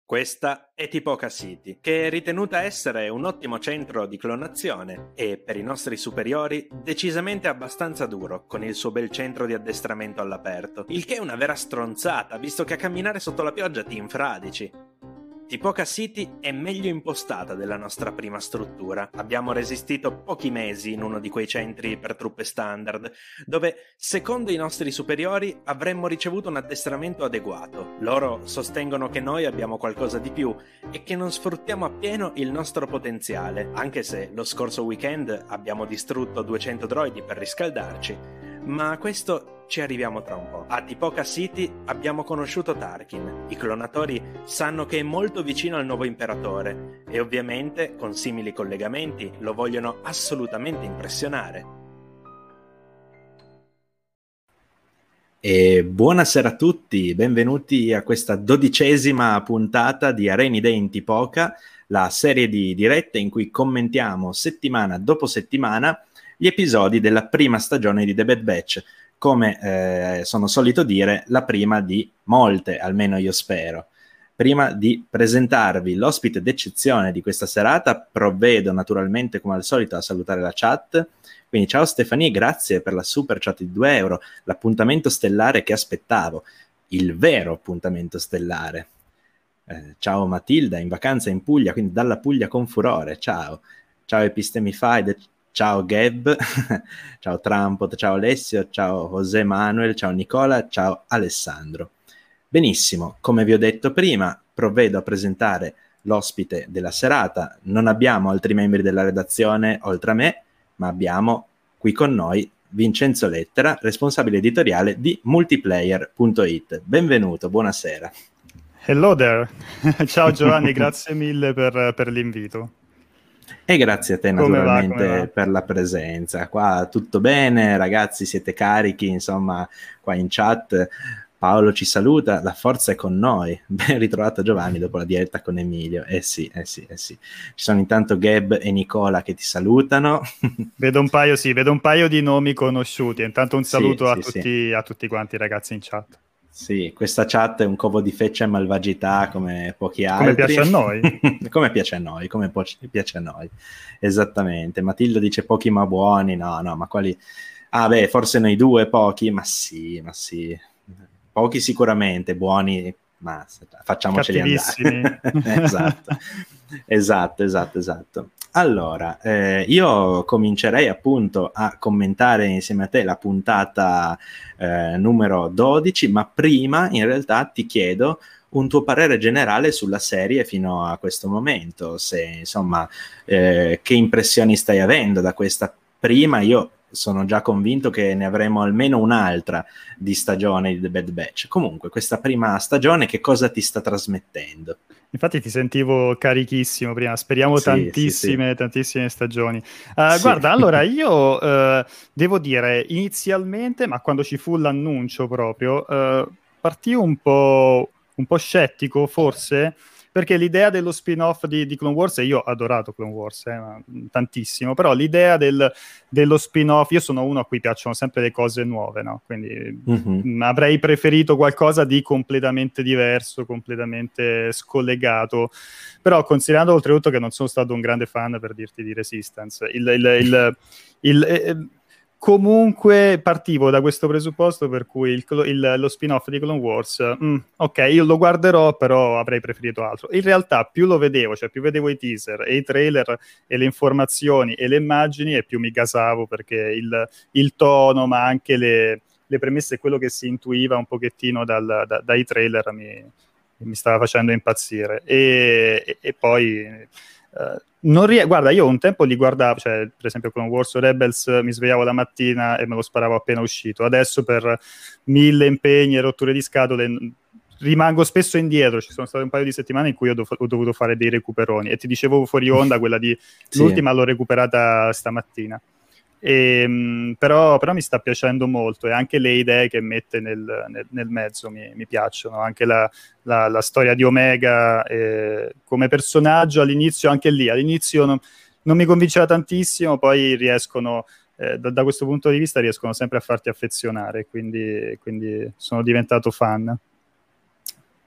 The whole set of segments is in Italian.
Questa è Tipoca City, che è ritenuta essere un ottimo centro di clonazione e, per i nostri superiori, decisamente abbastanza duro, con il suo bel centro di addestramento all'aperto, il che è una vera stronzata, visto che a camminare sotto la pioggia ti infradici. Tipoca City è meglio impostata della nostra prima struttura. Abbiamo resistito pochi mesi in uno di quei centri per truppe standard, dove, secondo i nostri superiori, avremmo ricevuto un addestramento adeguato. Loro sostengono che noi abbiamo qualcosa di più e che non sfruttiamo appieno il nostro potenziale, anche se lo scorso weekend abbiamo distrutto 200 droidi per riscaldarci. Ma a questo ci arriviamo tra un po'. A Tipoca City abbiamo conosciuto Tarkin. I clonatori sanno che è molto vicino al nuovo imperatore e ovviamente, con simili collegamenti, lo vogliono assolutamente impressionare. E buonasera a tutti, benvenuti a questa 12ª puntata di Areni Day in Tipoca, la serie di dirette in cui commentiamo settimana dopo settimana gli episodi della prima stagione di The Bad Batch, come sono solito dire, la prima di molte, almeno io spero. Prima di presentarvi l'ospite d'eccezione di questa serata, provvedo naturalmente come al solito a salutare la chat. Quindi ciao Stefania, grazie per la super chat di 2 euro, l'appuntamento stellare che aspettavo, il vero appuntamento stellare. Ciao Matilda, in vacanza in Puglia, quindi dalla Puglia con furore, ciao. Ciao Epistemify, ciao Gab, ciao Trampot, ciao Alessio, ciao José Manuel, ciao Nicola, ciao Alessandro. Benissimo, come vi ho detto prima, provvedo a presentare l'ospite della serata. Non abbiamo altri membri della redazione oltre a me, ma abbiamo qui con noi Vincenzo Lettera, responsabile editoriale di multiplayer.it. Benvenuto, buonasera. Hello there. Ciao Giovanni, grazie mille per l'invito. E grazie a te naturalmente Come va? per la presenza. Qua tutto bene, ragazzi, siete carichi, insomma, qua in chat Paolo ci saluta, la forza è con noi. Ben ritrovato Giovanni dopo la diretta con Emilio. Sì. Ci sono intanto Gab e Nicola che ti salutano. Vedo un paio di nomi conosciuti. Intanto un saluto a tutti quanti i ragazzi in chat. Sì, questa chat è un covo di feccia e malvagità come pochi altri. Come piace a noi. Come piace a noi. Esattamente. Matilda dice pochi ma buoni. No, ma quali... Ah beh, forse noi due pochi, ma sì. Pochi sicuramente, buoni, ma facciamoceli andare. Esatto. Allora, io comincerei appunto a commentare insieme a te la puntata numero 12, ma prima in realtà ti chiedo un tuo parere generale sulla serie fino a questo momento, se insomma che impressioni stai avendo da questa prima. Io sono già convinto che ne avremo almeno un'altra di stagione di The Bad Batch. Comunque, questa prima stagione che cosa ti sta trasmettendo? Infatti ti sentivo carichissimo prima, speriamo tantissime stagioni. Guarda, allora io devo dire, inizialmente, ma quando ci fu l'annuncio proprio, partii un po' scettico, forse, perché l'idea dello spin-off di Clone Wars, e io ho adorato Clone Wars, tantissimo, però l'idea dello spin-off, io sono uno a cui piacciono sempre le cose nuove, no? Quindi avrei preferito qualcosa di completamente diverso, completamente scollegato, però considerando oltretutto che non sono stato un grande fan, per dirti, di Resistance, comunque partivo da questo presupposto per cui lo spin-off di Clone Wars, ok, io lo guarderò, però avrei preferito altro. In realtà più lo vedevo, cioè più vedevo i teaser e i trailer e le informazioni e le immagini, e più mi gasavo, perché il tono, ma anche le premesse, quello che si intuiva un pochettino dai trailer mi stava facendo impazzire. E poi... guarda, io un tempo li guardavo, cioè per esempio con Wars o Rebels mi svegliavo la mattina e me lo sparavo appena uscito. Adesso per 1000 impegni e rotture di scatole rimango spesso indietro. Ci sono state un paio di settimane in cui ho dovuto fare dei recuperoni, e ti dicevo fuori onda, quella di l'ultima l'ho recuperata stamattina. Però mi sta piacendo molto, e anche le idee che mette nel mezzo mi piacciono, anche la storia di Omega come personaggio all'inizio, anche lì all'inizio non mi convinceva tantissimo, poi riescono da questo punto di vista riescono sempre a farti affezionare, quindi sono diventato fan.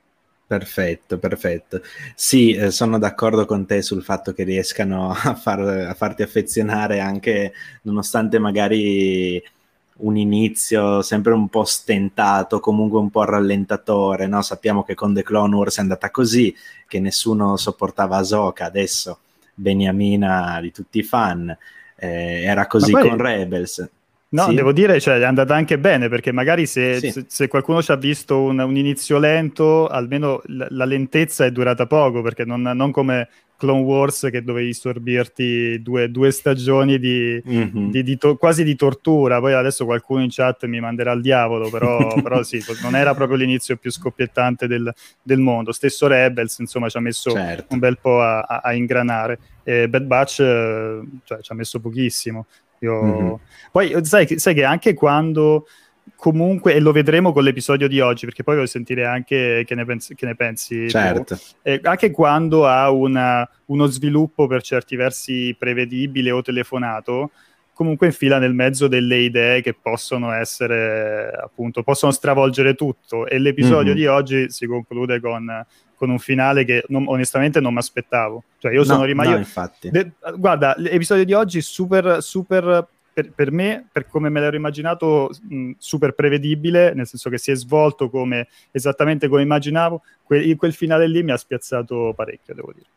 Perfetto, perfetto. Sì, sono d'accordo con te sul fatto che riescano a farti affezionare anche nonostante magari un inizio sempre un po' stentato, comunque un po' rallentatore, no? Sappiamo che con The Clone Wars è andata così, che nessuno sopportava Ahsoka, adesso beniamina di tutti i fan, era Ma così con poi Rebels. no, Sì? devo dire, cioè, è andata anche bene, perché magari Sì. se qualcuno ci ha visto un inizio lento, almeno la lentezza è durata poco, perché non come Clone Wars che dovevi sorbirti due stagioni Mhm. quasi di tortura. Poi adesso qualcuno in chat mi manderà al diavolo, però sì, non era proprio l'inizio più scoppiettante del mondo. Stesso Rebels, insomma, ci ha messo un Certo. bel po' a ingranare. E Bad Batch, cioè, ci ha messo pochissimo. Mhm. Poi sai che anche quando comunque, e lo vedremo con l'episodio di oggi, perché poi voglio sentire anche che ne pensi tu, Certo. anche quando ha uno sviluppo per certi versi prevedibile o telefonato, comunque infila nel mezzo delle idee che possono essere, appunto, possono stravolgere tutto. E l'episodio Mhm. di oggi si conclude con un finale che onestamente non mi aspettavo. Cioè, io sono No, no, rimasto. infatti. Guarda, l'episodio di oggi super, super per me, per come me l'ero immaginato, super prevedibile, nel senso che si è svolto esattamente come immaginavo. Quel finale lì mi ha spiazzato parecchio, devo dire.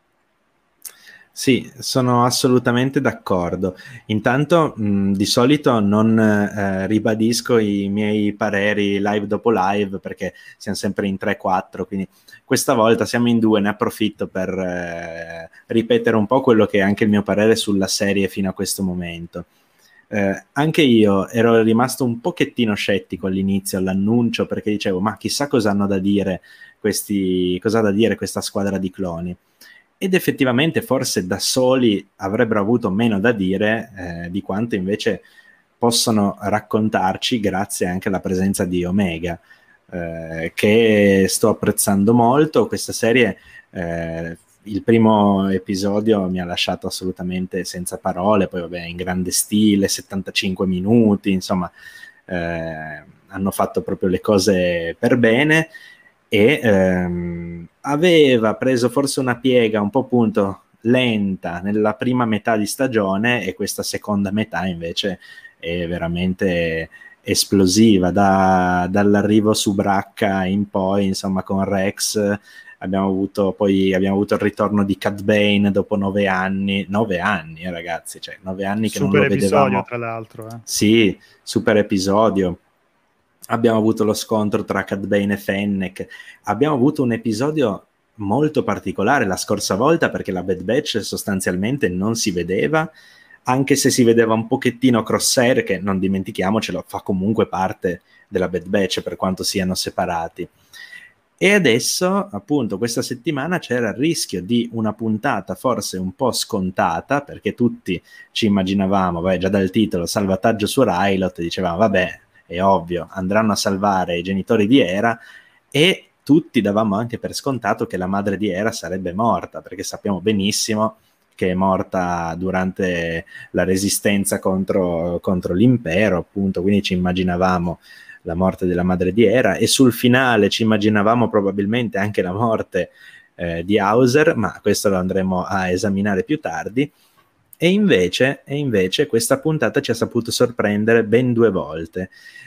Sì, sono assolutamente d'accordo. Intanto, di solito non ribadisco i miei pareri live dopo live perché siamo sempre in 3-4, quindi questa volta siamo in due, ne approfitto per ripetere un po' quello che è anche il mio parere sulla serie fino a questo momento. Anche io ero rimasto un pochettino scettico all'inizio, all'annuncio, perché dicevo, ma chissà cosa hanno da dire cosa ha da dire questa squadra di cloni. Ed effettivamente forse da soli avrebbero avuto meno da dire di quanto invece possono raccontarci grazie anche alla presenza di Omega, che sto apprezzando molto. Questa serie, il primo episodio mi ha lasciato assolutamente senza parole, poi vabbè in grande stile, 75 minuti, insomma hanno fatto proprio le cose per bene. E aveva preso forse una piega un po' appunto lenta nella prima metà di stagione e questa seconda metà invece è veramente esplosiva dall'arrivo su Bracca in poi, insomma, con Rex abbiamo avuto il ritorno di Cad Bane dopo 9 anni, ragazzi, cioè 9 anni che non Super lo episodio, vedevamo. tra l'altro. Sì, super episodio. Abbiamo avuto lo scontro tra Cad Bane e Fennec. Abbiamo avuto un episodio molto particolare la scorsa volta perché la Bad Batch sostanzialmente non si vedeva, anche se si vedeva un pochettino Crosshair, che non dimentichiamocelo, fa comunque parte della Bad Batch per quanto siano separati. E adesso, appunto, questa settimana c'era il rischio di una puntata forse un po' scontata, perché tutti ci immaginavamo, già dal titolo, salvataggio su Rylot, dicevamo, vabbè, è ovvio, andranno a salvare i genitori di Hera, e tutti davamo anche per scontato che la madre di Hera sarebbe morta, perché sappiamo benissimo che è morta durante la resistenza contro l'impero, appunto, quindi ci immaginavamo la morte della madre di Hera, e sul finale ci immaginavamo probabilmente anche la morte di Hauser, ma questo lo andremo a esaminare più tardi. E invece questa puntata ci ha saputo sorprendere ben 2 volte.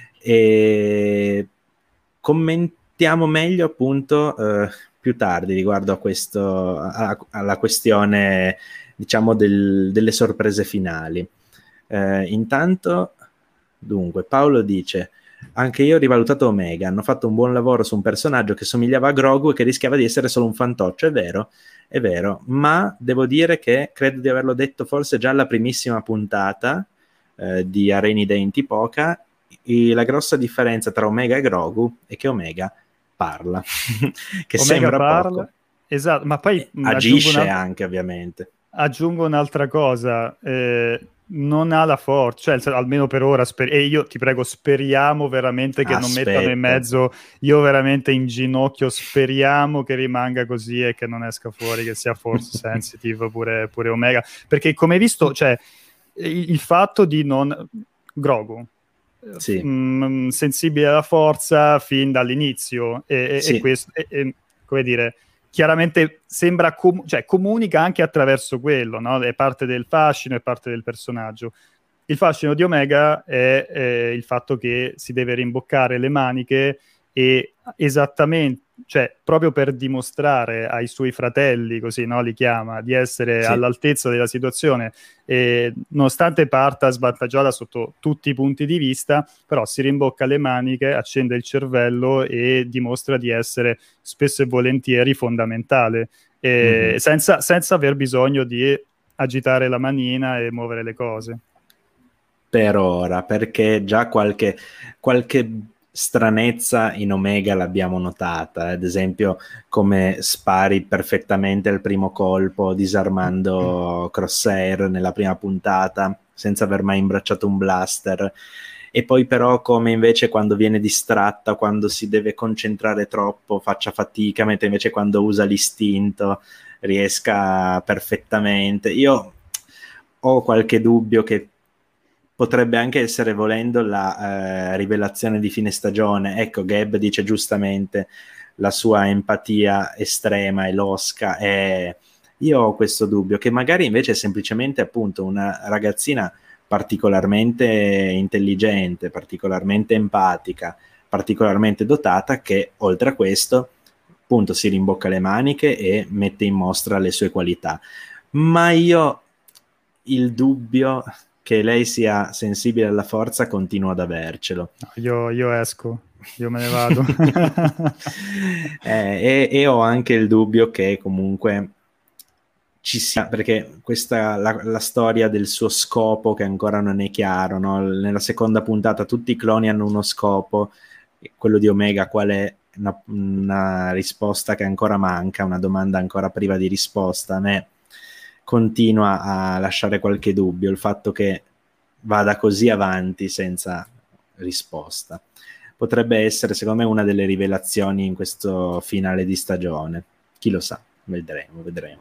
E commentiamo meglio appunto più tardi riguardo a questo, alla questione, diciamo, delle sorprese finali. Intanto, dunque, Paolo dice: anche io ho rivalutato Omega, hanno fatto un buon lavoro su un personaggio che somigliava a Grogu e che rischiava di essere solo un fantoccio. È vero, ma devo dire che credo di averlo detto forse già alla primissima puntata di Areni Denti Poca. La grossa differenza tra Omega e Grogu è che Omega parla, che Omega sembra poco, parla, esatto, ma poi agisce anche ovviamente. aggiungo un'altra cosa, non ha la forza, cioè almeno per ora, e io ti prego, speriamo veramente che non mettano in Aspetta. mezzo, io veramente in ginocchio, speriamo che rimanga così e che non esca fuori, che sia force sensitive pure Omega, perché come hai visto, cioè, il fatto di non... Grogu, Sì. sensibile alla forza fin dall'inizio, e Sì. questo... come dire, chiaramente sembra cioè comunica anche attraverso quello, no? È parte del fascino, è parte del personaggio. Il fascino di Omega è il fatto che si deve rimboccare le maniche e esattamente, cioè proprio per dimostrare ai suoi fratelli, così no, li chiama, di essere all'altezza della situazione, e nonostante parta svantaggiata sotto tutti i punti di vista, però si rimbocca le maniche, accende il cervello e dimostra di essere spesso e volentieri fondamentale, senza aver bisogno di agitare la manina e muovere le cose. Per ora, perché già qualche stranezza in Omega l'abbiamo notata, ad esempio come spari perfettamente al primo colpo disarmando Crosshair nella prima puntata senza aver mai imbracciato un blaster, e poi però come invece quando viene distratta, quando si deve concentrare troppo faccia fatica, mentre invece quando usa l'istinto riesca perfettamente. Io ho qualche dubbio che potrebbe anche essere, volendo, la rivelazione di fine stagione. Ecco, Gab dice giustamente la sua empatia estrema e losca, e io ho questo dubbio che magari invece è semplicemente appunto una ragazzina particolarmente intelligente, particolarmente empatica, particolarmente dotata, che oltre a questo appunto si rimbocca le maniche e mette in mostra le sue qualità. Ma io il dubbio che lei sia sensibile alla forza continuo ad avercelo. Io esco, io me ne vado. E ho anche il dubbio che comunque ci sia, perché questa la storia del suo scopo che ancora non è chiaro, no? Nella seconda puntata tutti i cloni hanno uno scopo, quello di Omega qual è? Una risposta che ancora manca, una domanda ancora priva di risposta. A me continua a lasciare qualche dubbio il fatto che vada così avanti senza risposta. Potrebbe essere, secondo me, una delle rivelazioni in questo finale di stagione. Chi lo sa? Vedremo.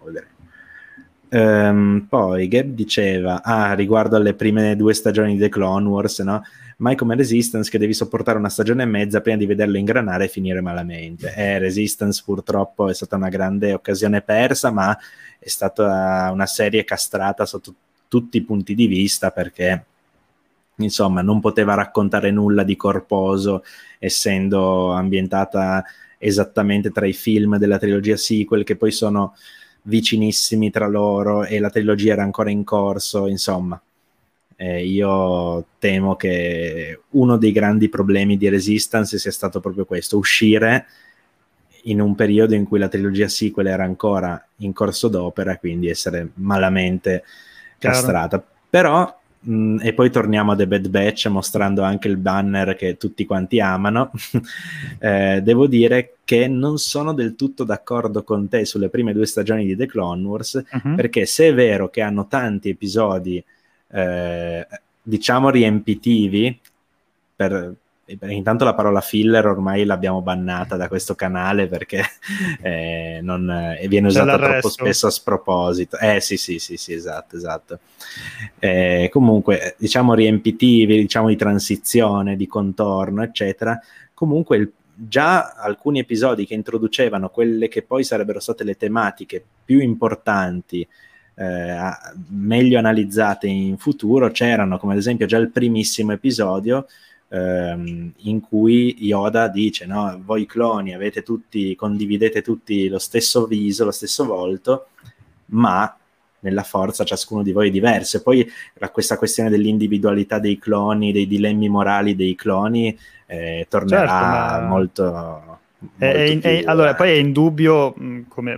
Poi Gab diceva riguardo alle prime 2 stagioni di The Clone Wars, no? Mai come Resistance che devi sopportare una stagione e mezza prima di vederlo ingranare e finire malamente. Resistance purtroppo è stata una grande occasione persa, ma è stata una serie castrata sotto tutti i punti di vista, perché insomma non poteva raccontare nulla di corposo, essendo ambientata esattamente tra i film della trilogia sequel, che poi sono vicinissimi tra loro, e la trilogia era ancora in corso. Insomma, io temo che uno dei grandi problemi di Resistance sia stato proprio questo: uscire in un periodo in cui la trilogia sequel era ancora in corso d'opera, quindi essere malamente castrata. Però e poi torniamo a The Bad Batch, mostrando anche il banner che tutti quanti amano. Devo dire che non sono del tutto d'accordo con te sulle prime 2 stagioni di The Clone Wars, perché se è vero che hanno tanti episodi diciamo riempitivi, intanto la parola filler ormai l'abbiamo bannata da questo canale, perché viene usata troppo spesso a sproposito. Sì, esatto. Comunque, diciamo riempitivi, diciamo di transizione, di contorno, eccetera. Comunque già alcuni episodi che introducevano quelle che poi sarebbero state le tematiche più importanti, meglio analizzate in futuro, c'erano, come ad esempio già il primissimo episodio in cui Yoda dice, no, voi cloni condividete tutti lo stesso viso, lo stesso volto, ma nella forza ciascuno di voi è diverso. E poi questa questione dell'individualità dei cloni, dei dilemmi morali dei cloni tornerà molto allora, poi è indubbio, come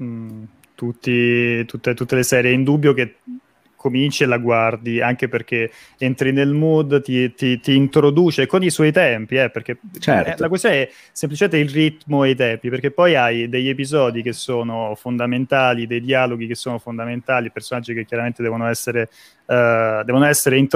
tutte le serie, è indubbio che cominci e la guardi, anche perché entri nel mood, ti introduce con i suoi tempi, perché la questione è semplicemente il ritmo e i tempi, perché poi hai degli episodi che sono fondamentali, dei dialoghi che sono fondamentali, personaggi che chiaramente devono essere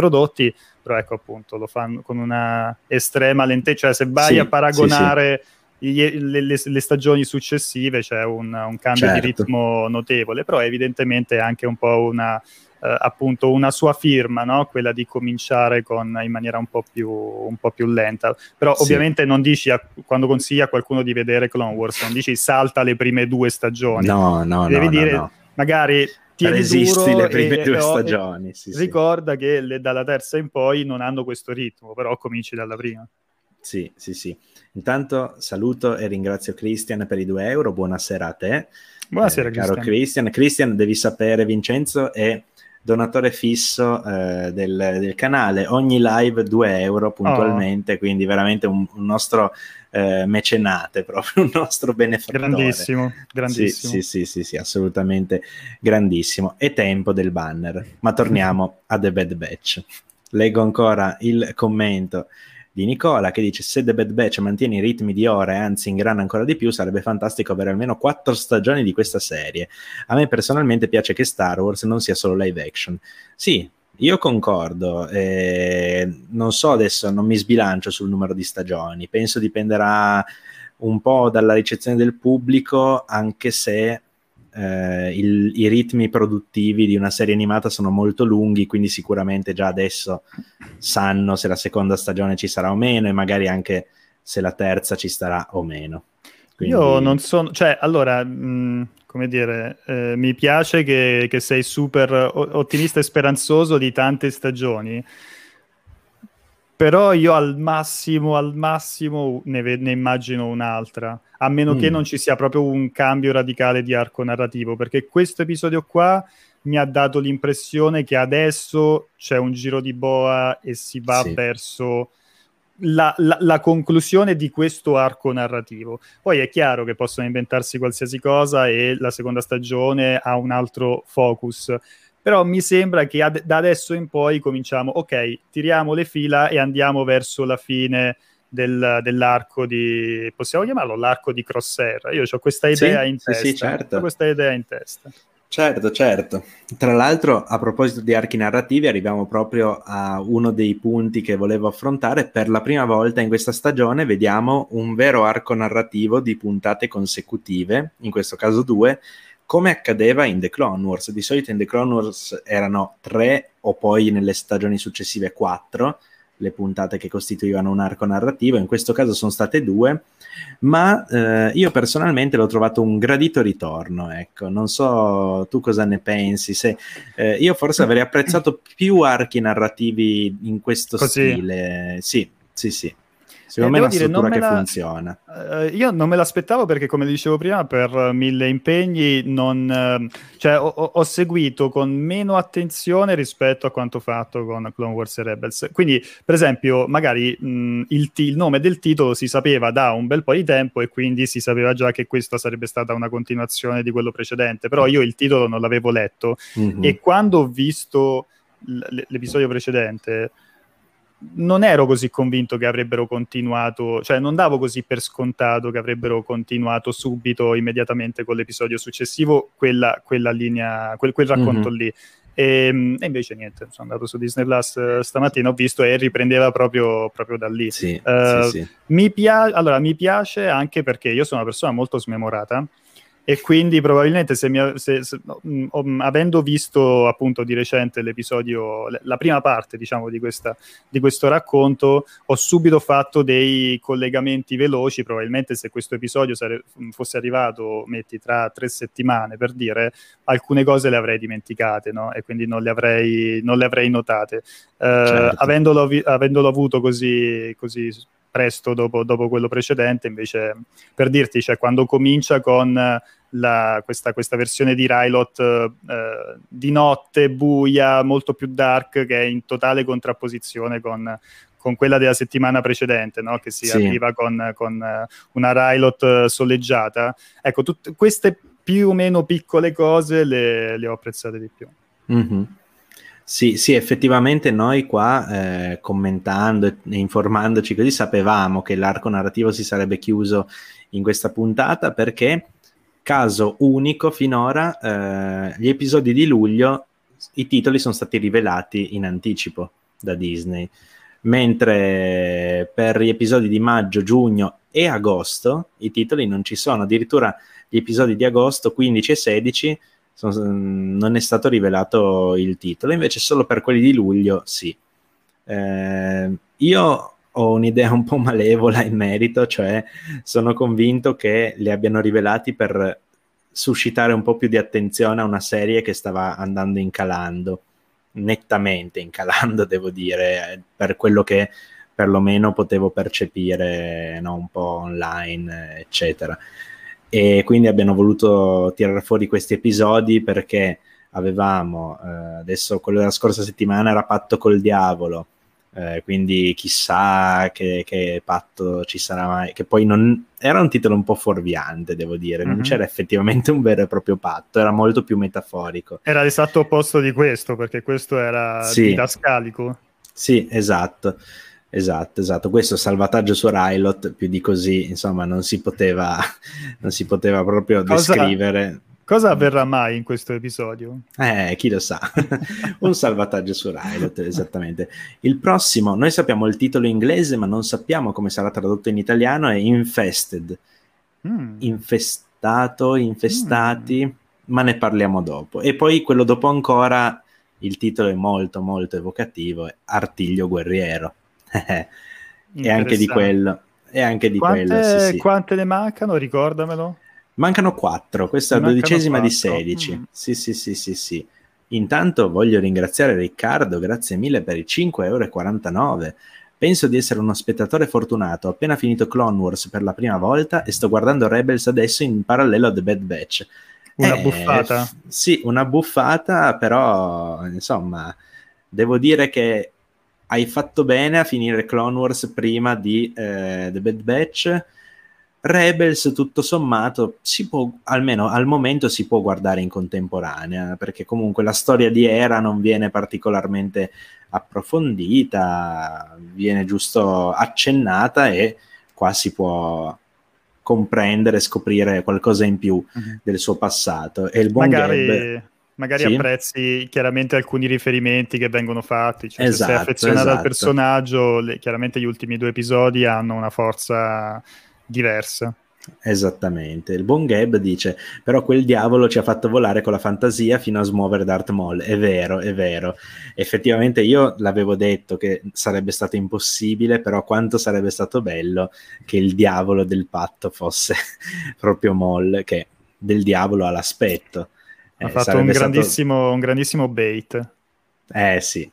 introdotti, però ecco, appunto, lo fanno con una estrema lentezza. Cioè, se vai a paragonare le stagioni successive c'è un cambio di ritmo notevole, però evidentemente è anche un po' appunto una sua firma, no? Quella di cominciare in maniera un po' più lenta. Però ovviamente non dici quando consigli a qualcuno di vedere Clone Wars, non dici salta le prime 2 stagioni. Devi dire magari tieni resisti duro le prime 2 stagioni. Ricorda che dalla terza in poi non hanno questo ritmo, però cominci dalla prima. Sì. Intanto saluto e ringrazio Christian per i 2 euro. Buonasera a te. Buonasera, caro Christian. Christian, devi sapere, Vincenzo è donatore fisso del canale, ogni live 2 euro puntualmente, quindi veramente un nostro mecenate, proprio un nostro benefattore. Grandissimo. Sì, assolutamente grandissimo. È tempo del banner, ma torniamo a The Bad Batch. Leggo ancora il commento di Nicola che dice: se The Bad Batch mantiene i ritmi di ora e anzi ingrana ancora di più, sarebbe fantastico avere almeno 4 stagioni di questa serie. A me personalmente piace che Star Wars non sia solo live action. Sì, io concordo, non so, adesso non mi sbilancio sul numero di stagioni, penso dipenderà un po' dalla ricezione del pubblico, anche se i ritmi produttivi di una serie animata sono molto lunghi, quindi sicuramente già adesso sanno se la seconda stagione ci sarà o meno, e magari anche se la terza ci starà o meno. Quindi... Io non sono, cioè, allora, come dire, mi piace che sei super ottimista e speranzoso di tante stagioni, però io al massimo ne immagino un'altra, a meno che non ci sia proprio un cambio radicale di arco narrativo, perché questo episodio qua mi ha dato l'impressione che adesso c'è un giro di boa e si va verso la conclusione di questo arco narrativo. Poi è chiaro che possono inventarsi qualsiasi cosa e la seconda stagione ha un altro focus, però mi sembra che da adesso in poi cominciamo, ok, tiriamo le fila e andiamo verso la fine dell'arco di, possiamo chiamarlo l'arco di Crosshair. Io ho questa idea in testa. Sì, certo. Ho questa idea in testa. Certo. Tra l'altro, a proposito di archi narrativi, arriviamo proprio a uno dei punti che volevo affrontare. Per la prima volta in questa stagione vediamo un vero arco narrativo di puntate consecutive, in questo caso 2, come accadeva in The Clone Wars. Di solito in The Clone Wars erano 3 o poi nelle stagioni successive 4 le puntate che costituivano un arco narrativo, in questo caso sono state 2, ma io personalmente l'ho trovato un gradito ritorno, ecco. Non so tu cosa ne pensi, se io forse avrei apprezzato più archi narrativi in questo stile. Sì. Secondo me è una struttura che funziona. Io non me l'aspettavo perché, come dicevo prima, per 1000 impegni cioè, ho seguito con meno attenzione rispetto a quanto fatto con Clone Wars e Rebels. Quindi, per esempio, magari il nome del titolo si sapeva da un bel po' di tempo e quindi si sapeva già che questa sarebbe stata una continuazione di quello precedente, però io il titolo non l'avevo letto e quando ho visto l'episodio precedente non ero così convinto che avrebbero continuato, cioè non davo così per scontato che avrebbero continuato subito, immediatamente con l'episodio successivo, quella linea, quel racconto lì. E invece niente, sono andato su Disney Plus stamattina, ho visto e riprendeva proprio da lì. Sì. Mi piace anche perché io sono una persona molto smemorata, e quindi probabilmente avendo visto appunto di recente l'episodio, la prima parte diciamo di questo racconto, ho subito fatto dei collegamenti veloci. Probabilmente se questo episodio fosse arrivato tra 3 settimane, per dire, alcune cose le avrei dimenticate, no? E quindi non le avrei notate. Certo. Avendolo avuto così presto dopo quello precedente, invece, per dirti, cioè, quando comincia con questa versione di Rylot di notte, buia, molto più dark, che è in totale contrapposizione con quella della settimana precedente, no? Che si arriva con una Rylot soleggiata. Ecco, tutte queste più o meno piccole cose le ho apprezzate di più. Sì, effettivamente noi qua commentando e informandoci così sapevamo che l'arco narrativo si sarebbe chiuso in questa puntata, perché caso unico finora gli episodi di luglio, i titoli sono stati rivelati in anticipo da Disney, mentre per gli episodi di maggio, giugno e agosto i titoli non ci sono, addirittura gli episodi di agosto 15 e 16 non è stato rivelato il titolo, invece solo per quelli di luglio sì. Io ho un'idea un po' malevola in merito, cioè sono convinto che li abbiano rivelati per suscitare un po' più di attenzione a una serie che stava andando nettamente incalando, devo dire, per quello che perlomeno potevo percepire, no, un po' online, eccetera. E quindi abbiano voluto tirare fuori questi episodi perché avevamo, adesso quello della scorsa settimana era Patto col Diavolo, quindi chissà che patto ci sarà mai, che poi non era un titolo un po' fuorviante, devo dire, non c'era effettivamente un vero e proprio patto, era molto più metaforico. Era l'esatto opposto di questo, perché questo era didascalico. Sì, esatto, questo salvataggio su Rylot, più di così insomma non si poteva proprio descrivere. Cosa avverrà mai in questo episodio? Chi lo sa. Un salvataggio su Rylot, esattamente. Il prossimo, noi sappiamo il titolo inglese ma non sappiamo come sarà tradotto in italiano, è Infested. Infestato, infestati, ma ne parliamo dopo. E poi quello dopo ancora, il titolo è molto molto evocativo, è Artiglio Guerriero. E anche di quello, sì. Quante ne mancano? Ricordamelo. Mancano 4, questa è la 12ª di 16. Sì. Intanto voglio ringraziare Riccardo, grazie mille per i 5,49 €. Penso di essere uno spettatore fortunato, ho appena finito Clone Wars per la prima volta e sto guardando Rebels adesso in parallelo a The Bad Batch. Una buffata? Sì, una buffata, però insomma, devo dire che hai fatto bene a finire Clone Wars prima di The Bad Batch. Rebels, tutto sommato, si può, almeno al momento, si può guardare in contemporanea, perché comunque la storia di Hera non viene particolarmente approfondita, viene giusto accennata e qua si può comprendere, scoprire qualcosa in più del suo passato. E il buon magari sì, apprezzi chiaramente alcuni riferimenti che vengono fatti, cioè se sei affezionato al personaggio, chiaramente gli ultimi 2 episodi hanno una forza diversa. Esattamente. Il buon Gab dice: però quel diavolo ci ha fatto volare con la fantasia fino a smuovere Darth Maul. È vero. Effettivamente io l'avevo detto che sarebbe stato impossibile, però quanto sarebbe stato bello che il diavolo del patto fosse proprio Maul, che del diavolo ha l'aspetto. Ha fatto un grandissimo bait. Sì.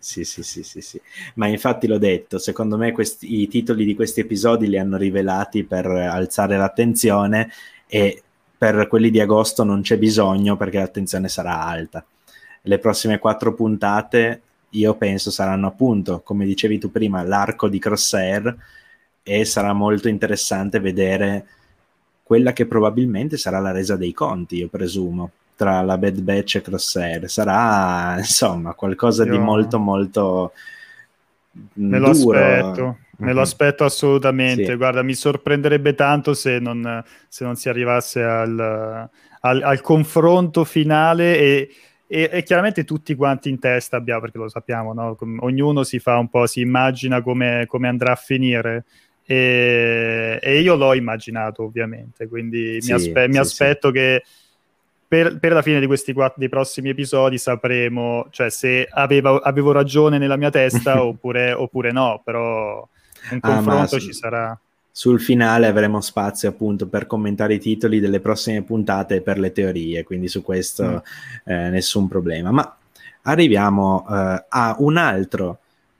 Ma infatti l'ho detto, secondo me i titoli di questi episodi li hanno rivelati per alzare l'attenzione, e per quelli di agosto non c'è bisogno perché l'attenzione sarà alta. Le prossime 4 puntate io penso saranno, appunto, come dicevi tu prima, l'arco di Crosshair, e sarà molto interessante vedere quella che probabilmente sarà la resa dei conti, io presumo, tra la Bad Batch e Crosshair. Sarà insomma qualcosa di molto molto duro. Me lo aspetto assolutamente. Sì. Guarda, mi sorprenderebbe tanto se non si arrivasse al confronto finale, e chiaramente tutti quanti in testa abbiamo, perché lo sappiamo, no? Ognuno si fa un po', si immagina come andrà a finire, e io l'ho immaginato ovviamente, quindi mi aspetto che per la fine di questi dei prossimi episodi sapremo, cioè, se avevo ragione nella mia testa oppure no, però un confronto ci sarà. Sul finale avremo spazio appunto per commentare i titoli delle prossime puntate e per le teorie, quindi su questo nessun problema. Ma arriviamo a un altro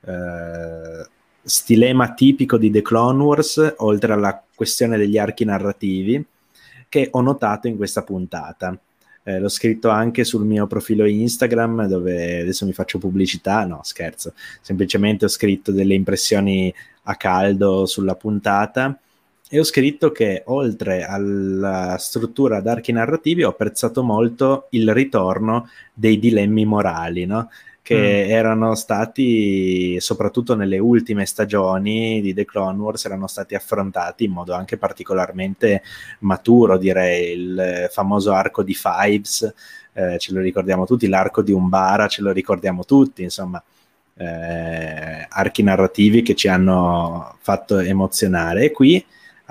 stilema tipico di The Clone Wars, oltre alla questione degli archi narrativi, che ho notato in questa puntata. L'ho scritto anche sul mio profilo Instagram, dove adesso mi faccio pubblicità, no scherzo, semplicemente ho scritto delle impressioni a caldo sulla puntata, e ho scritto che oltre alla struttura ad archi narrativi ho apprezzato molto il ritorno dei dilemmi morali, no? Che erano stati, soprattutto nelle ultime stagioni di The Clone Wars, erano stati affrontati in modo anche particolarmente maturo, direi. Il famoso arco di Fives, ce lo ricordiamo tutti, l'arco di Umbara ce lo ricordiamo tutti, insomma, archi narrativi che ci hanno fatto emozionare. E qui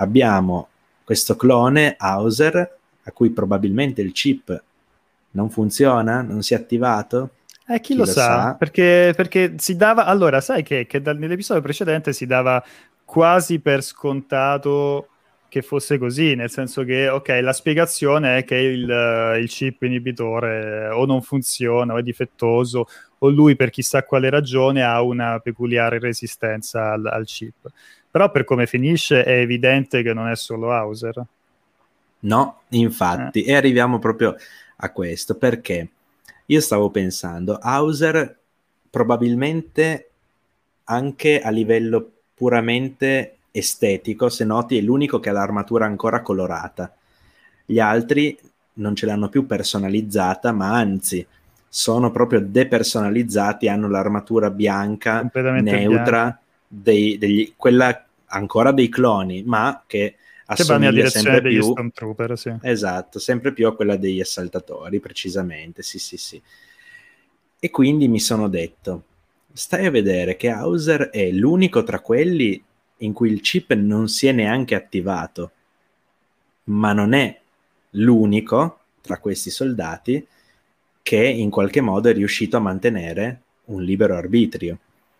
abbiamo questo clone Hauser a cui probabilmente il chip non funziona, non si è attivato. Chi lo sa? Perché si dava... Allora, sai che nell'episodio precedente si dava quasi per scontato che fosse così, nel senso che, ok, la spiegazione è che il chip inibitore o non funziona o è difettoso o lui per chissà quale ragione ha una peculiare resistenza al chip. Però per come finisce è evidente che non è solo Hauser. No, infatti, e arriviamo proprio a questo, perché io stavo pensando, Hauser probabilmente anche a livello puramente estetico, se noti, è l'unico che ha l'armatura ancora colorata. Gli altri non ce l'hanno più personalizzata, ma anzi sono proprio depersonalizzati, hanno l'armatura bianca, neutra, quella ancora dei cloni, ma che assomiglia sempre più, Stormtrooper, sì. Esatto, sempre più a quella degli assaltatori, precisamente, sì. E quindi mi sono detto, stai a vedere che Hauser è l'unico tra quelli in cui il chip non si è neanche attivato, ma non è l'unico tra questi soldati che in qualche modo è riuscito a mantenere un libero arbitrio.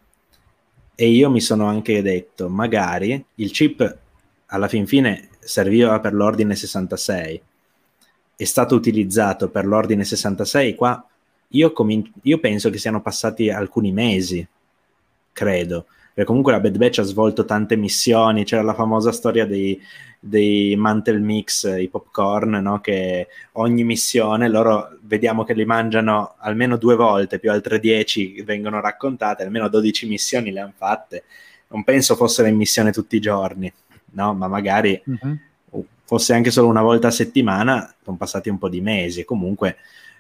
E io mi sono anche detto, magari il chip alla fin fine serviva per l'ordine 66, è stato utilizzato per l'ordine 66, qua io penso che siano passati alcuni mesi, credo, perché comunque la Bad Batch ha svolto tante missioni, c'era la famosa storia dei Mantle Mix, i popcorn, no? Che ogni missione loro vediamo che li mangiano almeno 2 volte, più altre 10 vengono raccontate, almeno 12 missioni le hanno fatte, non penso fossero in missione tutti i giorni, no? Ma magari fosse anche solo una volta a settimana, sono passati un po' di mesi, comunque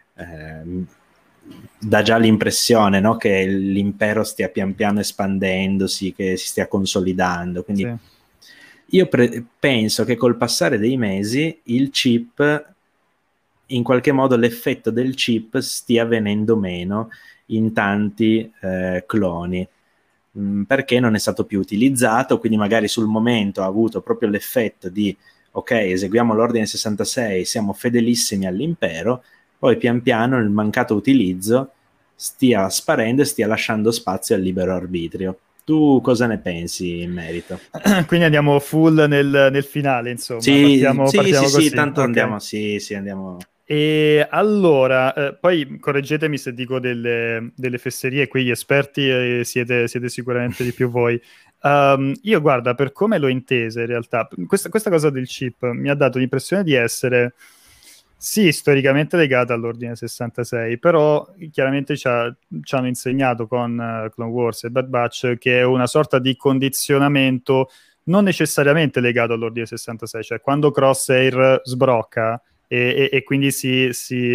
dà già l'impressione, no? Che l'impero stia pian piano espandendosi, che si stia consolidando, quindi sì. Io penso che col passare dei mesi il chip, in qualche modo l'effetto del chip stia venendo meno in tanti cloni, perché non è stato più utilizzato, quindi magari sul momento ha avuto proprio l'effetto di ok, eseguiamo l'ordine 66, siamo fedelissimi all'impero, poi pian piano il mancato utilizzo stia sparendo e stia lasciando spazio al libero arbitrio. Tu cosa ne pensi in merito? Quindi andiamo full nel finale, insomma. Sì, partiamo così. Sì, tanto okay. andiamo. E allora, poi correggetemi se dico delle fesserie, qui gli esperti siete sicuramente di più voi. Io guarda, per come l'ho intesa in realtà, questa cosa del chip mi ha dato l'impressione di essere sì, storicamente legata all'ordine 66, però chiaramente ci hanno insegnato con Clone Wars e Bad Batch che è una sorta di condizionamento non necessariamente legato all'ordine 66, cioè quando Crosshair sbrocca e quindi si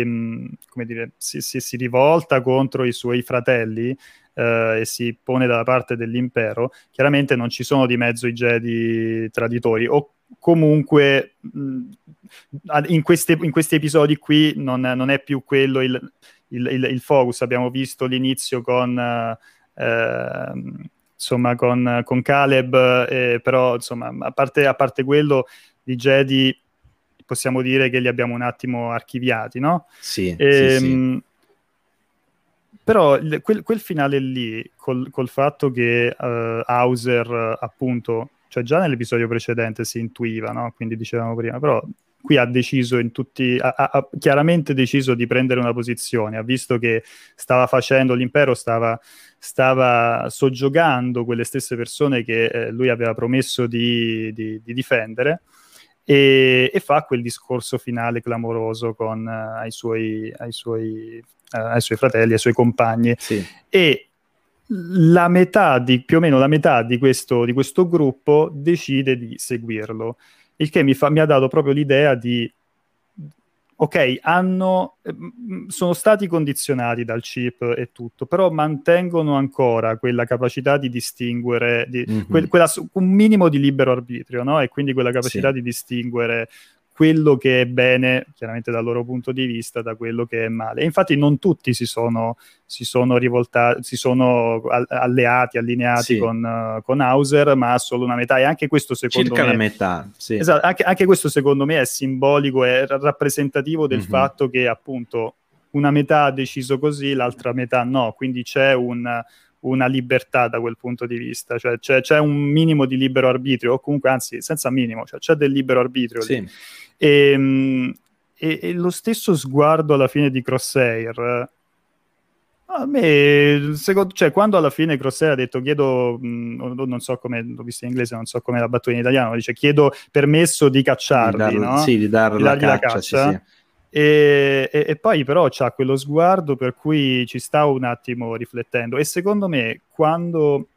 rivolta contro i suoi fratelli e si pone dalla parte dell'impero, chiaramente non ci sono di mezzo i Jedi traditori, o comunque in questi episodi qui non è più quello il focus. Abbiamo visto l'inizio con insomma con Caleb, però insomma a parte quello i Jedi possiamo dire che li abbiamo un attimo archiviati, no? Sì. Però quel finale lì col fatto che Hauser appunto, cioè già nell'episodio precedente si intuiva, no? Quindi dicevamo prima, però qui ha deciso ha chiaramente deciso di prendere una posizione, ha visto che stava facendo l'impero, stava soggiogando quelle stesse persone che lui aveva promesso di difendere, e fa quel discorso finale clamoroso con ai suoi fratelli, ai suoi compagni, sì. E più o meno la metà di questo gruppo decide di seguirlo, il che mi ha dato proprio l'idea di ok, sono stati condizionati dal chip e tutto, però mantengono ancora quella capacità di distinguere, un minimo di libero arbitrio, no? E quindi quella capacità di distinguere quello che è bene, chiaramente dal loro punto di vista, da quello che è male. E infatti non tutti si sono rivoltati, si sono alleati, allineati Sì. con Hauser, ma solo una metà. E anche questo secondo Circa me... la metà, sì. Esatto, anche questo secondo me è simbolico, è rappresentativo del fatto che appunto una metà ha deciso così, l'altra metà no, quindi c'è una libertà da quel punto di vista, cioè c'è un minimo di libero arbitrio, o comunque anzi senza minimo, cioè c'è del libero arbitrio lì. Sì. E lo stesso sguardo alla fine di Crosshair, a me, cioè, quando alla fine Crosshair ha detto chiedo, non so come, l'ho visto in inglese, non so come la battuta in italiano, dice chiedo permesso di cacciarli, no? Sì, di dargli la caccia, sì. E poi però c'ha quello sguardo per cui ci sta un attimo riflettendo, e secondo me quando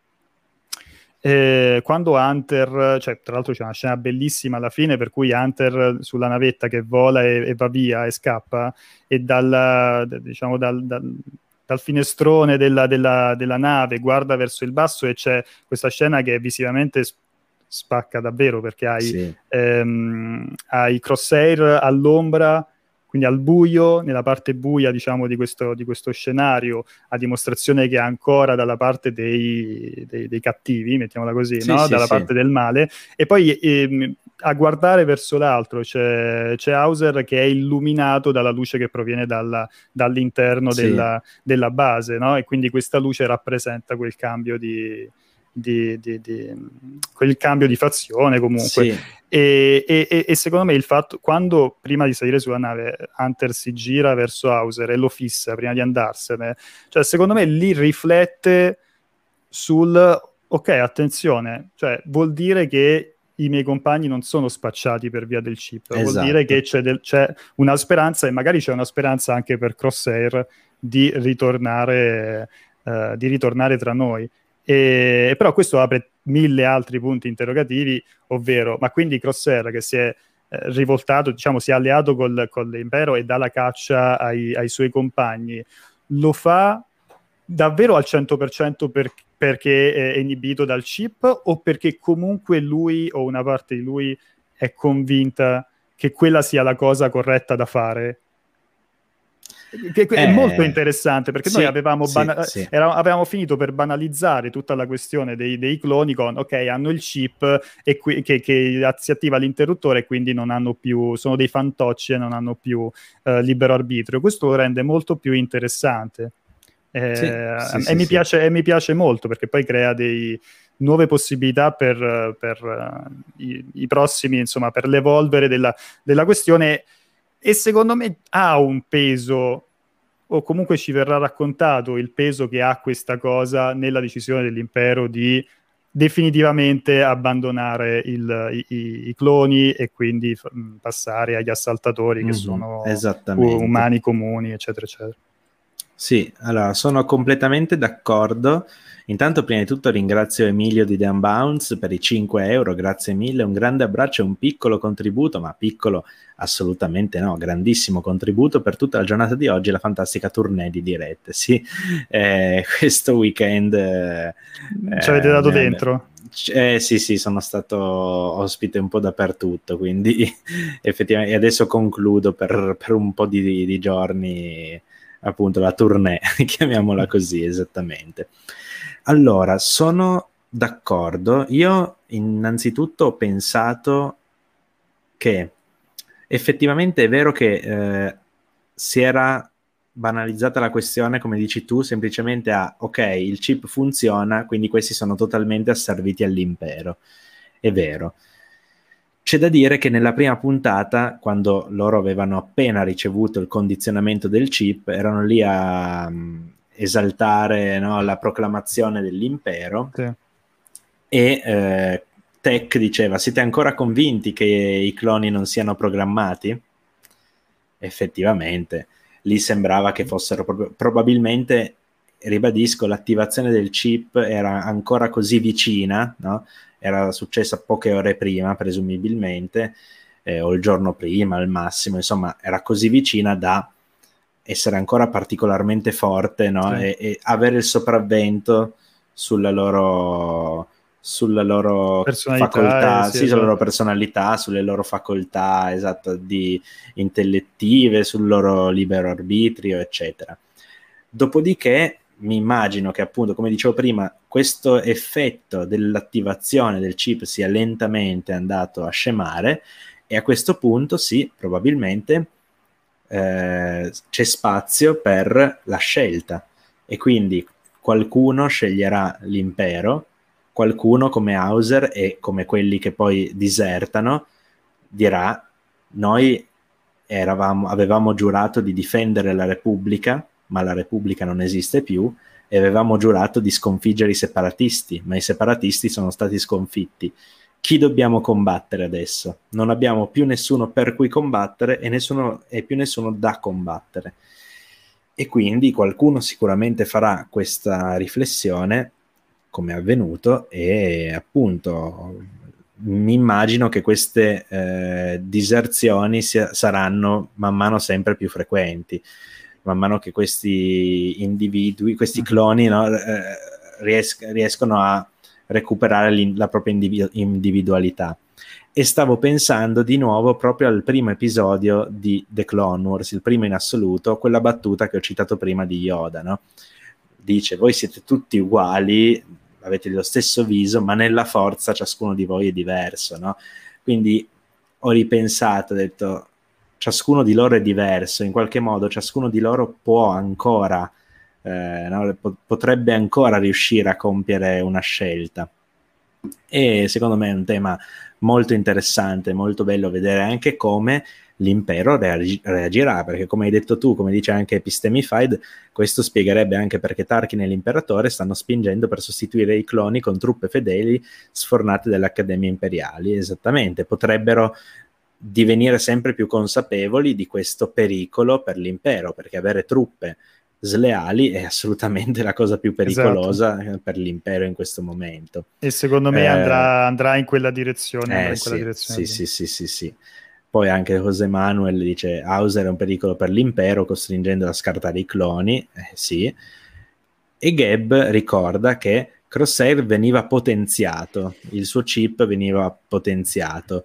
Hunter, cioè tra l'altro c'è una scena bellissima alla fine per cui Hunter sulla navetta che vola e va via e scappa, e dal finestrone della nave guarda verso il basso, e c'è questa scena che visivamente spacca davvero, perché hai Crosshair all'ombra, quindi al buio, nella parte buia, diciamo, di questo scenario, a dimostrazione che è ancora dalla parte dei cattivi, mettiamola così, sì, no? Sì, dalla sì. parte del male, e poi a guardare verso l'altro c'è Hauser che è illuminato dalla luce che proviene dall'interno Sì. della base, no? E quindi questa luce rappresenta quel cambio quel cambio di fazione comunque. Sì. E secondo me il fatto, quando prima di salire sulla nave Hunter si gira verso Hauser e lo fissa prima di andarsene, cioè secondo me lì riflette sul ok, attenzione, cioè vuol dire che i miei compagni non sono spacciati per via del chip, Esatto. Vuol dire che c'è una speranza, e magari c'è una speranza anche per Crosshair di ritornare tra noi. Però questo apre 1000 altri punti interrogativi, ovvero, ma quindi Crosshair, che si è rivoltato, diciamo, si è alleato con l'impero e dà la caccia ai suoi compagni, lo fa davvero al 100% perché è inibito dal chip, o perché comunque lui o una parte di lui è convinta che quella sia la cosa corretta da fare? Che è molto interessante, perché noi avevamo finito per banalizzare tutta la questione dei cloni con ok, hanno il chip e che si attiva l'interruttore e quindi non hanno più, sono dei fantocci e non hanno più libero arbitrio. Questo lo rende molto più interessante. Mi piace molto, perché poi crea nuove possibilità per i prossimi, insomma, per l'evolvere della questione. E secondo me ha un peso, o comunque ci verrà raccontato il peso che ha questa cosa nella decisione dell'impero di definitivamente abbandonare i cloni e quindi passare agli assaltatori, che sono umani comuni, eccetera, eccetera. Sì, allora sono completamente d'accordo. Intanto, prima di tutto, ringrazio Emilio di The Unbounce per i 5 euro, grazie mille, un grande abbraccio e un piccolo contributo, ma piccolo assolutamente no, grandissimo contributo per tutta la giornata di oggi, la fantastica tournée di dirette. Sì, questo weekend ci avete dato dentro? Sì, sono stato ospite un po' dappertutto, quindi effettivamente, e adesso concludo per un po' di giorni appunto la tournée, chiamiamola così, esattamente. Allora, sono d'accordo. Io innanzitutto ho pensato che effettivamente è vero che si era banalizzata la questione, come dici tu, semplicemente ok, il chip funziona, quindi questi sono totalmente asserviti all'impero. È vero. C'è da dire che nella prima puntata, quando loro avevano appena ricevuto il condizionamento del chip, erano lì a esaltare, no, la proclamazione dell'impero, sì. E Tech diceva: siete ancora convinti che i cloni non siano programmati? Effettivamente lì sembrava che fossero probabilmente, ribadisco, l'attivazione del chip era ancora così vicina, no? Era successa poche ore prima presumibilmente, o il giorno prima al massimo, insomma era così vicina da essere ancora particolarmente forte, no? Sì. E avere il sopravvento sulla loro sulla loro facoltà, sì, sulla loro personalità, sulle loro facoltà, esatto, di intellettive, sul loro libero arbitrio, eccetera. Dopodiché mi immagino che, appunto, come dicevo prima, questo effetto dell'attivazione del chip sia lentamente andato a scemare, e a questo punto sì, probabilmente c'è spazio per la scelta, e quindi qualcuno sceglierà l'impero, qualcuno come Hauser e come quelli che poi disertano dirà: noi avevamo giurato di difendere la Repubblica, ma la Repubblica non esiste più, e avevamo giurato di sconfiggere i separatisti, ma i separatisti sono stati sconfitti. Chi dobbiamo combattere adesso? Non abbiamo più nessuno per cui combattere e più nessuno da combattere. E quindi qualcuno sicuramente farà questa riflessione, come è avvenuto, e appunto mi immagino che queste diserzioni saranno man mano sempre più frequenti, man mano che questi individui, questi cloni, no, riescono a recuperare la propria individualità. E stavo pensando di nuovo proprio al primo episodio di The Clone Wars, il primo in assoluto, quella battuta che ho citato prima di Yoda, no? Dice: voi siete tutti uguali, avete lo stesso viso, ma nella forza ciascuno di voi è diverso, no? Quindi ho ripensato, ho detto: ciascuno di loro è diverso, in qualche modo ciascuno di loro può ancora, no? Potrebbe ancora riuscire a compiere una scelta. E secondo me è un tema molto interessante, molto bello vedere anche come l'impero reagirà, perché come hai detto tu, come dice anche Epistemified, questo spiegherebbe anche perché Tarkin e l'imperatore stanno spingendo per sostituire i cloni con truppe fedeli sfornate dalle accademie imperiali. Esattamente, potrebbero divenire sempre più consapevoli di questo pericolo per l'impero, perché avere truppe sleali è assolutamente la cosa più pericolosa, esatto, per l'impero in questo momento. E secondo me andrà in quella direzione. Sì. Poi anche José Manuel dice: Hauser è un pericolo per l'impero, costringendo a scartare i cloni. Sì. E Gab ricorda che Crosshair veniva potenziato, il suo chip veniva potenziato.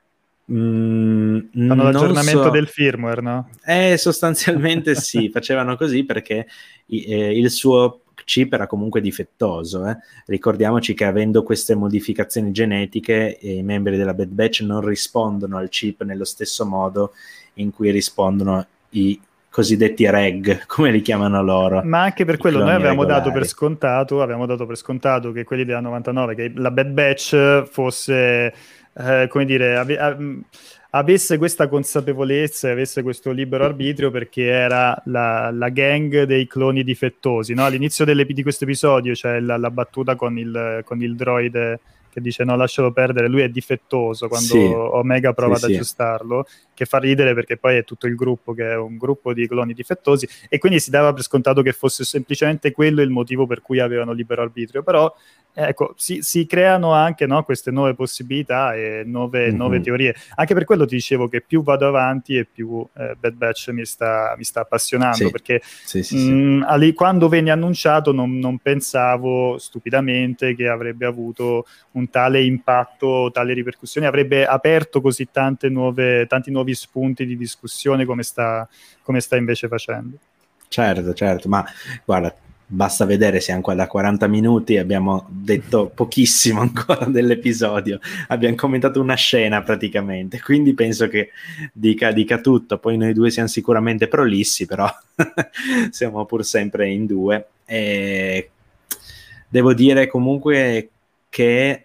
Fanno l'aggiornamento del firmware, no? Sostanzialmente sì, facevano così perché il suo chip era comunque difettoso. Ricordiamoci che, avendo queste modificazioni genetiche, i membri della Bad Batch non rispondono al chip nello stesso modo in cui rispondono i cosiddetti reg, come li chiamano loro. Ma anche per quello noi avevamo dato per scontato che quelli della 99, che la Bad Batch fosse, come dire, avesse questa consapevolezza e avesse questo libero arbitrio, perché era la gang dei cloni difettosi, no? All'inizio di questo episodio c'è la battuta con il droide che dice: no, lascialo perdere, lui è difettoso, quando Omega prova ad aggiustarlo, che fa ridere perché poi è tutto il gruppo che è un gruppo di cloni difettosi, e quindi si dava per scontato che fosse semplicemente quello il motivo per cui avevano libero arbitrio. Però ecco, si creano anche, no, queste nuove possibilità e nuove teorie. Anche per quello ti dicevo che più vado avanti e più Bad Batch mi sta appassionando, perché quando venne annunciato non pensavo, stupidamente, che avrebbe avuto un tale impatto, tale ripercussioni, avrebbe aperto così tanti nuovi spunti di discussione come sta invece facendo. Certo, ma guarda, basta vedere, siamo qua da 40 minuti, abbiamo detto pochissimo ancora dell'episodio, abbiamo commentato una scena praticamente, quindi penso che dica tutto. Poi noi due siamo sicuramente prolissi, però siamo pur sempre in due, e devo dire comunque che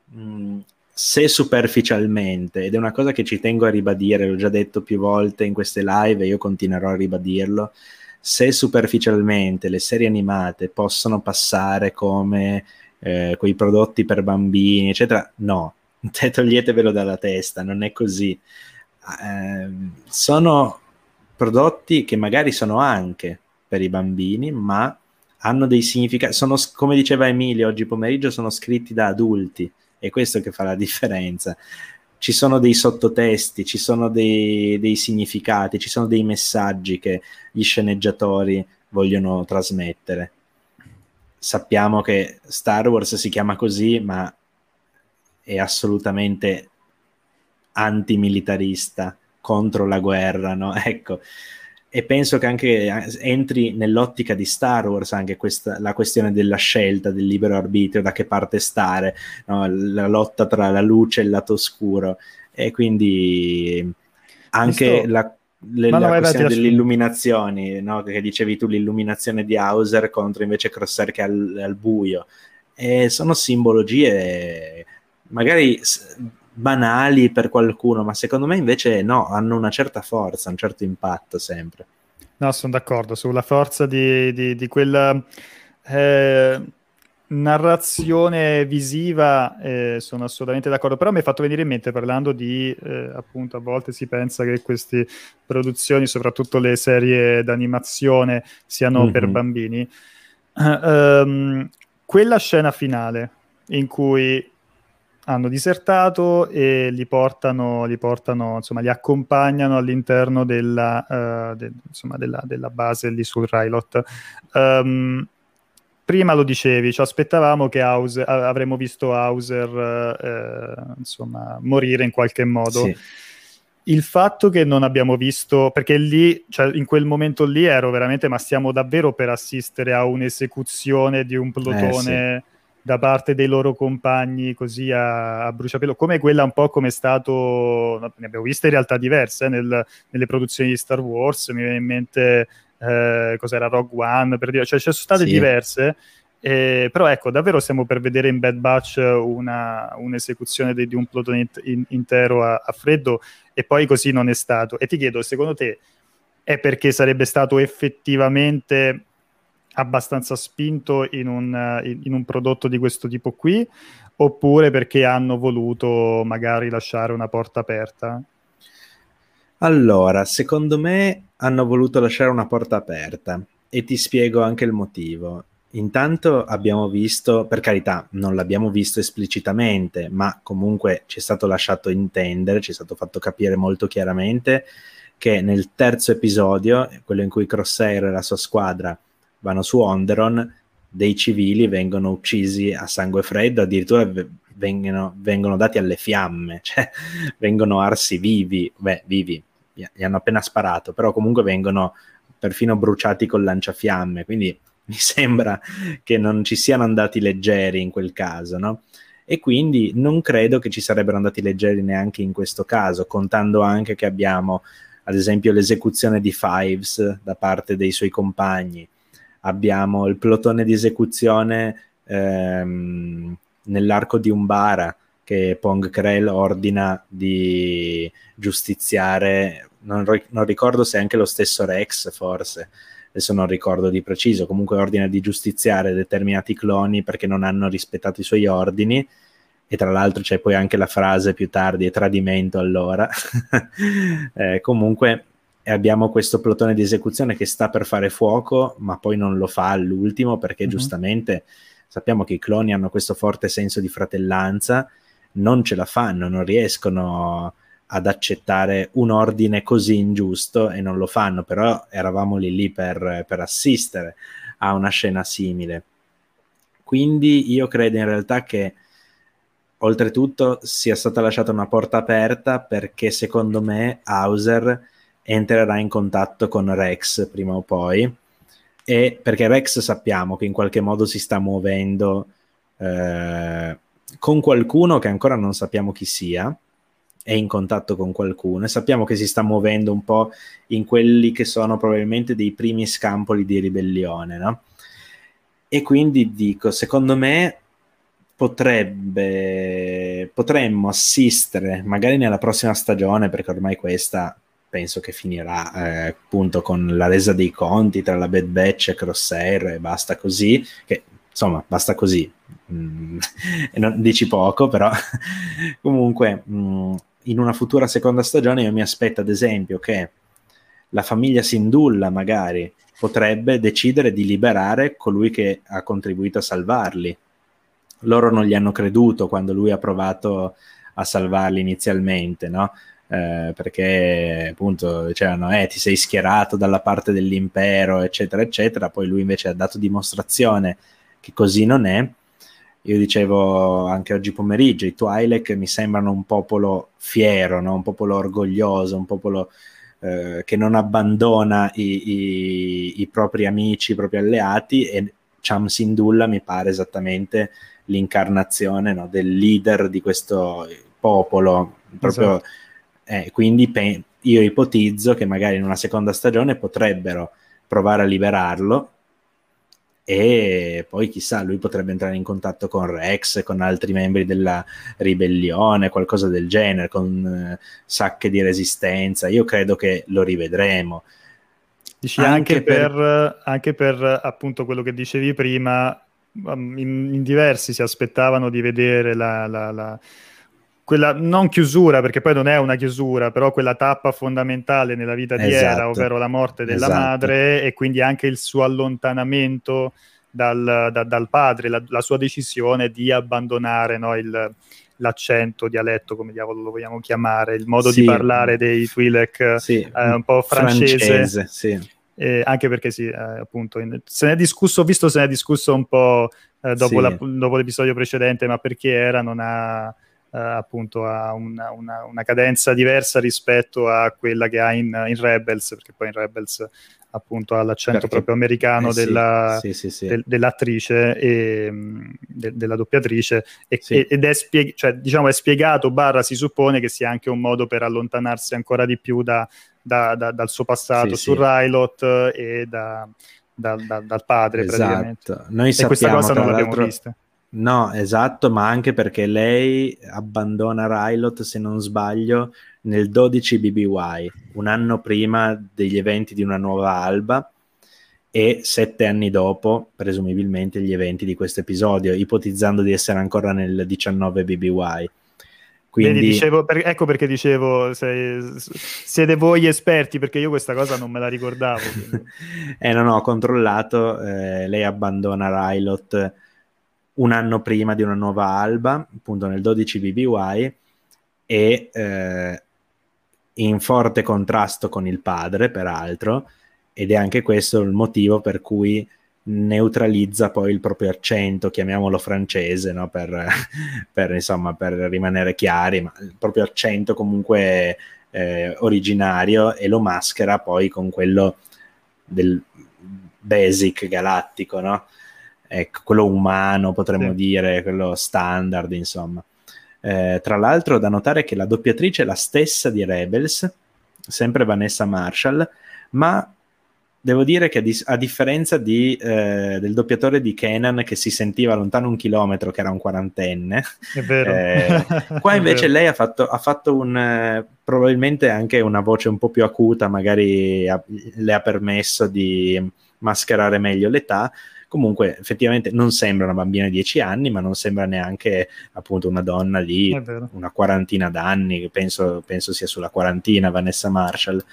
se superficialmente, ed è una cosa che ci tengo a ribadire, l'ho già detto più volte in queste live e io continuerò a ribadirlo, se superficialmente le serie animate possono passare come quei prodotti per bambini, eccetera, no, toglietevelo dalla testa, non è così. Sono prodotti che magari sono anche per i bambini, ma hanno dei significati, come diceva Emilio oggi pomeriggio, sono scritti da adulti, è questo che fa la differenza. Ci sono dei sottotesti, ci sono dei significati, ci sono dei messaggi che gli sceneggiatori vogliono trasmettere. sappiamo che Star Wars si chiama così, ma è assolutamente antimilitarista, contro la guerra, no? Ecco. E penso che anche entri nell'ottica di Star Wars anche la questione della scelta, del libero arbitrio, da che parte stare, no? La lotta tra la luce e il lato oscuro. E quindi anche la questione delle illuminazioni, no? Che dicevi tu, l'illuminazione di Hauser contro invece Crosshair che è al buio. E sono simbologie magari banali per qualcuno, ma secondo me invece no, hanno una certa forza, un certo impatto sempre. No, sono d'accordo sulla forza di quella narrazione visiva, sono assolutamente d'accordo, però mi è fatto venire in mente, parlando di appunto, a volte si pensa che queste produzioni, soprattutto le serie d'animazione, siano per bambini. Quella scena finale in cui hanno disertato e li portano, insomma, li accompagnano all'interno della base lì sul Rylot. Prima lo dicevi, ci aspettavamo che avremmo visto Hauser insomma, morire in qualche modo. Sì. Il fatto che non abbiamo visto, perché lì, cioè in quel momento lì ero veramente, ma stiamo davvero per assistere a un'esecuzione di un plotone da parte dei loro compagni così a bruciapelo, come quella un po' come è stato, ne abbiamo viste in realtà diverse nelle produzioni di Star Wars, mi viene in mente cos'era Rogue One, per dire, cioè ci sono state diverse, però ecco, davvero stiamo per vedere in Bad Batch un'esecuzione di un plotone intero a freddo, e poi così non è stato. E ti chiedo, secondo te è perché sarebbe stato effettivamente abbastanza spinto in un prodotto di questo tipo qui, oppure perché hanno voluto magari lasciare una porta aperta? Allora, secondo me hanno voluto lasciare una porta aperta, e ti spiego anche il motivo. Intanto abbiamo visto, per carità, non l'abbiamo visto esplicitamente, ma comunque ci è stato lasciato intendere, ci è stato fatto capire molto chiaramente che nel terzo episodio, quello in cui Crosshair e la sua squadra vanno su Onderon, dei civili vengono uccisi a sangue freddo, addirittura vengono dati alle fiamme, cioè vengono arsi vivi, gli hanno appena sparato, però comunque vengono perfino bruciati col lanciafiamme, quindi mi sembra che non ci siano andati leggeri in quel caso, no? E quindi non credo che ci sarebbero andati leggeri neanche in questo caso, contando anche che abbiamo ad esempio l'esecuzione di Fives da parte dei suoi compagni, abbiamo il plotone di esecuzione nell'arco di Umbara che Pong Krell ordina di giustiziare, non ricordo se è anche lo stesso Rex, forse, adesso non ricordo di preciso, comunque ordina di giustiziare determinati cloni perché non hanno rispettato i suoi ordini, e tra l'altro c'è poi anche la frase più tardi, è tradimento allora. Comunque abbiamo questo plotone di esecuzione che sta per fare fuoco, ma poi non lo fa all'ultimo perché giustamente sappiamo che i cloni hanno questo forte senso di fratellanza, non ce la fanno, non riescono ad accettare un ordine così ingiusto e non lo fanno, però eravamo lì per assistere a una scena simile. Quindi io credo in realtà che oltretutto sia stata lasciata una porta aperta perché secondo me Hauser entrerà in contatto con Rex prima o poi, e perché Rex sappiamo che in qualche modo si sta muovendo con qualcuno che ancora non sappiamo chi sia, è in contatto con qualcuno e sappiamo che si sta muovendo un po' in quelli che sono probabilmente dei primi scampoli di ribellione, no? E quindi dico, secondo me potremmo assistere magari nella prossima stagione, perché ormai questa penso che finirà appunto con la resa dei conti tra la Bad Batch e Crosshair e basta così, che insomma basta così, e non dici poco, però comunque in una futura seconda stagione io mi aspetto ad esempio che la famiglia Syndulla magari potrebbe decidere di liberare colui che ha contribuito a salvarli. Loro non gli hanno creduto quando lui ha provato a salvarli inizialmente, no? Perché appunto dicevano ti sei schierato dalla parte dell'impero eccetera eccetera, poi lui invece ha dato dimostrazione che così non è. Io dicevo anche oggi pomeriggio, i Twi'lek mi sembrano un popolo fiero, no? Un popolo orgoglioso, un popolo che non abbandona i propri amici, i propri alleati, e Cham Syndulla mi pare esattamente l'incarnazione, no, del leader di questo popolo, proprio. Esatto. Quindi io ipotizzo che magari in una seconda stagione potrebbero provare a liberarlo, e poi chissà, lui potrebbe entrare in contatto con Rex, con altri membri della ribellione, qualcosa del genere, con sacche di resistenza. Io credo che lo rivedremo. Dici anche per appunto quello che dicevi prima, in diversi si aspettavano di vedere quella non chiusura, perché poi non è una chiusura, però quella tappa fondamentale nella vita di Hera, Esatto, ovvero la morte della esatto. madre, e quindi anche il suo allontanamento dal padre, la sua decisione di abbandonare, no, l'accento, dialetto, come diavolo lo vogliamo chiamare, il modo di parlare dei Twi'lek, sì, un po' francese. sì. Anche perché sì, appunto, se ne è discusso, ho visto, se ne è discusso un po' dopo, Sì. dopo l'episodio precedente, ma perché Hera non ha appunto ha una cadenza diversa rispetto a quella che ha in Rebels, perché poi in Rebels appunto ha l'accento proprio americano dell'attrice e della doppiatrice, ed è cioè, diciamo, è spiegato, barra si suppone che sia anche un modo per allontanarsi ancora di più dal suo passato su Rylot e dal padre, praticamente. Noi e sappiamo, questa cosa non l'abbiamo vista. No, esatto, ma anche perché lei abbandona Rylot, se non sbaglio, nel 12 BBY, un anno prima degli eventi di Una Nuova Alba, e 7 anni dopo, presumibilmente, gli eventi di questo episodio, ipotizzando di essere ancora nel 19 BBY. Quindi... Vedi, ecco perché dicevo, siete voi gli esperti, perché io questa cosa non me la ricordavo. Non ho controllato, lei abbandona Rylot un anno prima di Una Nuova Alba, appunto nel 12 BBY, e in forte contrasto con il padre, peraltro, ed è anche questo il motivo per cui neutralizza poi il proprio accento, chiamiamolo francese, no? per rimanere chiari, ma il proprio accento comunque originario, e lo maschera poi con quello del basic galattico, no? Ecco, quello umano, potremmo dire, quello standard, insomma. Tra l'altro, da notare che la doppiatrice è la stessa di Rebels, sempre Vanessa Marshall, ma devo dire che a differenza del doppiatore di Kanan, che si sentiva lontano 1 chilometro, che era un quarantenne, è vero. Qua invece lei ha fatto probabilmente anche una voce un po' più acuta, magari le ha permesso di mascherare meglio l'età. Comunque effettivamente non sembra una bambina di 10 anni, ma non sembra neanche appunto una donna di una quarantina d'anni, penso sia sulla quarantina, Vanessa Marshall.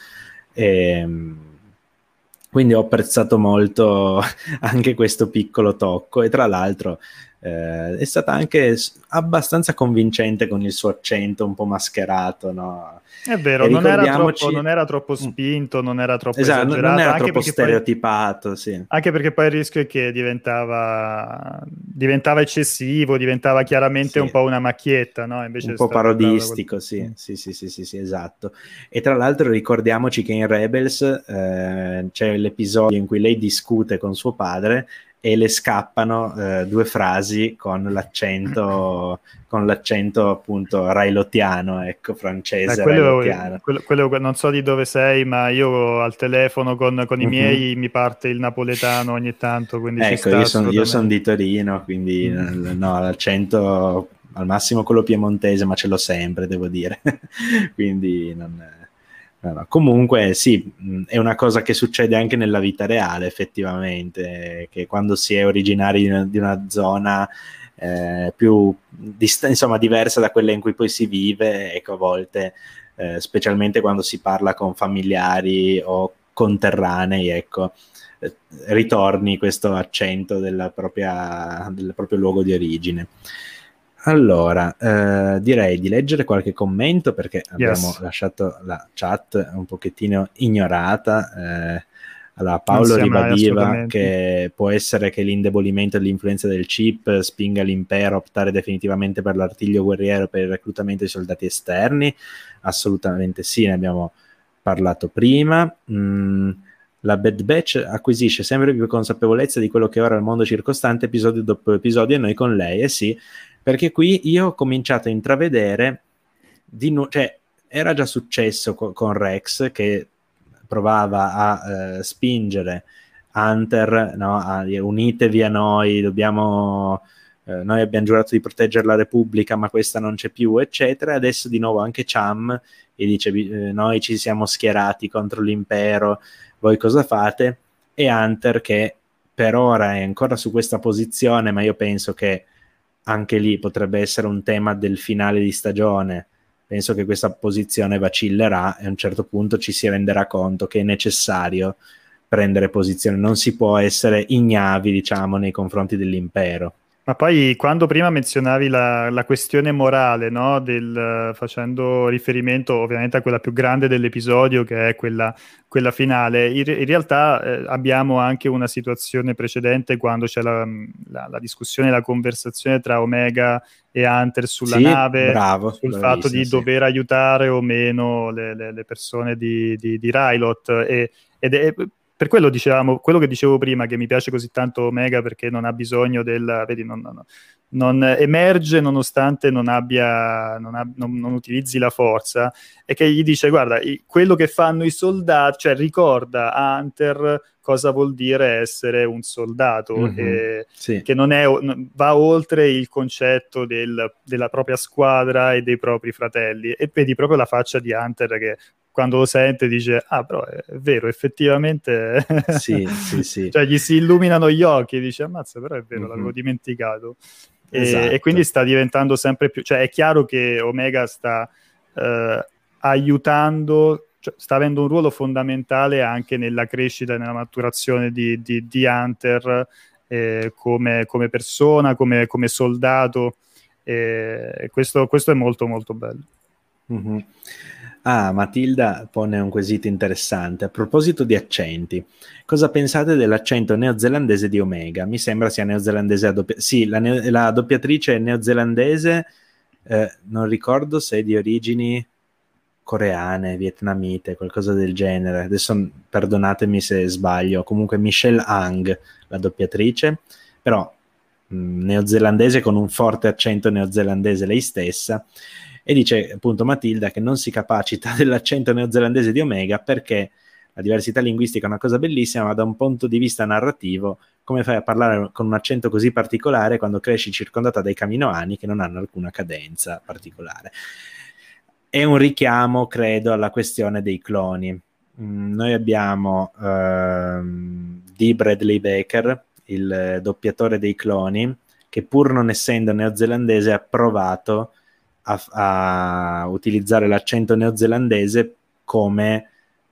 Quindi ho apprezzato molto anche questo piccolo tocco, e tra l'altro è stata anche abbastanza convincente con il suo accento un po' mascherato, no? È vero, non era troppo spinto, non era troppo esagerato, non era anche troppo stereotipato, sì. Anche perché poi il rischio è che diventava eccessivo, diventava chiaramente un po' una macchietta, no? Invece un po' parodistico, sì, esatto. E tra l'altro ricordiamoci che in Rebels c'è l'episodio in cui lei discute con suo padre e le scappano 2 frasi con l'accento appunto railotiano, ecco, francese, railotiano. Quello non so di dove sei, ma io al telefono con i miei mi parte il napoletano ogni tanto, quindi ecco, io sono di Torino, quindi no, l'accento al massimo quello piemontese, ma ce l'ho sempre, devo dire. Quindi no. Comunque sì, è una cosa che succede anche nella vita reale, effettivamente, che quando si è originari di una zona più insomma diversa da quella in cui poi si vive, ecco, a volte specialmente quando si parla con familiari o conterranei, ecco, ritorni questo accento del proprio luogo di origine. Allora, direi di leggere qualche commento, perché abbiamo lasciato la chat un pochettino ignorata. Allora, Non Paolo sia mai, ribadiva assolutamente. che può essere che l'indebolimento e l'influenza del chip spinga l'impero a optare definitivamente per l'artiglio guerriero per il reclutamento di soldati esterni. Assolutamente sì, ne abbiamo parlato prima. La Bad Batch acquisisce sempre più consapevolezza di quello che ora è il mondo circostante, episodio dopo episodio, e noi con lei, sì, perché qui io ho cominciato a intravedere cioè era già successo con Rex, che provava a spingere Hunter, no, unitevi a noi, noi abbiamo giurato di proteggere la Repubblica, ma questa non c'è più, eccetera. Adesso di nuovo anche Cham e dice noi ci siamo schierati contro l'impero, voi cosa fate? E Hunter, che per ora è ancora su questa posizione, ma io penso che anche lì potrebbe essere un tema del finale di stagione. Penso che questa posizione vacillerà e a un certo punto ci si renderà conto che è necessario prendere posizione, non si può essere ignavi, diciamo, nei confronti dell'impero. Ma poi quando prima menzionavi la questione morale, no, facendo riferimento ovviamente a quella più grande dell'episodio, che è quella finale, in realtà abbiamo anche una situazione precedente quando c'è la discussione, la conversazione tra Omega e Hunter sulla Sì, nave, bravo, sul fatto bravissimo, di sì. dover aiutare o meno le persone di Rylot, ed è per quello dicevamo, quello che dicevo prima, che mi piace così tanto Omega, perché non ha bisogno vedi, non emerge nonostante non utilizzi la forza, e che gli dice: guarda, quello che fanno i soldati, cioè ricorda a Hunter cosa vuol dire essere un soldato, sì. che va oltre il concetto della propria squadra e dei propri fratelli, e vedi proprio la faccia di Hunter che quando lo sente dice: ah, però è vero, effettivamente. Sì, sì, sì. Cioè gli si illuminano gli occhi e dice: ammazza, però è vero, l'avevo dimenticato. E quindi Esatto. sta diventando sempre più, cioè è chiaro che Omega sta aiutando, cioè, sta avendo un ruolo fondamentale anche nella crescita e nella maturazione di Hunter, come persona, come soldato, e questo è molto molto bello. Ah, Matilda pone un quesito interessante. A proposito di accenti, cosa pensate dell'accento neozelandese di Omega? Mi sembra sia neozelandese a sì, la doppiatrice è neozelandese, non ricordo se è di origini coreane, vietnamite, qualcosa del genere. Adesso perdonatemi se sbaglio. Comunque Michelle Hang, la doppiatrice, però neozelandese con un forte accento neozelandese lei stessa. E dice appunto Matilda che non si capacita dell'accento neozelandese di Omega perché la diversità linguistica è una cosa bellissima, ma da un punto di vista narrativo, come fai a parlare con un accento così particolare quando cresci circondata dai caminoani che non hanno alcuna cadenza particolare? È un richiamo, credo, alla questione dei cloni. Noi abbiamo D. Bradley Baker, il doppiatore dei cloni, che pur non essendo neozelandese ha provato a utilizzare l'accento neozelandese come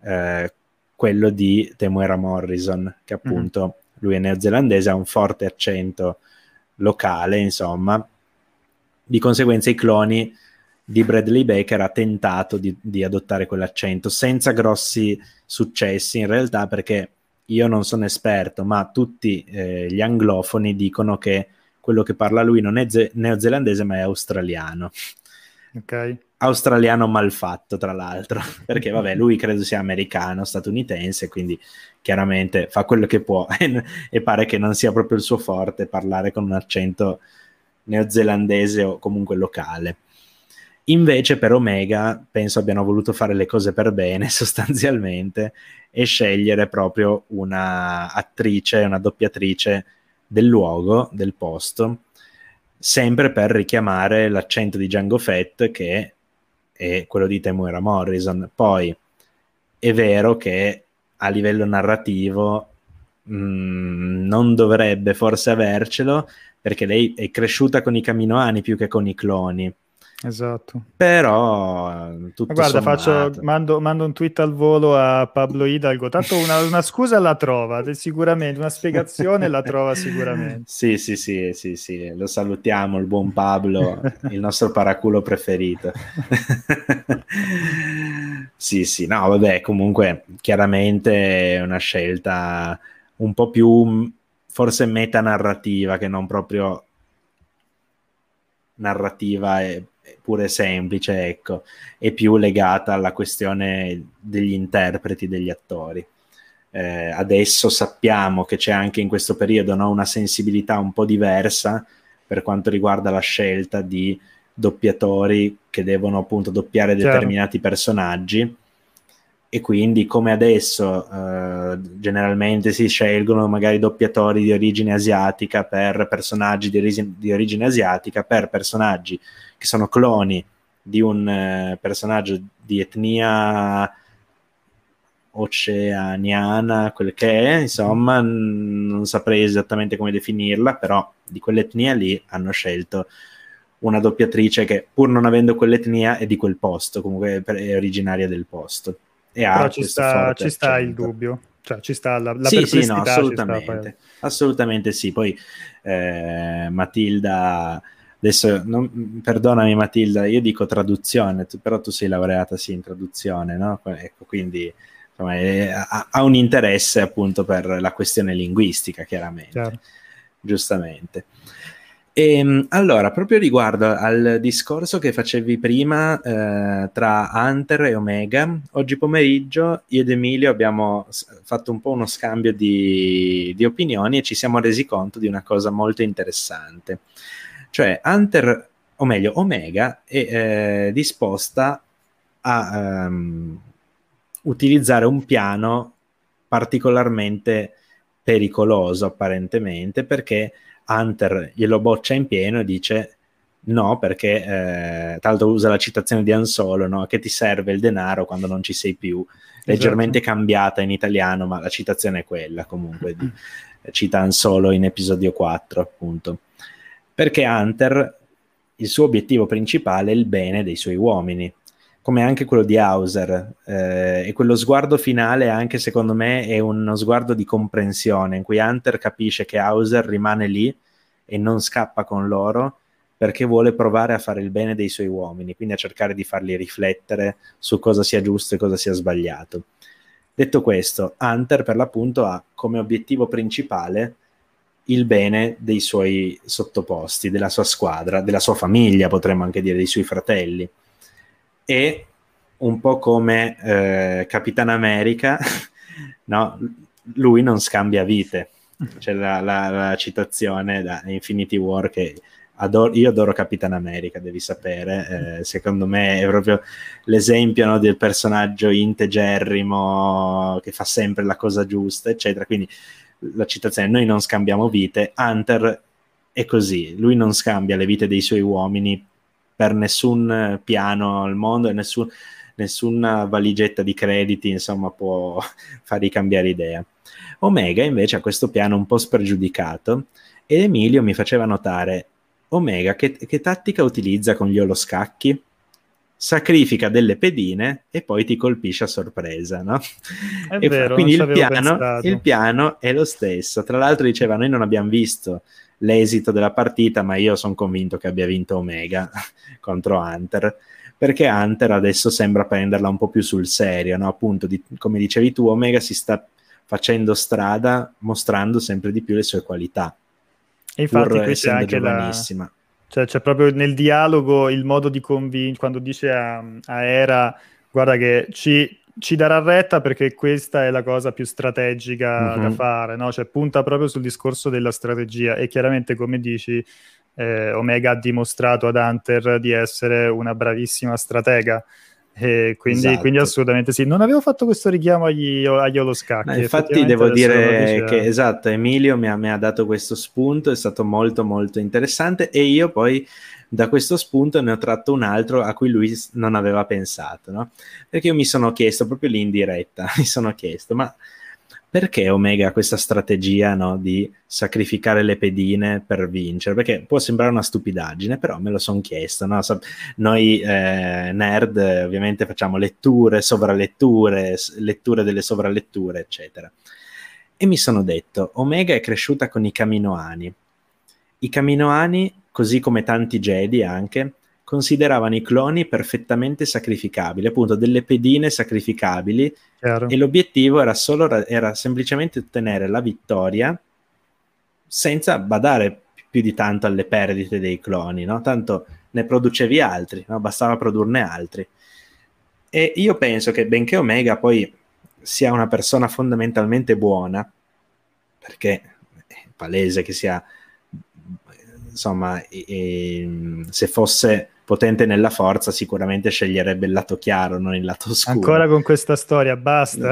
quello di Temuera Morrison, che appunto lui è neozelandese, ha un forte accento locale, insomma. Di conseguenza i cloni di Bradley Baker ha tentato di adottare quell'accento senza grossi successi in realtà, perché io non sono esperto, ma tutti gli anglofoni dicono che quello che parla lui non è neozelandese ma è australiano. Ok. Australiano malfatto, tra l'altro, perché vabbè, lui credo sia americano, statunitense, quindi chiaramente fa quello che può e pare che non sia proprio il suo forte parlare con un accento neozelandese o comunque locale. Invece per Omega penso abbiano voluto fare le cose per bene sostanzialmente e scegliere proprio una attrice, una doppiatrice del luogo, del posto, sempre per richiamare l'accento di Jango Fett che è quello di Temuera Morrison. Poi è vero che a livello narrativo non dovrebbe forse avercelo, perché lei è cresciuta con i Caminoani più che con i cloni. Esatto. Però tutto Guarda, sommato mando un tweet al volo a Pablo Hidalgo, tanto una scusa la trova, sicuramente, una spiegazione la trova sicuramente. sì, lo salutiamo, il buon Pablo, il nostro paraculo preferito. Sì, sì, no, vabbè, comunque chiaramente è una scelta un po' più forse metanarrativa che non proprio narrativa e pure semplice, ecco, è più legata alla questione degli interpreti, degli attori. Adesso sappiamo che c'è anche in questo periodo, no, una sensibilità un po' diversa per quanto riguarda la scelta di doppiatori che devono appunto doppiare Chiaro. determinati personaggi, e quindi come adesso generalmente si scelgono magari doppiatori di origine asiatica per personaggi di origine asiatica, per personaggi che sono cloni di un personaggio di etnia oceaniana, quel che è, insomma, non saprei esattamente come definirla, però di quell'etnia lì hanno scelto una doppiatrice che, pur non avendo quell'etnia, è di quel posto, comunque è originaria del posto e Però ha questo forte ci sta il accento. dubbio, cioè ci sta la Sì, sì, no, perplessità, ci sta poi. assolutamente sì. Poi Matilda, adesso perdonami Matilda, io dico traduzione, però tu sei laureata sì in traduzione, no? Ecco, quindi insomma, ha un interesse appunto per la questione linguistica, chiaramente, Chiaro. giustamente. Allora, proprio riguardo al discorso che facevi prima tra Hunter e Omega, oggi pomeriggio io ed Emilio abbiamo fatto un po' uno scambio di opinioni e ci siamo resi conto di una cosa molto interessante. Cioè, Hunter, o meglio, Omega è disposta a utilizzare un piano particolarmente pericoloso, apparentemente, perché Hunter glielo boccia in pieno e dice no, perché tra l'altro usa la citazione di Han Solo, no? Che ti serve il denaro quando non ci sei più, leggermente Esatto. cambiata in italiano, ma la citazione è quella comunque, cita Han Solo in episodio 4 appunto, perché Hunter, il suo obiettivo principale è il bene dei suoi uomini, come anche quello di Hauser, e quello sguardo finale anche secondo me è uno sguardo di comprensione in cui Hunter capisce che Hauser rimane lì e non scappa con loro perché vuole provare a fare il bene dei suoi uomini, quindi a cercare di farli riflettere su cosa sia giusto e cosa sia sbagliato. Detto questo, Hunter per l'appunto ha come obiettivo principale il bene dei suoi sottoposti, della sua squadra, della sua famiglia, potremmo anche dire, dei suoi fratelli. E un po' come Capitan America, no? Lui non scambia vite. C'è la citazione da Infinity War che io adoro Capitan America, devi sapere, secondo me è proprio l'esempio, no, del personaggio integerrimo che fa sempre la cosa giusta, eccetera. Quindi la citazione: noi non scambiamo vite. Hunter è così, lui non scambia le vite dei suoi uomini per nessun piano al mondo e nessuna valigetta di crediti, insomma, può fargli cambiare idea. Omega invece ha questo piano un po' spregiudicato ed Emilio mi faceva notare: Omega che tattica utilizza con gli oloscacchi? Sacrifica delle pedine e poi ti colpisce a sorpresa, no? È vero, non Quindi ci il avevo il pensato. piano è lo stesso. Tra l'altro diceva: noi non abbiamo visto l'esito della partita, ma io sono convinto che abbia vinto Omega contro Hunter, perché Hunter adesso sembra prenderla un po' più sul serio, no? Appunto, come dicevi tu, Omega si sta facendo strada mostrando sempre di più le sue qualità, E infatti pur qui c'è essendo anche giovanissima. cioè c'è proprio nel dialogo il modo di convincere, quando dice a Hera, guarda che ci darà retta perché questa è la cosa più strategica da Mm-hmm. fare, no? Cioè punta proprio sul discorso della strategia e chiaramente, come dici, Omega ha dimostrato ad Hunter di essere una bravissima stratega. E quindi Esatto. assolutamente sì. Non avevo fatto questo richiamo agli No, oloscacchi, infatti effettivamente devo adesso che lo dire dice. che esatto, Emilio mi ha dato questo spunto, è stato molto molto interessante, e io poi da questo spunto ne ho tratto un altro a cui lui non aveva pensato, no? Perché io mi sono chiesto, proprio lì in diretta, mi sono chiesto: ma perché Omega ha questa strategia, no, di sacrificare le pedine per vincere? Perché può sembrare una stupidaggine, però me lo sono chiesto, no? Noi nerd ovviamente facciamo letture, sovraletture, letture delle sovraletture, eccetera. E mi sono detto: Omega è cresciuta con i Kaminoani. I Kaminoani, così come tanti Jedi anche, consideravano i cloni perfettamente sacrificabili, appunto delle pedine sacrificabili, Chiaro. e l'obiettivo era semplicemente ottenere la vittoria senza badare più di tanto alle perdite dei cloni, no? Tanto ne producevi altri, no? Bastava produrne altri. E io penso che benché Omega poi sia una persona fondamentalmente buona, perché è palese che sia, insomma, se fosse potente nella forza sicuramente sceglierebbe il lato chiaro, non il lato oscuro. Ancora con questa storia, basta.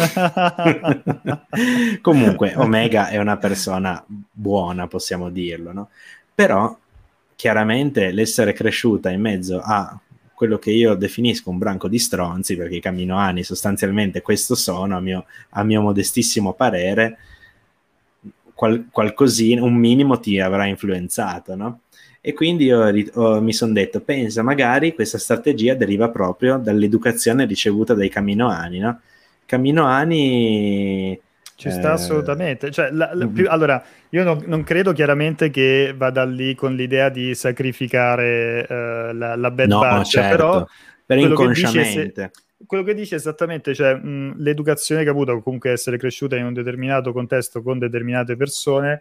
Comunque Omega è una persona buona, possiamo dirlo, no? Però chiaramente l'essere cresciuta in mezzo a quello che io definisco un branco di stronzi, perché i Kaminoani sostanzialmente questo sono, a mio modestissimo parere, qualcosina, un minimo ti avrà influenzato, no? E quindi mi sono detto, pensa, magari questa strategia deriva proprio dall'educazione ricevuta dai Kaminoani, no? Kaminoani... Ci sta assolutamente. Cioè, allora, io non credo chiaramente che vada lì con l'idea di sacrificare la Bad no, Batch, certo, però per quello inconsciamente. Quello che dice esattamente, cioè l'educazione che ha avuto, comunque essere cresciuta in un determinato contesto con determinate persone,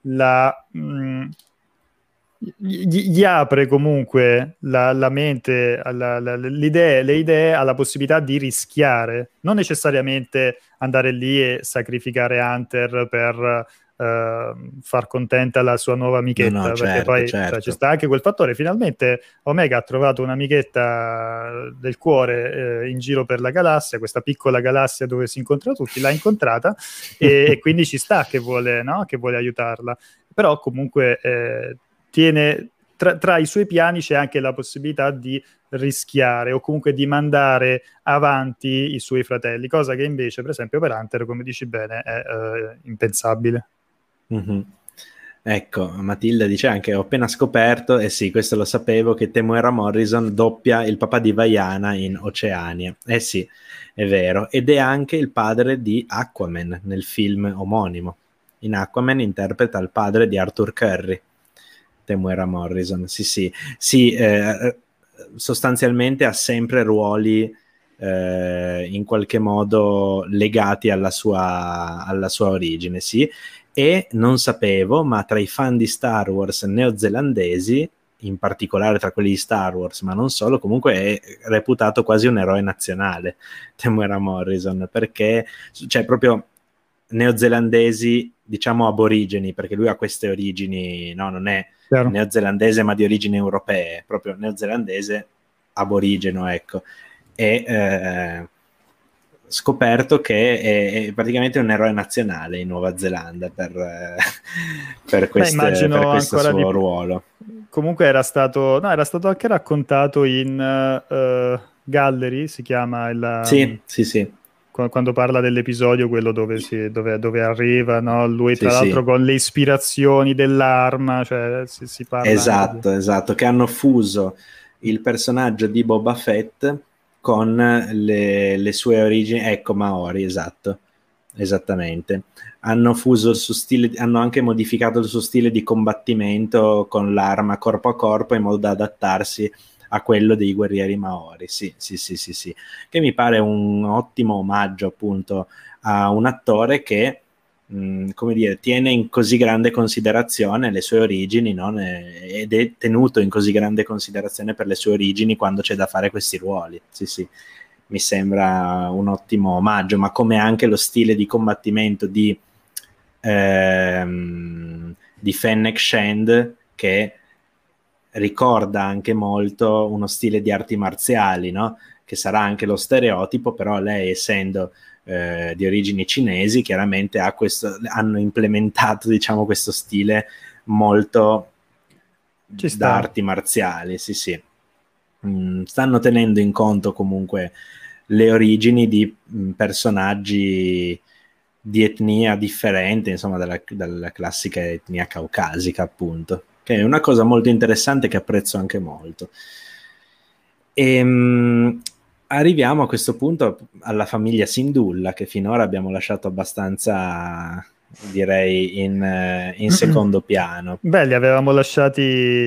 gli apre comunque la mente, le idee alla possibilità di rischiare, non necessariamente andare lì e sacrificare Hunter per far contenta la sua nuova amichetta, No, perché certo, poi certo. cioè, ci sta anche quel fattore. Finalmente Omega ha trovato un'amichetta del cuore in giro per la galassia, questa piccola galassia dove si incontrano tutti, l'ha incontrata e quindi ci sta che vuole, no? Che vuole aiutarla, però comunque tiene tra i suoi piani c'è anche la possibilità di rischiare o comunque di mandare avanti i suoi fratelli, cosa che invece per esempio per Hunter, come dici bene, è impensabile. Mm-hmm. Ecco, Matilda dice anche: ho appena scoperto, e sì, questo lo sapevo, che Temuera Morrison doppia il papà di Vaiana in Oceania. Sì, è vero, ed è anche il padre di Aquaman nel film omonimo. In Aquaman interpreta il padre di Arthur Curry, Temuera Morrison. Sì, sostanzialmente ha sempre ruoli in qualche modo legati alla sua origine, sì. E non sapevo, ma tra i fan di Star Wars neozelandesi, in particolare tra quelli di Star Wars, ma non solo, comunque è reputato quasi un eroe nazionale, Temuera Morrison, perché cioè proprio neozelandesi, diciamo aborigeni, perché lui ha queste origini, no, non è Chiaro. neozelandese ma di origini europee, proprio neozelandese aborigeno, ecco. E scoperto che è praticamente un eroe nazionale in Nuova Zelanda per questo suo ruolo. Comunque era stato anche raccontato in Gallery, si chiama sì. Quando parla dell'episodio, quello dove arriva, no? Lui tra l'altro con le ispirazioni dell'arma, cioè si parla esatto, che hanno fuso il personaggio di Boba Fett con le sue origini, ecco, Maori, esattamente. Hanno fuso il suo stile, hanno anche modificato il suo stile di combattimento con l'arma corpo a corpo in modo da adattarsi a quello dei guerrieri Maori, sì, che mi pare un ottimo omaggio appunto a un attore che come dire, tiene in così grande considerazione le sue origini, no? Ed è tenuto in così grande considerazione per le sue origini quando c'è da fare questi ruoli. Sì, mi sembra un ottimo omaggio, ma come anche lo stile di combattimento di Fennec Shand, che ricorda anche molto uno stile di arti marziali, no? Che sarà anche lo stereotipo, però lei, essendo di origini cinesi, chiaramente hanno implementato, diciamo, questo stile molto da arti marziali, sì. Stanno tenendo in conto comunque le origini di personaggi di etnia differente, insomma, dalla classica etnia caucasica, appunto, che è una cosa molto interessante che apprezzo anche molto. Arriviamo a questo punto alla famiglia Syndulla, che finora abbiamo lasciato abbastanza direi in secondo piano. Beh, li avevamo lasciati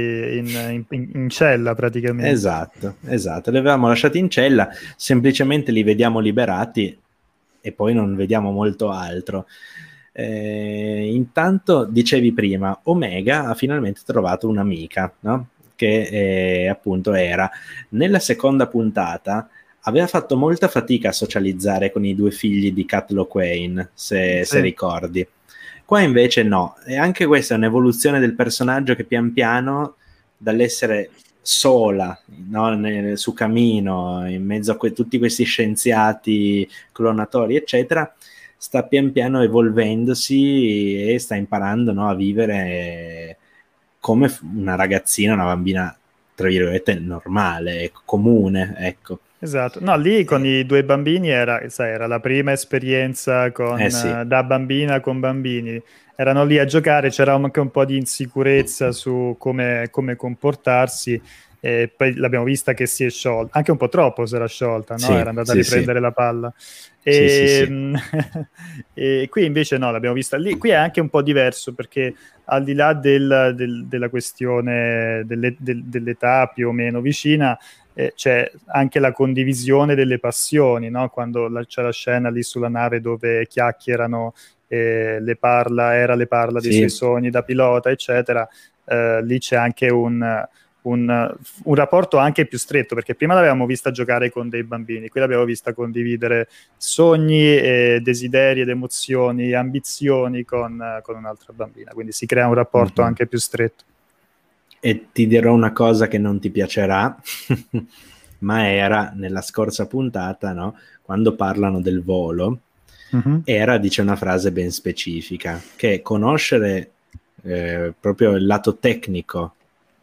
in cella praticamente. Esatto, li avevamo lasciati in cella, semplicemente li vediamo liberati e poi non vediamo molto altro. Intanto, dicevi prima, Omega ha finalmente trovato un'amica, no? Che appunto era nella seconda puntata. Aveva fatto molta fatica a socializzare con i due figli di Cat Lawquane, se ricordi. Qua invece no, e anche questa è un'evoluzione del personaggio che pian piano, dall'essere sola, no, su Camino, in mezzo a tutti questi scienziati clonatori, eccetera, sta pian piano evolvendosi e sta imparando, no, a vivere come una ragazzina, una bambina, tra virgolette, normale, comune, ecco. Esatto, no, lì con i due bambini era la prima esperienza da bambina con bambini, erano lì a giocare, c'era anche un po' di insicurezza su come comportarsi, e poi l'abbiamo vista che si è sciolta, anche un po' troppo si era sciolta, no? Sì, era andata a riprendere la palla. E qui invece no, l'abbiamo vista lì, qui è anche un po' diverso perché al di là della questione dell'età più o meno vicina, c'è anche la condivisione delle passioni, no? Quando c'è la scena lì sulla nave dove chiacchierano, le parla dei suoi sogni da pilota, eccetera, lì c'è anche un rapporto anche più stretto, perché prima l'avevamo vista giocare con dei bambini, qui l'abbiamo vista condividere sogni, desideri ed emozioni, ambizioni con un'altra bambina, quindi si crea un rapporto anche più stretto. E ti dirò una cosa che non ti piacerà, ma era nella scorsa puntata, no? Quando parlano del volo, dice una frase ben specifica, che conoscere proprio il lato tecnico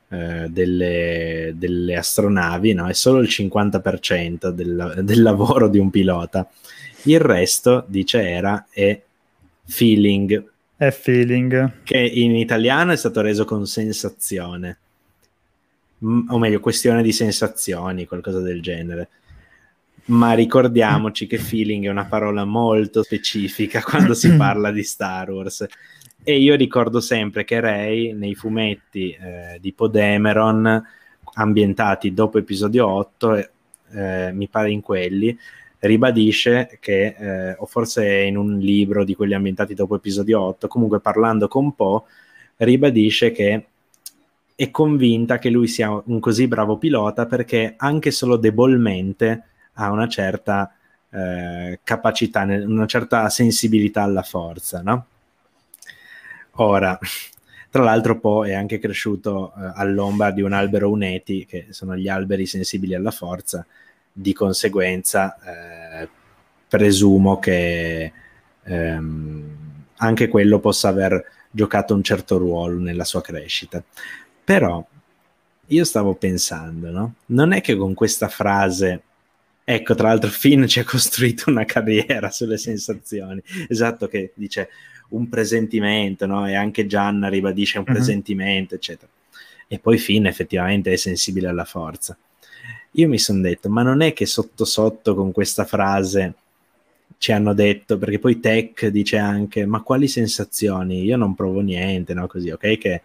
delle astronavi, no? È solo il 50% del lavoro di un pilota. Il resto, dice, è feeling. È feeling. Che in italiano è stato reso con sensazione, o meglio, questione di sensazioni, qualcosa del genere. Ma ricordiamoci che feeling è una parola molto specifica quando si parla di Star Wars. E io ricordo sempre che Rey, nei fumetti di Poe Dameron, ambientati dopo episodio 8, mi pare in quelli, ribadisce che, o forse in un libro di quelli ambientati dopo episodio 8, comunque parlando con Poe, ribadisce che è convinta che lui sia un così bravo pilota perché anche solo debolmente ha una certa capacità, una certa sensibilità alla forza, no? Ora, tra l'altro Poe è anche cresciuto all'ombra di un albero Uneti, che sono gli alberi sensibili alla forza, di conseguenza presumo che anche quello possa aver giocato un certo ruolo nella sua crescita. Però io stavo pensando, no? Non è che con questa frase, ecco, tra l'altro Finn ci ha costruito una carriera sulle sensazioni, esatto, che dice un presentimento, no? E anche Gianna ribadisce un presentimento, eccetera. E poi Finn effettivamente è sensibile alla forza. Io mi sono detto, ma non è che sotto sotto con questa frase ci hanno detto, perché poi Tech dice anche, ma quali sensazioni? Io non provo niente, no? Così, ok che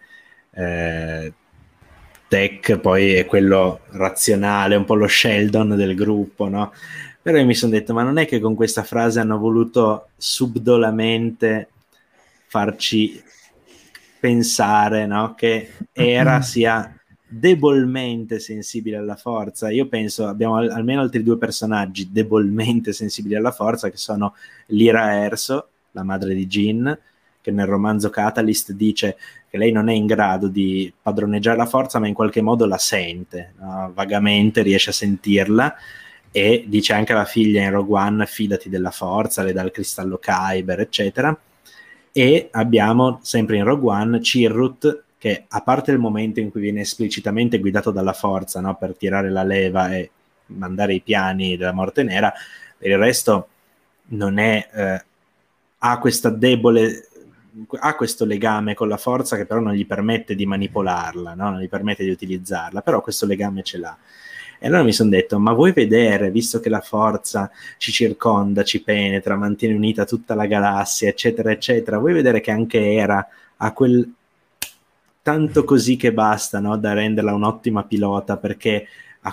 Tech poi è quello razionale, un po' lo Sheldon del gruppo, no? Però io mi sono detto, ma non è che con questa frase hanno voluto subdolamente farci pensare, no? Che Hera sia debolmente sensibile alla forza. Io penso abbiamo almeno altri due personaggi debolmente sensibili alla forza, che sono Lyra Erso, la madre di Jin, che nel romanzo Catalyst dice che lei non è in grado di padroneggiare la forza, ma in qualche modo la sente, no? Vagamente riesce a sentirla, e dice anche alla figlia in Rogue One, fidati della forza, le dà il cristallo Kyber, eccetera. E abbiamo sempre in Rogue One Chirrut, che a parte il momento in cui viene esplicitamente guidato dalla forza, no? Per tirare la leva e mandare i piani della morte nera, per il resto non è ha questa ha questo legame con la forza che però non gli permette di manipolarla, no? Non gli permette di utilizzarla, però questo legame ce l'ha. E allora mi sono detto, ma vuoi vedere, visto che la forza ci circonda, ci penetra, mantiene unita tutta la galassia, eccetera, eccetera, vuoi vedere che anche Hera ha quel tanto così che basta, no? Da renderla un'ottima pilota, perché ha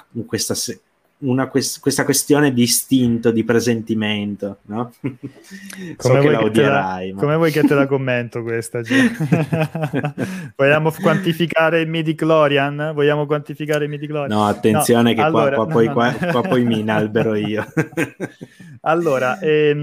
questa questione di istinto, di presentimento, no? So che la odierai, ma... Come vuoi che te la commento questa? Cioè. Vogliamo quantificare il midi-chlorian? Vogliamo quantificare il midi-chlorian? No, attenzione, no, che allora, qua poi mi inalbero io. Allora,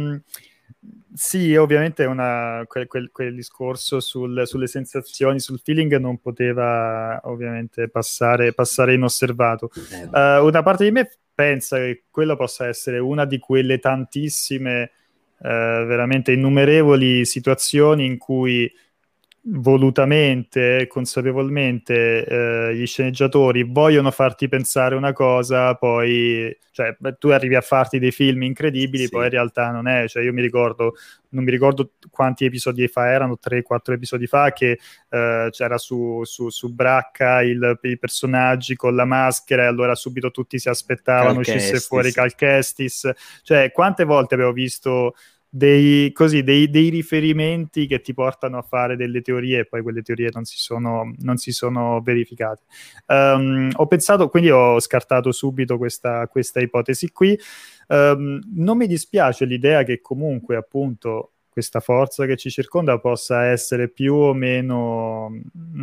sì, ovviamente quel discorso sulle sensazioni, sul feeling non poteva ovviamente passare inosservato. Una parte di me pensa che quella possa essere una di quelle tantissime, veramente innumerevoli situazioni in cui volutamente, consapevolmente, gli sceneggiatori vogliono farti pensare una cosa, poi cioè, tu arrivi a farti dei film incredibili, Sì. poi in realtà non è, cioè io non mi ricordo quanti episodi fa erano, 3-4 episodi fa, che c'era su Bracca i personaggi con la maschera e allora subito tutti si aspettavano Cal uscisse Kestis. fuori Cal Kestis, cioè quante volte avevo visto dei riferimenti che ti portano a fare delle teorie e poi quelle teorie non si sono verificate. Ho pensato, quindi ho scartato subito questa ipotesi qui. Non mi dispiace l'idea che comunque appunto questa forza che ci circonda possa essere più o meno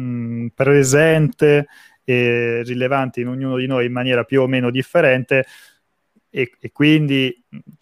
presente e rilevante in ognuno di noi in maniera più o meno differente, e quindi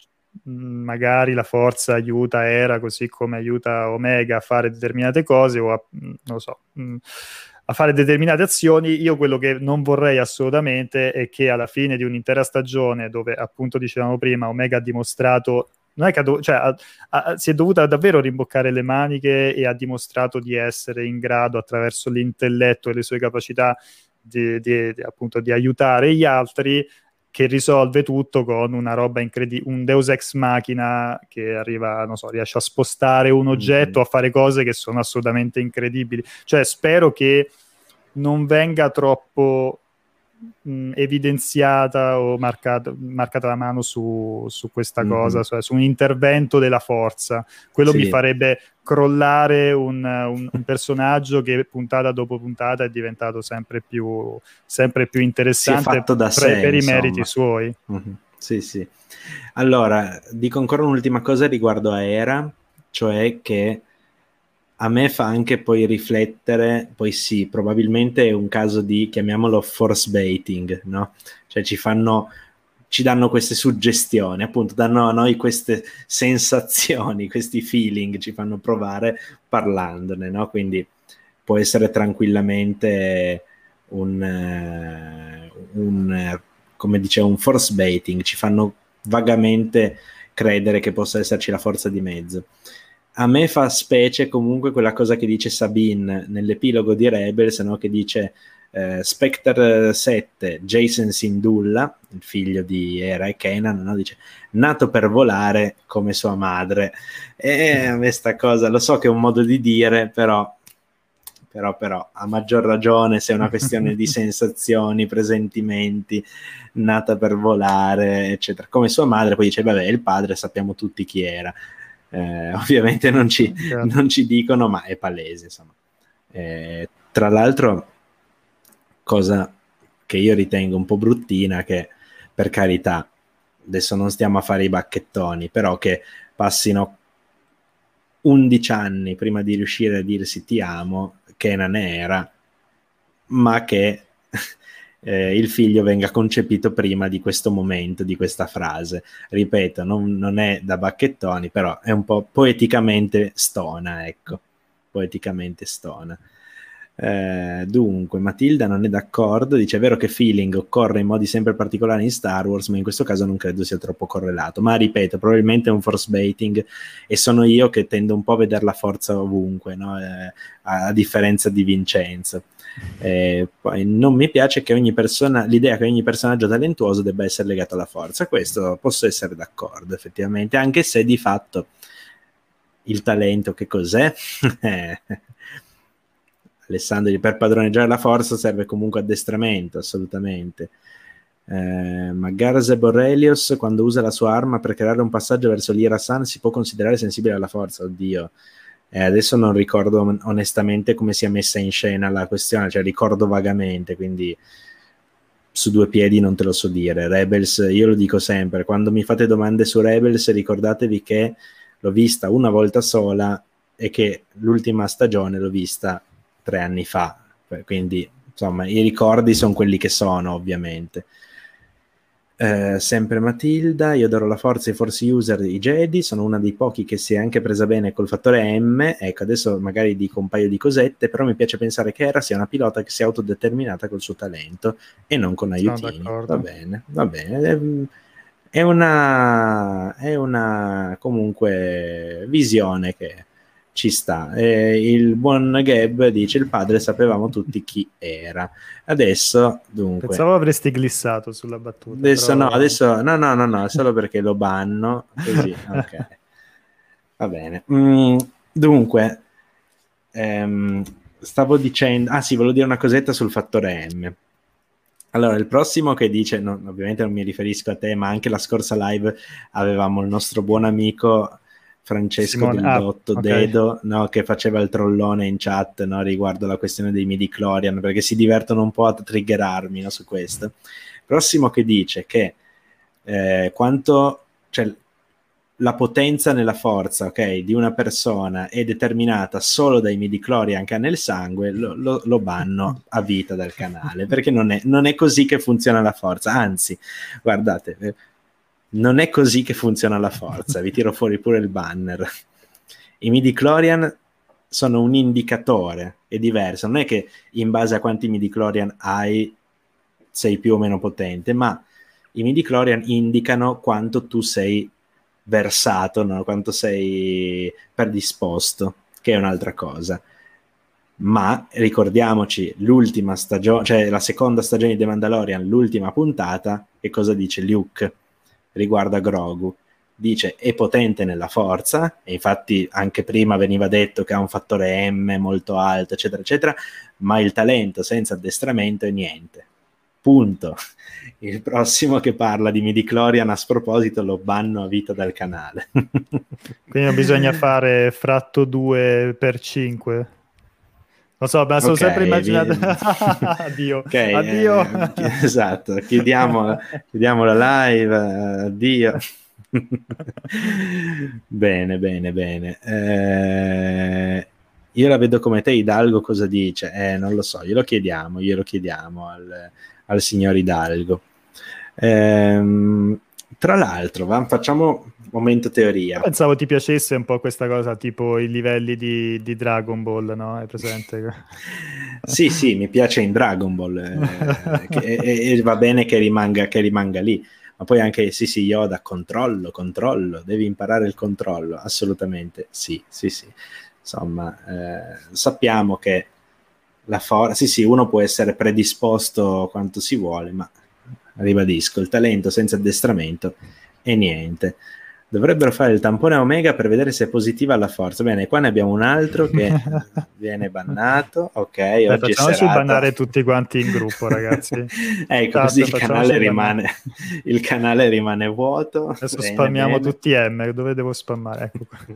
magari la forza aiuta Hera così come aiuta Omega a fare determinate cose o non lo so, a fare determinate azioni. Io quello che non vorrei assolutamente è che alla fine di un'intera stagione, dove appunto dicevamo prima Omega ha dimostrato, non è che si è dovuta davvero rimboccare le maniche e ha dimostrato di essere in grado attraverso l'intelletto e le sue capacità appunto di aiutare gli altri, che risolve tutto con una roba incredibile, un Deus ex machina che arriva, non so, riesce a spostare un oggetto, a fare cose che sono assolutamente incredibili. Cioè spero che non venga troppo evidenziata o marcata la mano su questa cosa, cioè su un intervento della forza. Quello mi farebbe crollare un personaggio che puntata dopo puntata è diventato sempre più interessante, si è fatto da sé, per i meriti suoi. Sì, sì. Allora, dico ancora un'ultima cosa riguardo a Hera, cioè che a me fa anche poi riflettere, poi sì, probabilmente è un caso di, chiamiamolo force baiting, no? Cioè ci danno queste suggestioni, appunto, danno a noi queste sensazioni, questi feeling, ci fanno provare parlandone, no? Quindi può essere tranquillamente come dicevo, un force baiting, ci fanno vagamente credere che possa esserci la forza di mezzo. A me fa specie comunque quella cosa che dice Sabine nell'epilogo di Rebels, no? Che dice Spectre 7, Jacen Syndulla, il figlio di Hera e Kanan, no? Dice nato per volare come sua madre. E a me sta cosa, lo so che è un modo di dire, però a maggior ragione se è una questione di sensazioni, presentimenti, nata per volare, eccetera, come sua madre. Poi dice vabbè, il padre sappiamo tutti chi era. Ovviamente non ci dicono, ma è palese, insomma. Tra l'altro, cosa che io ritengo un po' bruttina, che per carità adesso non stiamo a fare i bacchettoni, però che passino 11 anni prima di riuscire a dirsi ti amo, che non era, ma che il figlio venga concepito prima di questo momento, di questa frase. Ripeto, non è da bacchettoni, però è un po' poeticamente stona, ecco, poeticamente stona. Dunque, Matilda non è d'accordo, dice è vero che feeling occorre in modi sempre particolari in Star Wars, ma in questo caso non credo sia troppo correlato, ma ripeto, probabilmente è un force baiting e sono io che tendo un po' a vedere la forza ovunque, no? A differenza di Vincenzo. Poi non mi piace che l'idea che ogni personaggio talentuoso debba essere legato alla forza. Questo posso essere d'accordo effettivamente, anche se di fatto il talento che cos'è? Alessandro, per padroneggiare la forza serve comunque addestramento, assolutamente. Ma Garza Borrelios, quando usa la sua arma per creare un passaggio verso l'Ira-san, si può considerare sensibile alla forza? Oddio. Adesso non ricordo onestamente come sia messa in scena la questione, cioè ricordo vagamente, quindi su due piedi non te lo so dire. Rebels, io lo dico sempre, quando mi fate domande su Rebels ricordatevi che l'ho vista una volta sola e che l'ultima stagione l'ho vista 3 anni fa, quindi insomma i ricordi sono quelli che sono, ovviamente. Sempre Matilda, io darò la forza ai Force User, i Jedi, sono una dei pochi che si è anche presa bene col fattore M. Ecco, adesso magari dico un paio di cosette, però mi piace pensare che Hera sia una pilota che sia autodeterminata col suo talento e non con aiutini. Va bene, va bene. È una comunque visione che ci sta. Il buon Gab dice: il padre sapevamo tutti chi era. Adesso dunque pensavo avresti glissato sulla battuta, adesso però... no, adesso no, solo perché lo banno così. Ok, va bene. Dunque stavo dicendo, sì, volevo dire una cosetta sul fattore M. Allora, il prossimo che dice, no, ovviamente non mi riferisco a te, ma anche la scorsa live avevamo il nostro buon amico Francesco Simone, del Dotto, okay. Dedo, no, che faceva il trollone in chat, no, riguardo la questione dei midi-chlorian, perché si divertono un po' a triggerarmi, no, su questo. Il prossimo che dice che quanto, cioè, la potenza nella forza, ok, di una persona è determinata solo dai midi-chlorian che ha nel sangue, lo banno a vita dal canale, perché non è così che funziona la forza. Anzi, guardate, non è così che funziona la forza. Vi tiro fuori pure il banner. I midi-chlorian sono un indicatore, è diverso. Non è che in base a quanti midi-chlorian hai sei più o meno potente, ma i midi-chlorian indicano quanto tu sei versato, no? Quanto sei predisposto, che è un'altra cosa. Ma ricordiamoci l'ultima stagione, cioè la seconda stagione di The Mandalorian, l'ultima puntata, e cosa dice Luke riguardo a Grogu? Dice è potente nella forza, e infatti anche prima veniva detto che ha un fattore M molto alto, eccetera, eccetera, ma il talento senza addestramento è niente. Punto. Il prossimo che parla di midi-chlorian a sproposito lo banno a vita dal canale. Quindi non bisogna fare fratto 2 per 5. Non so, me la sono sempre immaginata. Addio. Okay, addio. Esatto, chiudiamo la live, addio. Bene. Io la vedo come te, Hidalgo cosa dice? Non lo so, glielo chiediamo al signor Hidalgo. Tra l'altro, facciamo momento teoria. Pensavo ti piacesse un po' questa cosa, tipo i livelli di Dragon Ball, no? Hai presente? Sì, mi piace in Dragon Ball, e va bene che rimanga lì. Ma poi anche sì, Yoda, controllo, devi imparare il controllo, assolutamente sì. Insomma, sappiamo che la forza, sì, uno può essere predisposto quanto si vuole, ma ribadisco, il talento senza addestramento è niente. Dovrebbero fare il tampone Omega per vedere se è positiva alla forza. Bene, qua ne abbiamo un altro che viene bannato. Ok, Dai, oggi è facciamoci serata. bannare tutti quanti in gruppo, ragazzi. Ecco, così il canale rimane vuoto. Adesso spammiamo tutti M. Dove devo spammare? Ecco qua.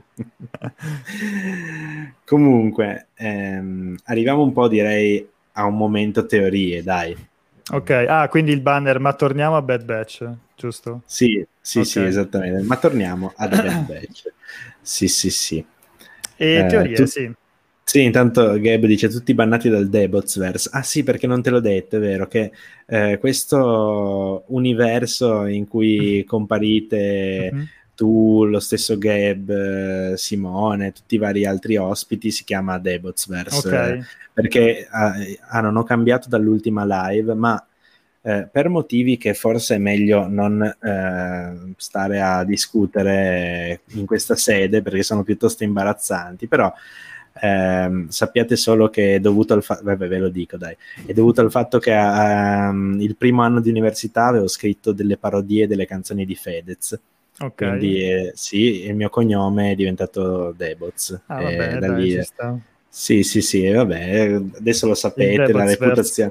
Comunque, arriviamo un po', direi, a un momento teorie, dai. Ok, quindi il banner, ma torniamo a Bad Batch, giusto? Sì, esattamente. Ma torniamo ad Bad Batch. Sì. E teorie, sì. Sì, intanto Gab dice tutti bannati dal Debotsverse. Ah sì, perché non te l'ho detto, è vero, che questo universo in cui comparite tu, lo stesso Gab, Simone, tutti i vari altri ospiti, si chiama Debotsverse. Okay. Perché hanno cambiato dall'ultima live, ma per motivi che forse è meglio non stare a discutere in questa sede, perché sono piuttosto imbarazzanti, però sappiate solo che è dovuto al fatto, ve lo dico, dai, è dovuto al fatto che il primo anno di università avevo scritto delle parodie delle canzoni di Fedez. Okay. Quindi sì, il mio cognome è diventato Deboz. Vabbè, da dai, lì, ci sta. Sì, vabbè, adesso lo sapete, la reputazione.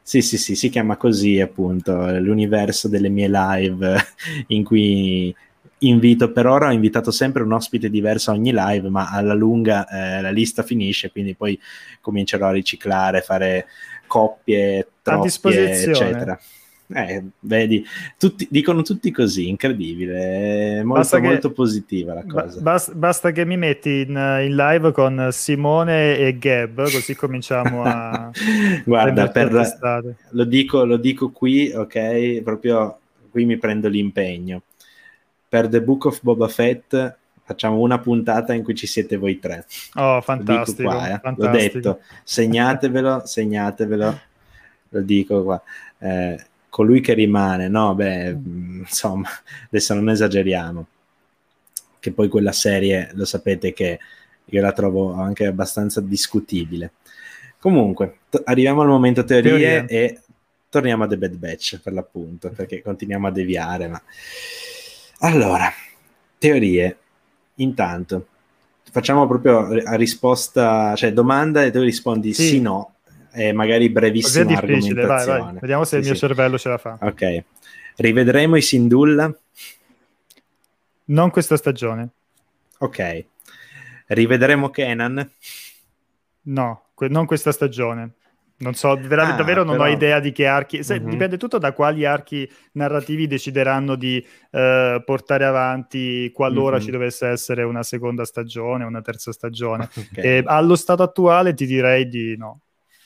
Sì, sì, sì, si chiama così appunto, l'universo delle mie live in cui invito, per ora ho invitato sempre un ospite diverso a ogni live, ma alla lunga la lista finisce, quindi poi comincerò a riciclare, fare coppie, A troppie, disposizione. eccetera. Vedi, dicono tutti così, incredibile, è molto Basta molto che, positiva la cosa. basta che mi metti in live con Simone e Gab, così cominciamo a Guarda, prenderci a testate. lo dico qui, ok? Proprio qui mi prendo l'impegno. Per The Book of Boba Fett facciamo una puntata in cui ci siete voi tre. Oh, Lo dico qua, fantastico, l'ho fantastico. detto. Segnatevelo, segnatevelo. Lo dico qua. Colui che rimane, no, beh, insomma, adesso non esageriamo. Che poi quella serie, lo sapete che io la trovo anche abbastanza discutibile. Comunque, arriviamo al momento teorie Teorie. e torniamo a The Bad Batch per l'appunto, perché continuiamo a deviare. Ma... Allora, teorie. Intanto, facciamo proprio a risposta, cioè domanda e tu rispondi sì, Sì, no, e magari così è brevissima difficile, vai, vai. argomentazione. Vediamo se Sì, il mio sì. cervello ce la fa. Ok. Rivedremo i Syndulla? Non questa stagione. Ok. Rivedremo Kenan? No, non questa stagione. Non so, Ah, davvero non ho però... idea di che archi. Mhm, Dipende tutto da quali archi narrativi decideranno di portare avanti qualora ci mhm. dovesse essere una seconda stagione, una terza stagione. E Ok. allo stato attuale ti direi di no.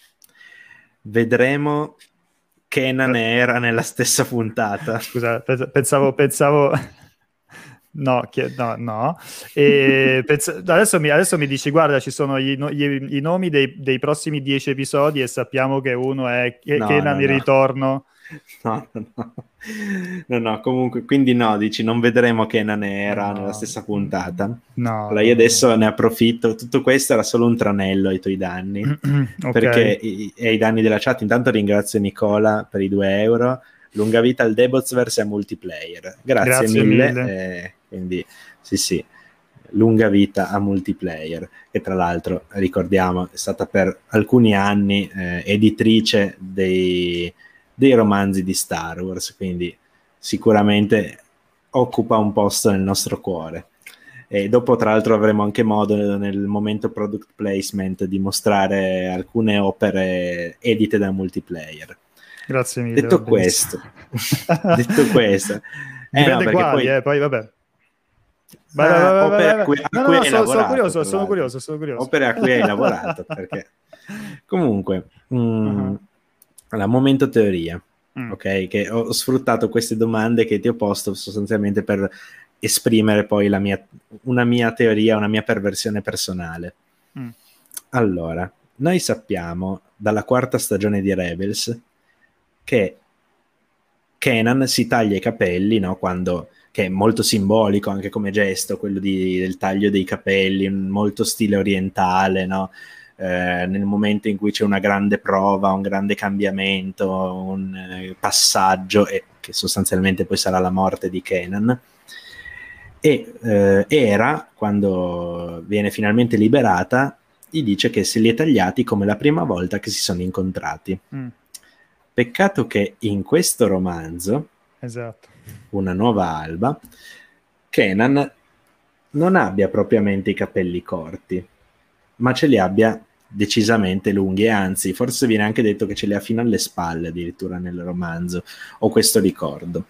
Vedremo Kenan Eh, e Hera nella stessa puntata. Scusa, pensavo. No, no, no. E adesso mi dici, guarda, ci sono i nomi dei prossimi 10 episodi e sappiamo che uno è No, Kenan no, il no. ritorno. No, no, no. No, no, comunque, quindi no, dici, non vedremo Kenan e Hera nella No, stessa puntata. no, Allora, io no, no. adesso ne approfitto. Tutto questo era solo un tranello ai tuoi danni, Ok, perché e ai danni della chat. Intanto ringrazio Nicola per i 2 euro. Lunga vita al Debotsverse e a multiplayer. Grazie grazie mille. mille. Quindi, sì, sì, lunga vita a multiplayer. Che tra l'altro, ricordiamo, è stata per alcuni anni editrice dei romanzi di Star Wars, quindi sicuramente occupa un posto nel nostro cuore. E dopo, tra l'altro, avremo anche modo nel momento product placement di mostrare alcune opere edite da multiplayer. Grazie mille, va Detto benissimo. questo, detto questo, no, Dipende perché quali, poi poi vabbè. Vai, vai, vai, vai, vai, opere vai. a No, no, cui no, hai sono lavorato, curioso, tra sono l'altro, curioso, sono curioso. opere a cui hai lavorato, perché comunque, Uh-huh. allora, momento teoria, Mm. ok? Che ho sfruttato queste domande che ti ho posto sostanzialmente per esprimere poi una mia teoria, una mia perversione personale. Mm. Allora, noi sappiamo dalla 4ª stagione di Rebels che Kenan si taglia i capelli, no? Che è molto simbolico anche come gesto, quello del taglio dei capelli, molto stile orientale, no? Nel momento in cui c'è una grande prova, un grande cambiamento, un passaggio, e che sostanzialmente poi sarà la morte di Kenan. E Hera, quando viene finalmente liberata, gli dice che se li è tagliati come la prima volta che si sono incontrati. Mm. Peccato che in questo romanzo, Esatto. Una nuova alba, Kenan non abbia propriamente i capelli corti, ma ce li abbia decisamente lunghi, e anzi, forse viene anche detto che ce li ha fino alle spalle addirittura nel romanzo, ho questo ricordo.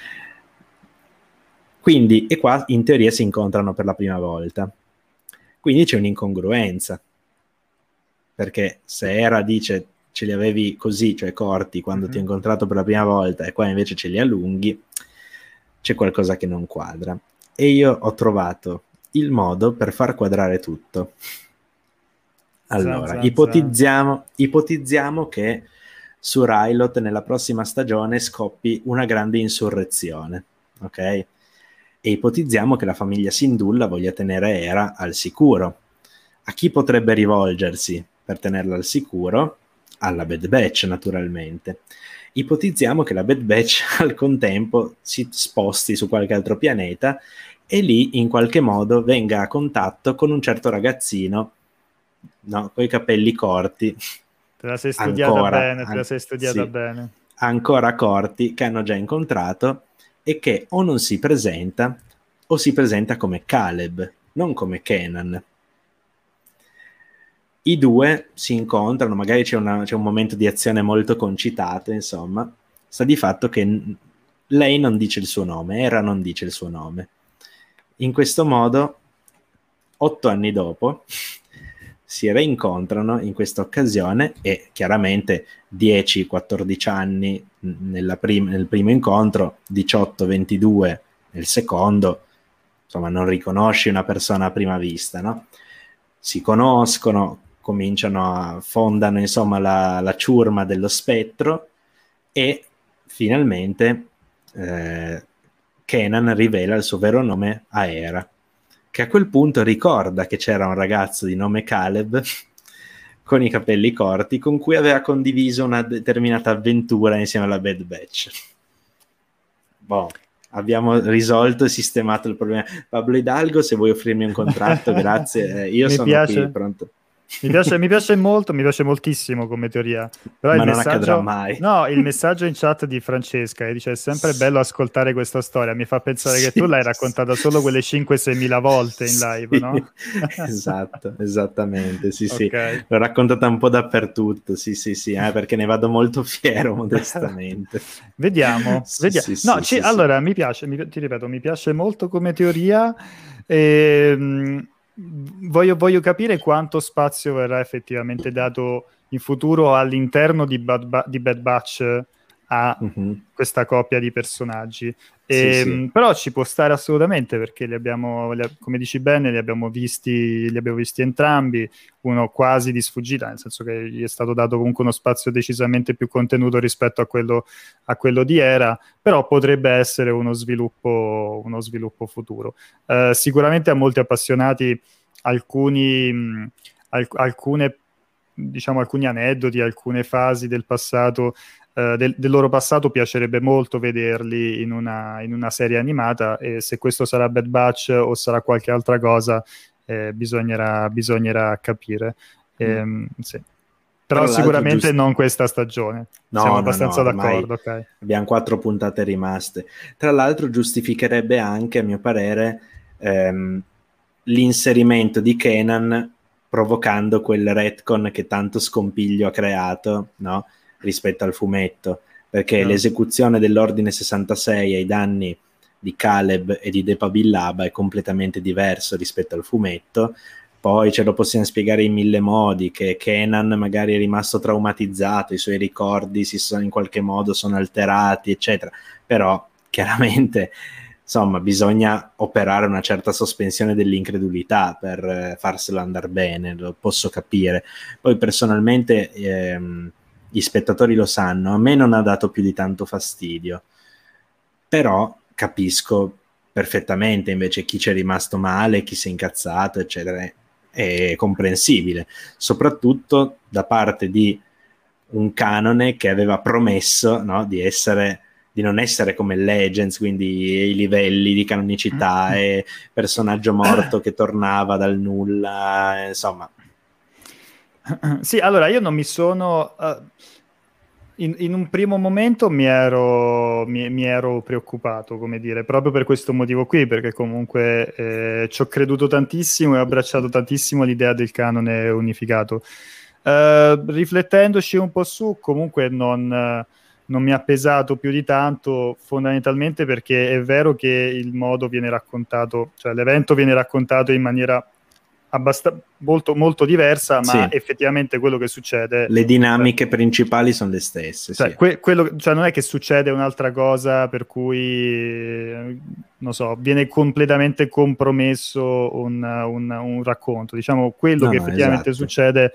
Quindi, e qua in teoria si incontrano per la prima volta. Quindi c'è un'incongruenza, perché se Hera dice ce li avevi così, cioè corti, quando ti ho incontrato per la prima volta, e qua invece ce li ha lunghi, c'è qualcosa che non quadra. E io ho trovato il modo per far quadrare tutto. Zan, Allora, zan, zan. ipotizziamo che su Rylot nella prossima stagione scoppi una grande insurrezione, ok? E ipotizziamo che la famiglia Syndulla voglia tenere Hera al sicuro. A chi potrebbe rivolgersi per tenerla al sicuro? Alla Bad Batch, naturalmente. Ipotizziamo che la Bad Batch al contempo si sposti su qualche altro pianeta e lì in qualche modo venga a contatto con un certo ragazzino, no, con i capelli corti, Te la sei studiata bene, te la sei studiata sì, bene. ancora corti che hanno già incontrato e che o non si presenta o si presenta come Caleb, non come Kenan. I due si incontrano, magari c'è un momento di azione molto concitato, insomma, sta di fatto che lei non dice il suo nome, Hera non dice il suo nome. In questo modo, 8 anni dopo, si reincontrano in questa occasione e chiaramente 10-14 anni nel primo incontro, 18-22 nel secondo, insomma non riconosci una persona a prima vista, no? Si conoscono, fondano insomma la ciurma dello spettro e finalmente Kenan rivela il suo vero nome a Hera, che a quel punto ricorda che c'era un ragazzo di nome Caleb con i capelli corti con cui aveva condiviso una determinata avventura insieme alla Bad Batch. Boh, abbiamo risolto e sistemato il problema. Pablo Hidalgo, se vuoi offrirmi un contratto, grazie, io sono qui pronto. Mi piace molto, mi piace moltissimo come teoria, però ma non accadrà mai. No, il messaggio in chat di Francesca che dice: è sempre bello ascoltare questa storia, mi fa pensare che tu l'hai raccontata solo quelle 5-6 mila volte in live, no? Esatto, esattamente, sì, Okay. sì, l'ho raccontata un po' dappertutto, sì, perché ne vado molto fiero, modestamente. Vediamo. No, allora, mi piace, ti ripeto, mi piace molto come teoria. Voglio capire quanto spazio verrà effettivamente dato in futuro all'interno di Bad Batch a questa coppia di personaggi. Però ci può stare assolutamente, perché come dici bene, li abbiamo visti entrambi, uno quasi di sfuggita, nel senso che gli è stato dato comunque uno spazio decisamente più contenuto rispetto a quello di Hera, però potrebbe essere uno sviluppo futuro. Sicuramente a molti appassionati alcuni aneddoti, alcune fasi del passato, del loro passato piacerebbe molto vederli in una serie animata, e se questo sarà Bad Batch o sarà qualche altra cosa bisognerà capire. Sì. Però sicuramente non questa stagione. Siamo abbastanza d'accordo. Okay. Abbiamo 4 puntate rimaste. Tra l'altro giustificherebbe anche, a mio parere, l'inserimento di Kenan provocando quel retcon che tanto scompiglio ha creato, no? Rispetto al fumetto, perché l'esecuzione dell'Ordine 66 ai danni di Caleb e di Depa Billaba è completamente diverso rispetto al fumetto. Poi ce lo possiamo spiegare in 1000 modi, che Kenan magari è rimasto traumatizzato, i suoi ricordi in qualche modo sono alterati, eccetera, però chiaramente insomma bisogna operare una certa sospensione dell'incredulità per farselo andare bene, lo posso capire. Poi personalmente gli spettatori lo sanno, a me non ha dato più di tanto fastidio, però capisco perfettamente invece chi ci è rimasto male, chi si è incazzato, eccetera. È comprensibile, soprattutto da parte di un canone che aveva promesso, no, di non essere come Legends, quindi i livelli di canonicità e personaggio morto che tornava dal nulla, insomma. Sì, allora io non mi sono... In un primo momento mi ero preoccupato, come dire, proprio per questo motivo qui, perché comunque ci ho creduto tantissimo e ho abbracciato tantissimo l'idea del canone unificato. Riflettendoci un po' su, comunque non mi ha pesato più di tanto, fondamentalmente perché è vero che il modo viene raccontato, cioè l'evento viene raccontato in maniera molto, molto diversa, ma effettivamente quello che succede, le dinamiche principali sono le stesse, cioè, cioè non è che succede un'altra cosa per cui non so, viene completamente compromesso un racconto, diciamo, quello che effettivamente succede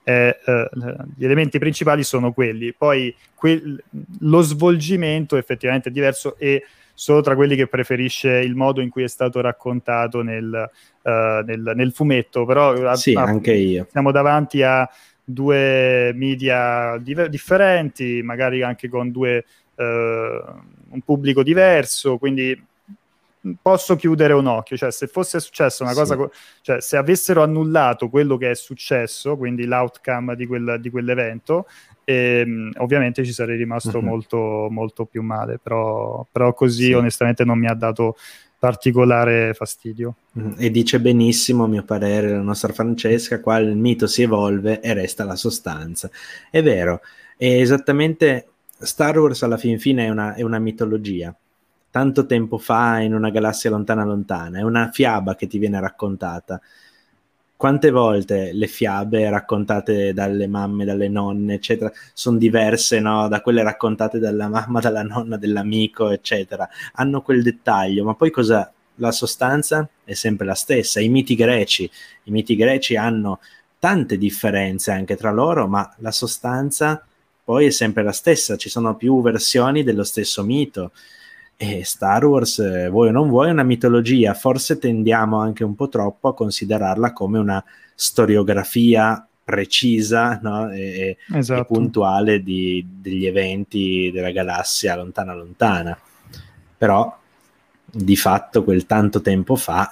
gli elementi principali sono quelli, poi lo svolgimento effettivamente è diverso, e solo tra quelli che preferisce il modo in cui è stato raccontato nel fumetto, però anche io. Siamo davanti a due media differenti, magari anche con un pubblico diverso, quindi posso chiudere un occhio, cioè se fosse successa una cosa, cioè se avessero annullato quello che è successo, quindi l'outcome di quell'evento, ovviamente ci sarei rimasto molto, molto più male, però così onestamente non mi ha dato particolare fastidio. E dice benissimo, a mio parere, la nostra Francesca, qua il mito si evolve e resta la sostanza. È vero, è esattamente, Star Wars alla fin fine è una mitologia. Tanto tempo fa, in una galassia lontana lontana, è una fiaba che ti viene raccontata. Quante volte le fiabe raccontate dalle mamme, dalle nonne, eccetera, sono diverse, no? Da quelle raccontate dalla mamma, dalla nonna, dell'amico, eccetera. Hanno quel dettaglio, ma poi cosa? La sostanza è sempre la stessa. I miti greci hanno tante differenze anche tra loro, ma la sostanza poi è sempre la stessa. Ci sono più versioni dello stesso mito. E Star Wars, vuoi o non vuoi, è una mitologia. Forse tendiamo anche un po' troppo a considerarla come una storiografia precisa, no? e puntuale degli eventi della galassia lontana lontana. Però di fatto quel tanto tempo fa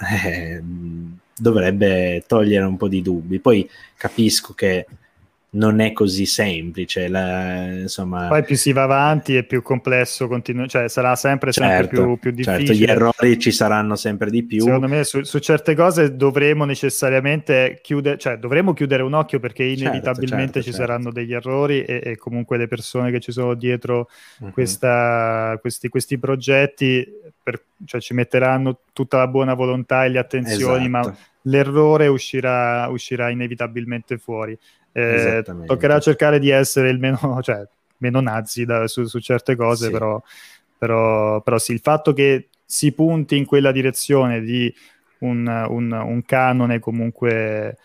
dovrebbe togliere un po' di dubbi. Poi capisco che non è così semplice, insomma. Poi più si va avanti e più complesso cioè sarà sempre più difficile. Certo, gli errori ci saranno sempre di più. Secondo me su certe cose dovremo necessariamente chiudere, cioè dovremo chiudere un occhio, perché inevitabilmente ci saranno degli errori e comunque le persone che ci sono dietro questi progetti cioè ci metteranno tutta la buona volontà e le attenzioni, ma l'errore uscirà inevitabilmente fuori. Toccherà cercare di essere il meno nazi su certe cose, però sì, il fatto che si punti in quella direzione di un canone comunque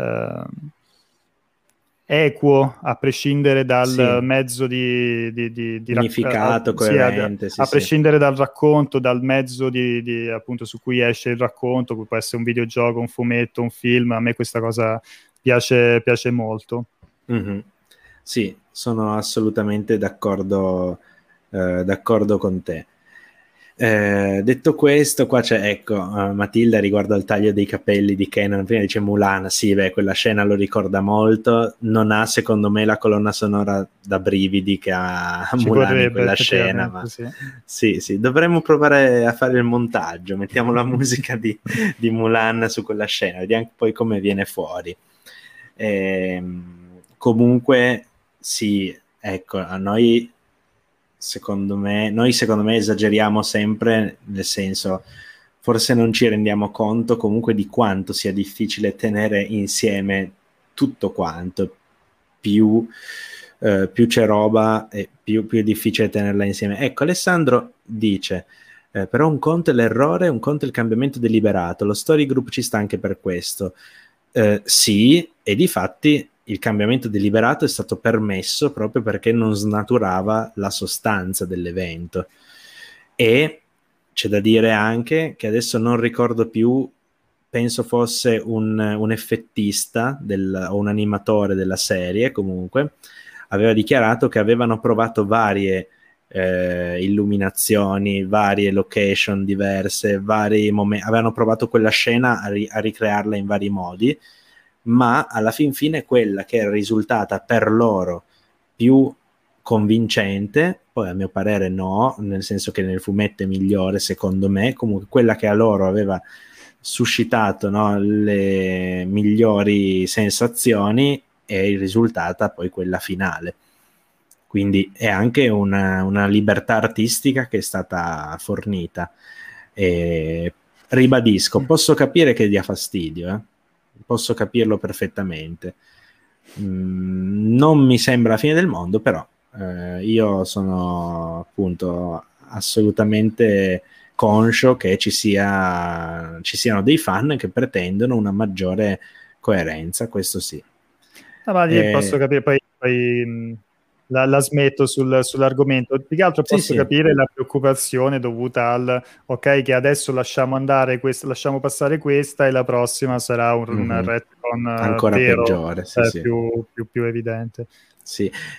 equo, a prescindere dal mezzo di unificato, coerente, a prescindere dal racconto, dal mezzo appunto su cui esce il racconto, che può essere un videogioco, un fumetto, un film. A me questa cosa piace molto. Sì, sono assolutamente d'accordo con te. Detto questo, qua c'è, Matilda riguardo al taglio dei capelli di Kenan, prima dice Mulan, sì, quella scena lo ricorda molto. Non ha, secondo me, la colonna sonora da brividi che ha Mulan in quella scena, ma sì, dovremmo provare a fare il montaggio, mettiamo la musica di Mulan su quella scena, vediamo poi come viene fuori. Comunque sì, a noi secondo me esageriamo sempre, nel senso, forse non ci rendiamo conto comunque di quanto sia difficile tenere insieme tutto quanto. Più c'è roba e più è difficile tenerla insieme. Alessandro dice però un conto è l'errore, un conto è il cambiamento deliberato, lo story group ci sta anche per questo. Sì, e difatti il cambiamento deliberato è stato permesso proprio perché non snaturava la sostanza dell'evento. E c'è da dire anche che adesso non ricordo più, penso fosse un effettista o un animatore della serie, comunque aveva dichiarato che avevano provato varie illuminazioni, varie location diverse, vari momenti, avevano provato quella scena a ricrearla in vari modi, ma alla fin fine quella che è risultata per loro più convincente, poi a mio parere no, nel senso che nel fumetto è migliore secondo me, comunque quella che a loro aveva suscitato, no, le migliori sensazioni è risultata poi quella finale. Quindi è anche una libertà artistica che è stata fornita. E ribadisco, posso capire che dia fastidio, posso capirlo perfettamente. Non mi sembra la fine del mondo, però io sono appunto assolutamente conscio che ci siano dei fan che pretendono una maggiore coerenza, questo sì. Posso capire, poi la smetto sull'argomento. Più che altro posso capire la preoccupazione dovuta al che adesso lasciamo andare questa, lasciamo passare questa, e la prossima sarà un retcon ancora vero, peggiore, più evidente. Sì.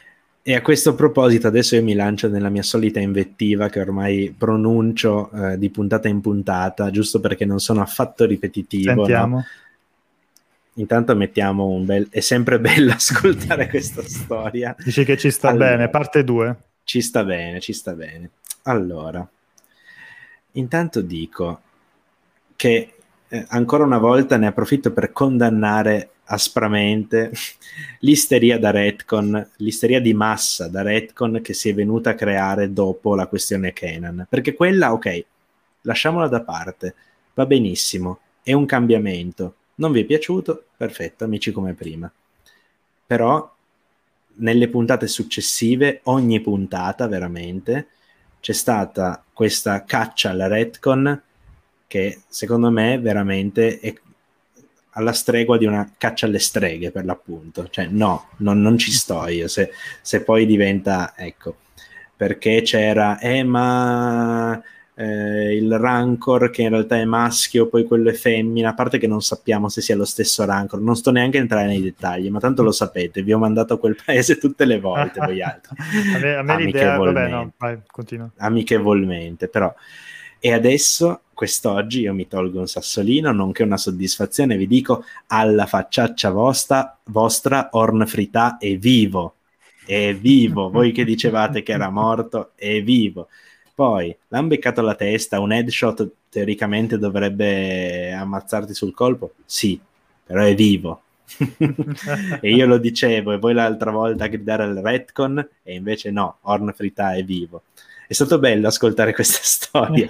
E a questo proposito adesso io mi lancio nella mia solita invettiva che ormai pronuncio di puntata in puntata, giusto perché non sono affatto ripetitivo. Sentiamo. No? Intanto mettiamo un bel... È sempre bello ascoltare questa storia. Dici che ci sta bene, parte 2. Ci sta bene, ci sta bene. Allora, intanto dico che ancora una volta ne approfitto per condannare aspramente l'isteria da retcon, l'isteria di massa da retcon che si è venuta a creare dopo la questione Kanan, perché quella, ok, lasciamola da parte, va benissimo, è un cambiamento, non vi è piaciuto? Perfetto, amici come prima. Però nelle puntate successive, ogni puntata veramente, c'è stata questa caccia alla retcon che secondo me veramente è alla stregua di una caccia alle streghe, per l'appunto. Cioè no, non ci sto io, se poi diventa, ecco, perché c'era ma il Rancor che in realtà è maschio, poi quello è femmina, a parte che non sappiamo se sia lo stesso Rancor, non sto neanche a entrare nei dettagli, ma tanto lo sapete, vi ho mandato a quel paese tutte le volte, voi altri. a me l'idea, vabbè, no, vai, continua. Amichevolmente, però. E adesso, quest'oggi, io mi tolgo un sassolino, nonché una soddisfazione, vi dico, alla facciaccia vostra Ornfrità è vivo, voi che dicevate che era morto, è vivo. Poi, l'hanno beccato la testa, un headshot teoricamente dovrebbe ammazzarti sul colpo? Sì, però è vivo. E io lo dicevo, e voi l'altra volta a gridare al retcon, e invece no, Ornfrità è vivo. È stato bello ascoltare questa storia.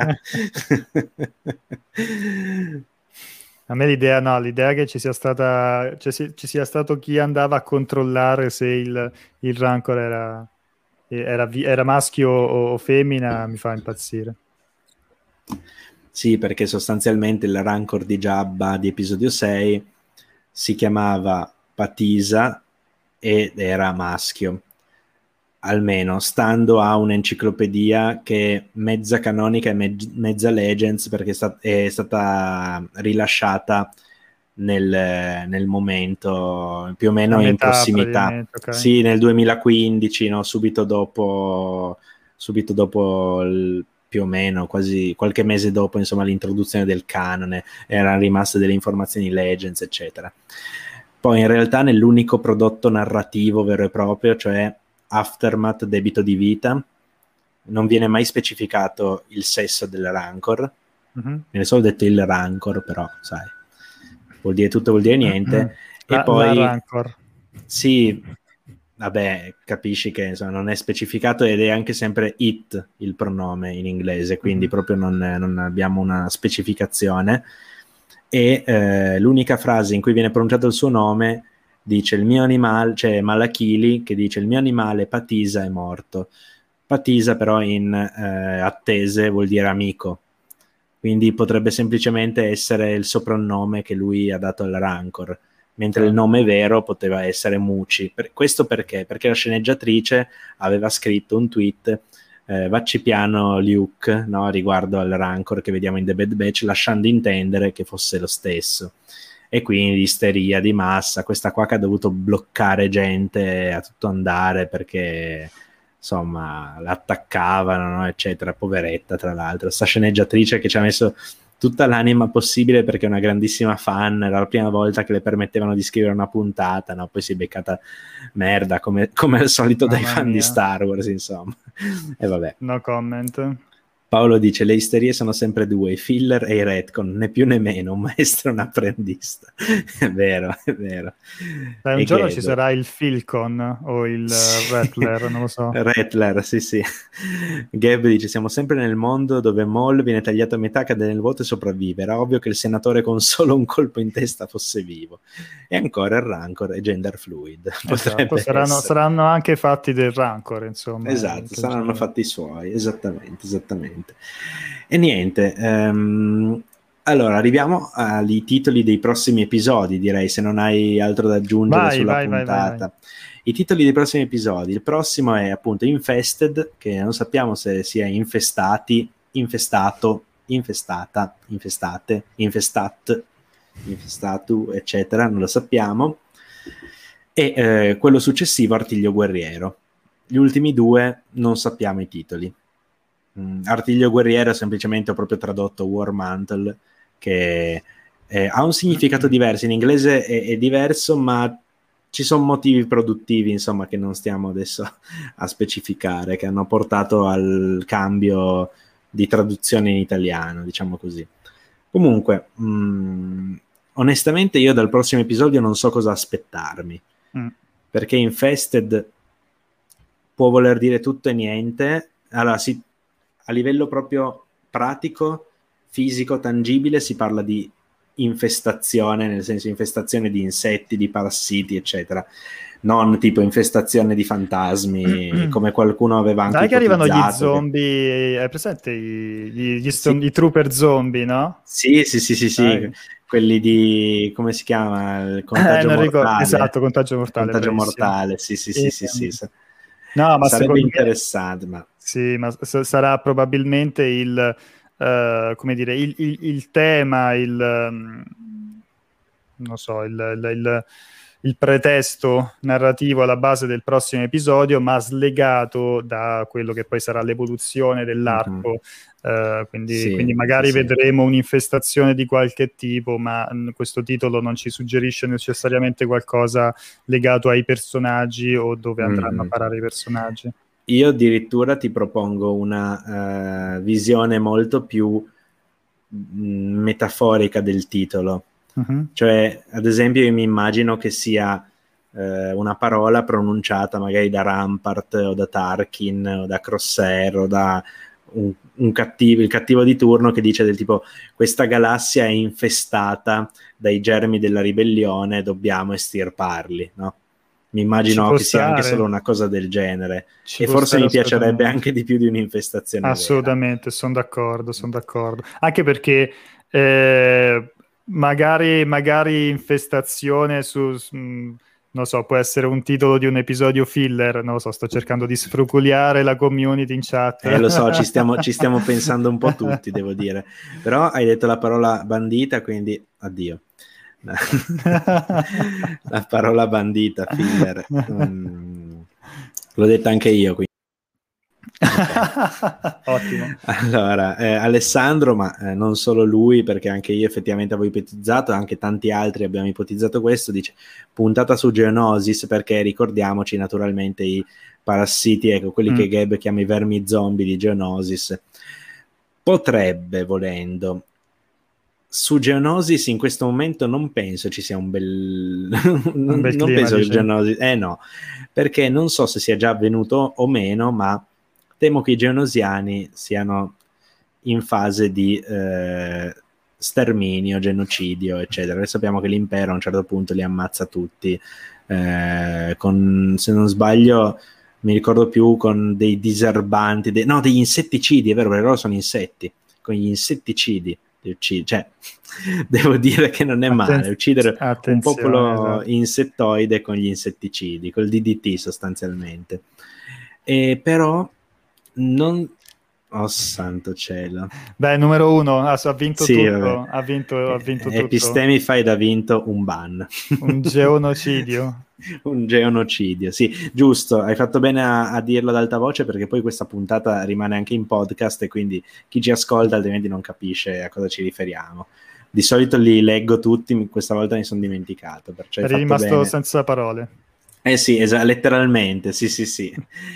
A me l'idea che ci sia stata, ci sia stato chi andava a controllare se il Rancor era maschio o femmina mi fa impazzire. Sì, perché sostanzialmente il Rancor di Jabba di episodio 6 si chiamava Patisa ed era maschio, almeno stando a un'enciclopedia che è mezza canonica e mezza Legends, perché è stata rilasciata nel momento più o meno in prossimità, okay. sì, nel 2015, no? subito dopo più o meno quasi qualche mese dopo, insomma, l'introduzione del canone, erano rimaste delle informazioni Legends, eccetera. Poi in realtà nell'unico prodotto narrativo vero e proprio, cioè Aftermath, debito di vita, non viene mai specificato il sesso del Rancor. Viene solo detto il Rancor, però sai, vuol dire tutto, vuol dire niente. E poi la Rancor, sì, vabbè, capisci che insomma, non è specificato ed è anche sempre it il pronome in inglese, quindi proprio non abbiamo una specificazione. E l'unica frase in cui viene pronunciato il suo nome dice il mio animale, cioè Malachili che dice il mio animale Patisa è morto. Patisa però in attese vuol dire amico, quindi potrebbe semplicemente essere il soprannome che lui ha dato al Rancor, mentre il nome vero poteva essere Muci. Questo perché? Perché la sceneggiatrice aveva scritto un tweet vacci piano Luke, no? Riguardo al Rancor che vediamo in The Bad Batch, lasciando intendere che fosse lo stesso. E quindi isteria di massa, questa qua che ha dovuto bloccare gente a tutto andare perché insomma l'attaccavano, no? eccetera, poveretta tra l'altro, sta sceneggiatrice che ci ha messo tutta l'anima possibile perché è una grandissima fan, era la prima volta che le permettevano di scrivere una puntata, no? Poi si è beccata merda come al solito dai fan di Star Wars, insomma. E vabbè. No comment. Paolo dice le isterie sono sempre due, i filler e i retcon, né più né meno, un maestro e un apprendista. È vero, è vero. Dai, un giorno ci sarà il Filcon o il Rattler, non lo so. Rattler, sì. Gab dice siamo sempre nel mondo dove Maul viene tagliato a metà, cade nel vuoto e sopravvive. Era ovvio che il senatore con solo un colpo in testa fosse vivo. E ancora il Rancor è gender fluid. Esatto, saranno anche fatti del Rancor, insomma. Esatto, saranno fatti i suoi, esattamente. E niente, allora arriviamo ai titoli dei prossimi episodi, direi, se non hai altro da aggiungere sulla puntata. Vai. I titoli dei prossimi episodi, il prossimo è appunto Infested, che non sappiamo se sia infestati, infestato, infestata, infestate, infestatu, eccetera, non lo sappiamo. E quello successivo, Artiglio Guerriero. Gli ultimi due non sappiamo i titoli. Artiglio guerriero semplicemente ho proprio tradotto War Mantle, che ha un significato diverso, in inglese è diverso, ma ci sono motivi produttivi, insomma, che non stiamo adesso a specificare, che hanno portato al cambio di traduzione in italiano, diciamo così. Comunque, onestamente io dal prossimo episodio non so cosa aspettarmi, perché Infested può voler dire tutto e niente. Allora, a livello proprio pratico, fisico, tangibile, si parla di infestazione, nel senso infestazione di insetti, di parassiti, eccetera. Non tipo infestazione di fantasmi, come qualcuno aveva anche Dai, che ipotizzato. arrivano gli zombie, hai presente Sì. i trooper zombie, no? Sì. Quelli di, come si chiama? Il contagio non ricordo. mortale. Esatto, contagio mortale, Contagio bravissimo. mortale, sì. No, ma Sarebbe secondo interessante, ma... Sì, ma sarà probabilmente come dire, il tema, non so, il pretesto narrativo alla base del prossimo episodio, ma slegato da quello che poi sarà l'evoluzione dell'arco. Quindi magari vedremo un'infestazione di qualche tipo, ma questo titolo non ci suggerisce necessariamente qualcosa legato ai personaggi o dove andranno a parare i personaggi. Io addirittura ti propongo una visione molto più metaforica del titolo. Cioè, ad esempio, io mi immagino che sia una parola pronunciata magari da Rampart o da Tarkin o da Crosshair o da un cattivo, il cattivo di turno, che dice del tipo: questa galassia è infestata dai germi della ribellione, dobbiamo estirparli, no? Mi immagino che sia anche solo una cosa del genere, e forse mi piacerebbe anche di più di un'infestazione assolutamente, sono d'accordo. Anche perché magari infestazione non so, può essere un titolo di un episodio filler, non lo so, sto cercando di sfruculiare la community in chat. Lo so, ci stiamo pensando un po' tutti, devo dire. Però hai detto la parola bandita, quindi addio. La parola bandita, filler. L'ho detta anche io, quindi. Okay. Ottimo. Allora, Alessandro, ma non solo lui, perché anche io effettivamente avevo ipotizzato, anche tanti altri abbiamo ipotizzato questo, dice puntata su Geonosis, perché ricordiamoci naturalmente i parassiti, ecco, quelli che Gabe chiama i vermi zombie di Geonosis. Potrebbe, volendo. Su Geonosis in questo momento non penso ci sia un bel non clima, penso che Geonosis, no, perché non so se sia già avvenuto o meno, ma temo che i geonosiani siano in fase di sterminio, genocidio, eccetera. Noi sappiamo che l'impero a un certo punto li ammazza tutti, con, se non sbaglio, mi ricordo più, con dei diserbanti, degli insetticidi, è vero, perché loro sono insetti, con gli insetticidi li uccide. Cioè, devo dire che non è male uccidere un popolo insettoide con gli insetticidi, col DDT sostanzialmente. Però non... Oh santo cielo. Beh, numero uno, ha vinto sì, tutto. Ha vinto tutto. Epistemify ha vinto un ban. Un geonocidio. Un geonocidio, sì, giusto, hai fatto bene a dirlo ad alta voce, perché poi questa puntata rimane anche in podcast e quindi chi ci ascolta altrimenti non capisce a cosa ci riferiamo. Di solito li leggo tutti, questa volta mi sono dimenticato. Perciò eri rimasto bene. Senza parole. Sì, letteralmente, sì.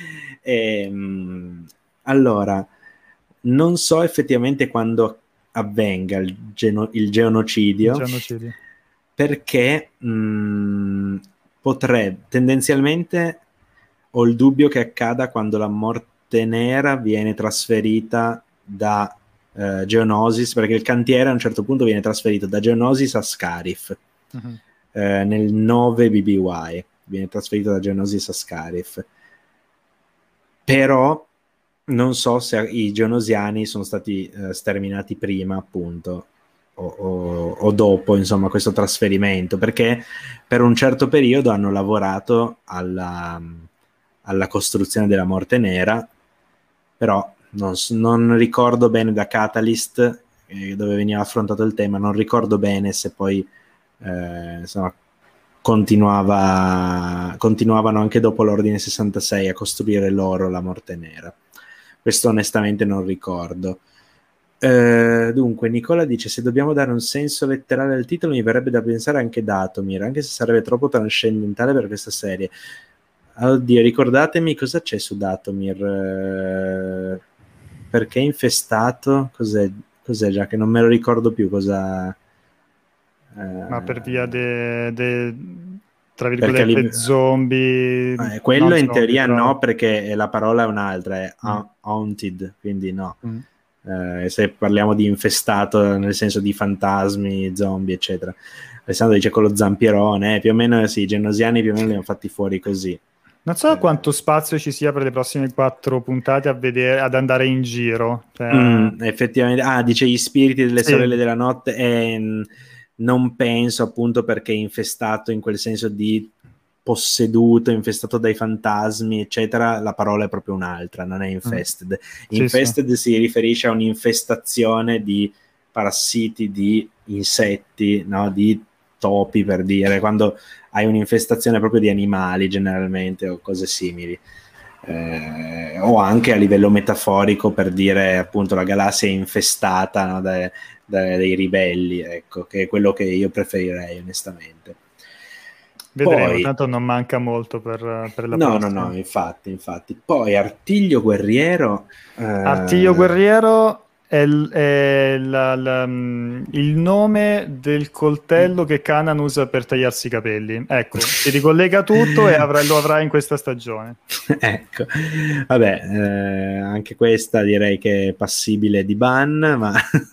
Allora, non so effettivamente quando avvenga il geonocidio, perché potrebbe, tendenzialmente ho il dubbio che accada quando la morte nera viene trasferita da Geonosis, perché il cantiere a un certo punto viene trasferito da Geonosis a Scarif, nel 9 BBY viene trasferito da Geonosis a Scarif, però non so se i geonosiani sono stati sterminati prima, appunto, o dopo, insomma, questo trasferimento, perché per un certo periodo hanno lavorato alla costruzione della morte nera, però non ricordo bene da Catalyst, dove veniva affrontato il tema, non ricordo bene se poi insomma, continuavano anche dopo l'Ordine 66 a costruire loro la Morte Nera. Questo onestamente non ricordo. Dunque Nicola dice: se dobbiamo dare un senso letterale al titolo mi verrebbe da pensare anche Datomir, anche se sarebbe troppo trascendentale per questa serie. Oddio, ricordatemi cosa c'è su Datomir, perché è infestato, cos'è già che non me lo ricordo più cosa. Ma per via tra virgolette zombie, quello in zombie, teoria però... no, perché la parola è un'altra, è haunted, quindi no. Se parliamo di infestato nel senso di fantasmi, zombie eccetera, Alessandro dice con lo zampierone, più o meno sì, i genosiani più o meno li hanno fatti fuori così. Non so quanto spazio ci sia per le prossime 4 puntate ad andare in giro. Effettivamente, dice gli spiriti delle sorelle della notte, non penso, appunto perché infestato in quel senso di posseduto, infestato dai fantasmi eccetera, la parola è proprio un'altra, non è infested. Infested si riferisce a un'infestazione di parassiti, di insetti, no? Di topi, per dire, quando hai un'infestazione proprio di animali generalmente o cose simili, o anche a livello metaforico, per dire appunto la galassia è infestata, no? dai ribelli, ecco, che è quello che io preferirei onestamente. Vedremo, poi, tanto non manca molto per la prossima. No, infatti. Poi Artiglio Guerriero. Artiglio Guerriero è il nome del coltello che Kanan usa per tagliarsi i capelli. Ecco, si ricollega tutto e lo avrai in questa stagione. Ecco, vabbè, anche questa direi che è passibile di ban, ma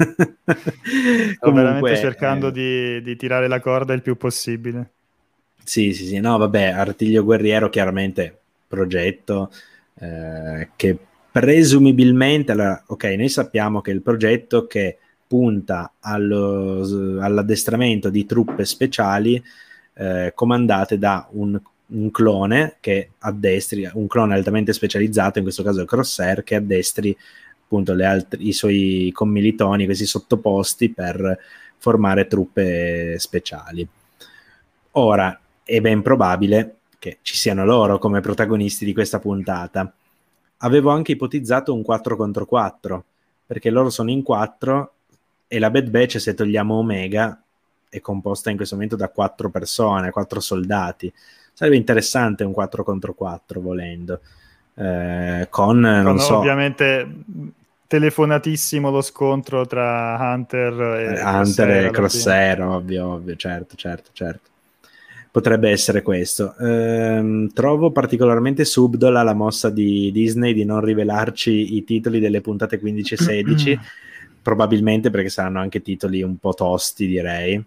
sto veramente cercando di tirare la corda il più possibile. Sì, no, vabbè, Artiglio Guerriero chiaramente progetto che presumibilmente, allora, ok, noi sappiamo che il progetto che punta all'addestramento di truppe speciali comandate da un clone che addestri, un clone altamente specializzato, in questo caso il Crosshair, che addestri appunto i suoi commilitoni, questi sottoposti, per formare truppe speciali. Ora, è ben probabile che ci siano loro come protagonisti di questa puntata. Avevo anche ipotizzato un 4 contro 4, perché loro sono in 4 e la Bad Batch, se togliamo Omega, è composta in questo momento da 4 persone, 4 soldati. Sarebbe interessante un 4 contro 4 volendo, non so, ovviamente telefonatissimo lo scontro tra Hunter e Crosshair, ovvio, certo. Potrebbe essere questo. Trovo particolarmente subdola la mossa di Disney di non rivelarci i titoli delle puntate 15 e 16, probabilmente perché saranno anche titoli un po' tosti, direi.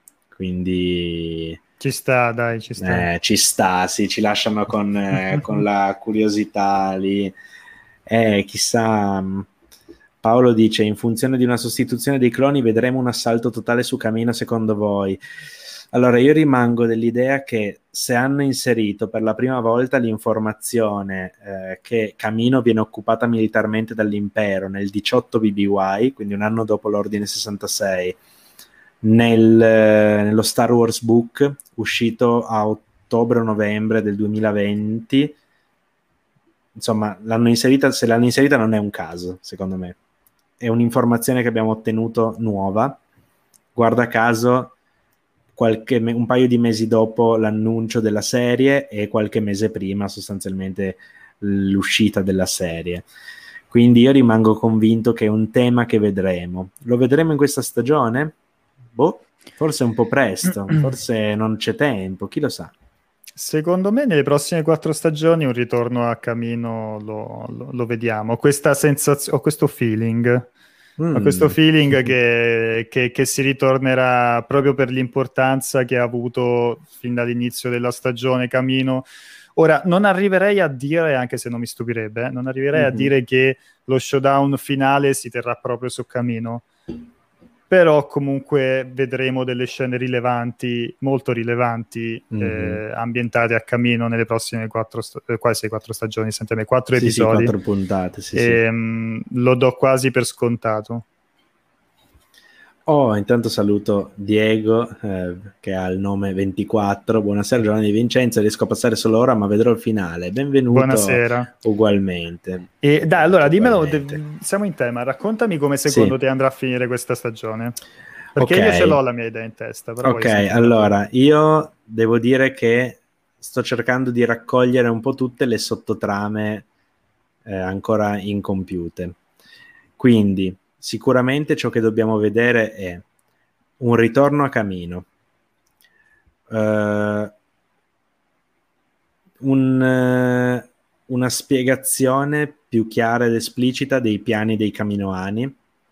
Quindi ci sta, dai, ci sta. Ci sta, sì, ci lasciano con la curiosità lì. Chissà. Paolo dice: in funzione di una sostituzione dei cloni vedremo un assalto totale su Camino, secondo voi? Allora, io rimango dell'idea che se hanno inserito per la prima volta l'informazione che Camino viene occupata militarmente dall'impero nel 18 BBY, quindi un anno dopo l'Ordine 66, nello Star Wars Book uscito a ottobre o novembre del 2020, insomma, se l'hanno inserita non è un caso, secondo me. È un'informazione che abbiamo ottenuto nuova, guarda caso un paio di mesi dopo l'annuncio della serie e qualche mese prima sostanzialmente l'uscita della serie. Quindi io rimango convinto che è un tema che vedremo. Lo vedremo in questa stagione? Forse un po' presto, forse non c'è tempo, chi lo sa. Secondo me nelle prossime 4 stagioni un ritorno a Camino lo vediamo. Ho questa sensazione, ho questo feeling. Ho questo feeling che si ritornerà proprio per l'importanza che ha avuto fin dall'inizio della stagione Camino. Ora, non arriverei a dire, anche se non mi stupirebbe, non arriverei a dire che lo showdown finale si terrà proprio su Camino, però comunque vedremo delle scene rilevanti, molto rilevanti, ambientate a Camino nelle prossime 4 stagioni, sentite, 4 episodi. 4 puntate, lo do quasi per scontato. Oh, intanto saluto Diego, che ha il nome 24. Buonasera Giovanni Di Vincenzo, riesco a passare solo ora ma vedrò il finale. Benvenuto Buonasera. ugualmente. E dai, allora dimmelo, Ugualmente. siamo in tema, raccontami come secondo Sì, te andrà a finire questa stagione. Perché ok. io ce l'ho la mia idea in testa, però Ok, voglio sentire la tua. allora io devo dire che sto cercando di raccogliere un po' tutte le sottotrame ancora incompiute. Quindi, sicuramente ciò che dobbiamo vedere è un ritorno a Camino, eh, una spiegazione più chiara ed esplicita dei piani dei Caminoani.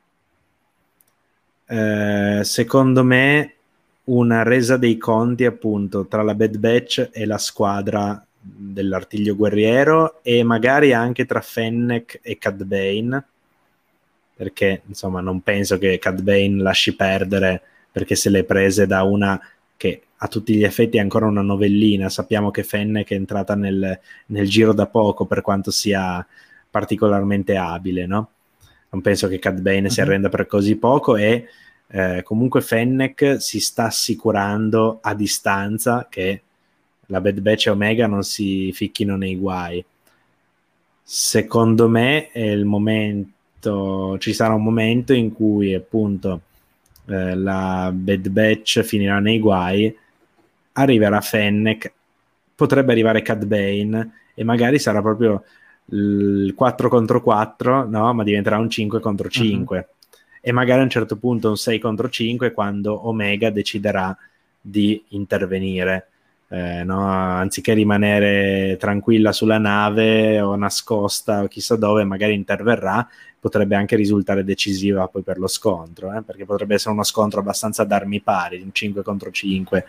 Secondo me una resa dei conti appunto tra la Bad Batch e la squadra dell'Artiglio Guerriero, e magari anche tra Fennec e Cad Bane, perché insomma non penso che Cad Bane lasci perdere perché se l'è prese da una che a tutti gli effetti è ancora una novellina. Sappiamo che Fennec è entrata nel giro da poco, per quanto sia particolarmente abile, no? Non penso che Cad Bane si arrenda per così poco, e comunque Fennec si sta assicurando a distanza che la Bad Batch e Omega non si ficchino nei guai. Secondo me è il momento, ci sarà un momento in cui appunto la Bad Batch finirà nei guai, arriverà Fennec, potrebbe arrivare Cad Bane e magari sarà proprio il 4 contro 4, no? Ma diventerà un 5 contro 5 e magari a un certo punto un 6 contro 5 quando Omega deciderà di intervenire, no? Anziché rimanere tranquilla sulla nave o nascosta o chissà dove, magari interverrà. Potrebbe anche risultare decisiva poi per lo scontro, perché potrebbe essere uno scontro abbastanza ad armi pari, un 5 contro 5.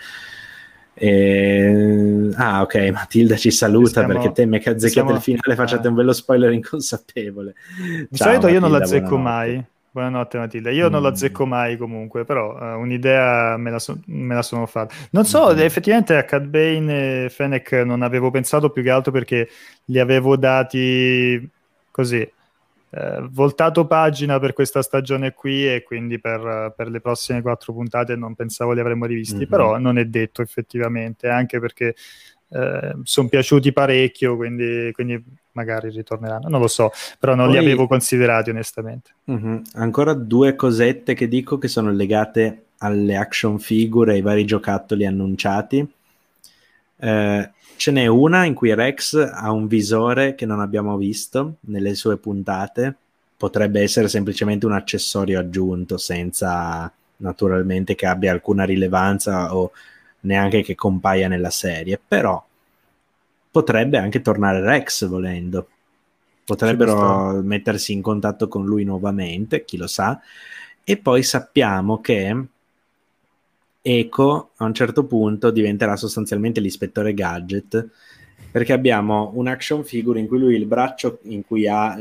Ok, Matilda ci saluta perché teme che azzecchiate il finale, facciate un bello spoiler inconsapevole. Di Ciao solito io non Matilda, l'azzecco buonanotte. mai. Buonanotte Matilda, io non l'azzecco mai comunque, però un'idea me la sono fatta. Non so, effettivamente a Cad Bane e Fennec non avevo pensato, più che altro perché li avevo dati così, voltato pagina per questa stagione qui, e quindi per le prossime 4 puntate non pensavo li avremmo rivisti, però non è detto effettivamente, anche perché sono piaciuti parecchio, quindi magari ritorneranno, non lo so, però non li avevo considerati onestamente. Ancora 2 cosette che dico che sono legate alle action figure e ai vari giocattoli annunciati. Ce n'è una in cui Rex ha un visore che non abbiamo visto nelle sue puntate, potrebbe essere semplicemente un accessorio aggiunto senza naturalmente che abbia alcuna rilevanza o neanche che compaia nella serie, però potrebbe anche tornare Rex volendo, potrebbero mettersi in contatto con lui nuovamente, chi lo sa. E poi sappiamo che Echo a un certo punto diventerà sostanzialmente l'ispettore Gadget, perché abbiamo un action figure in cui lui il braccio in cui ha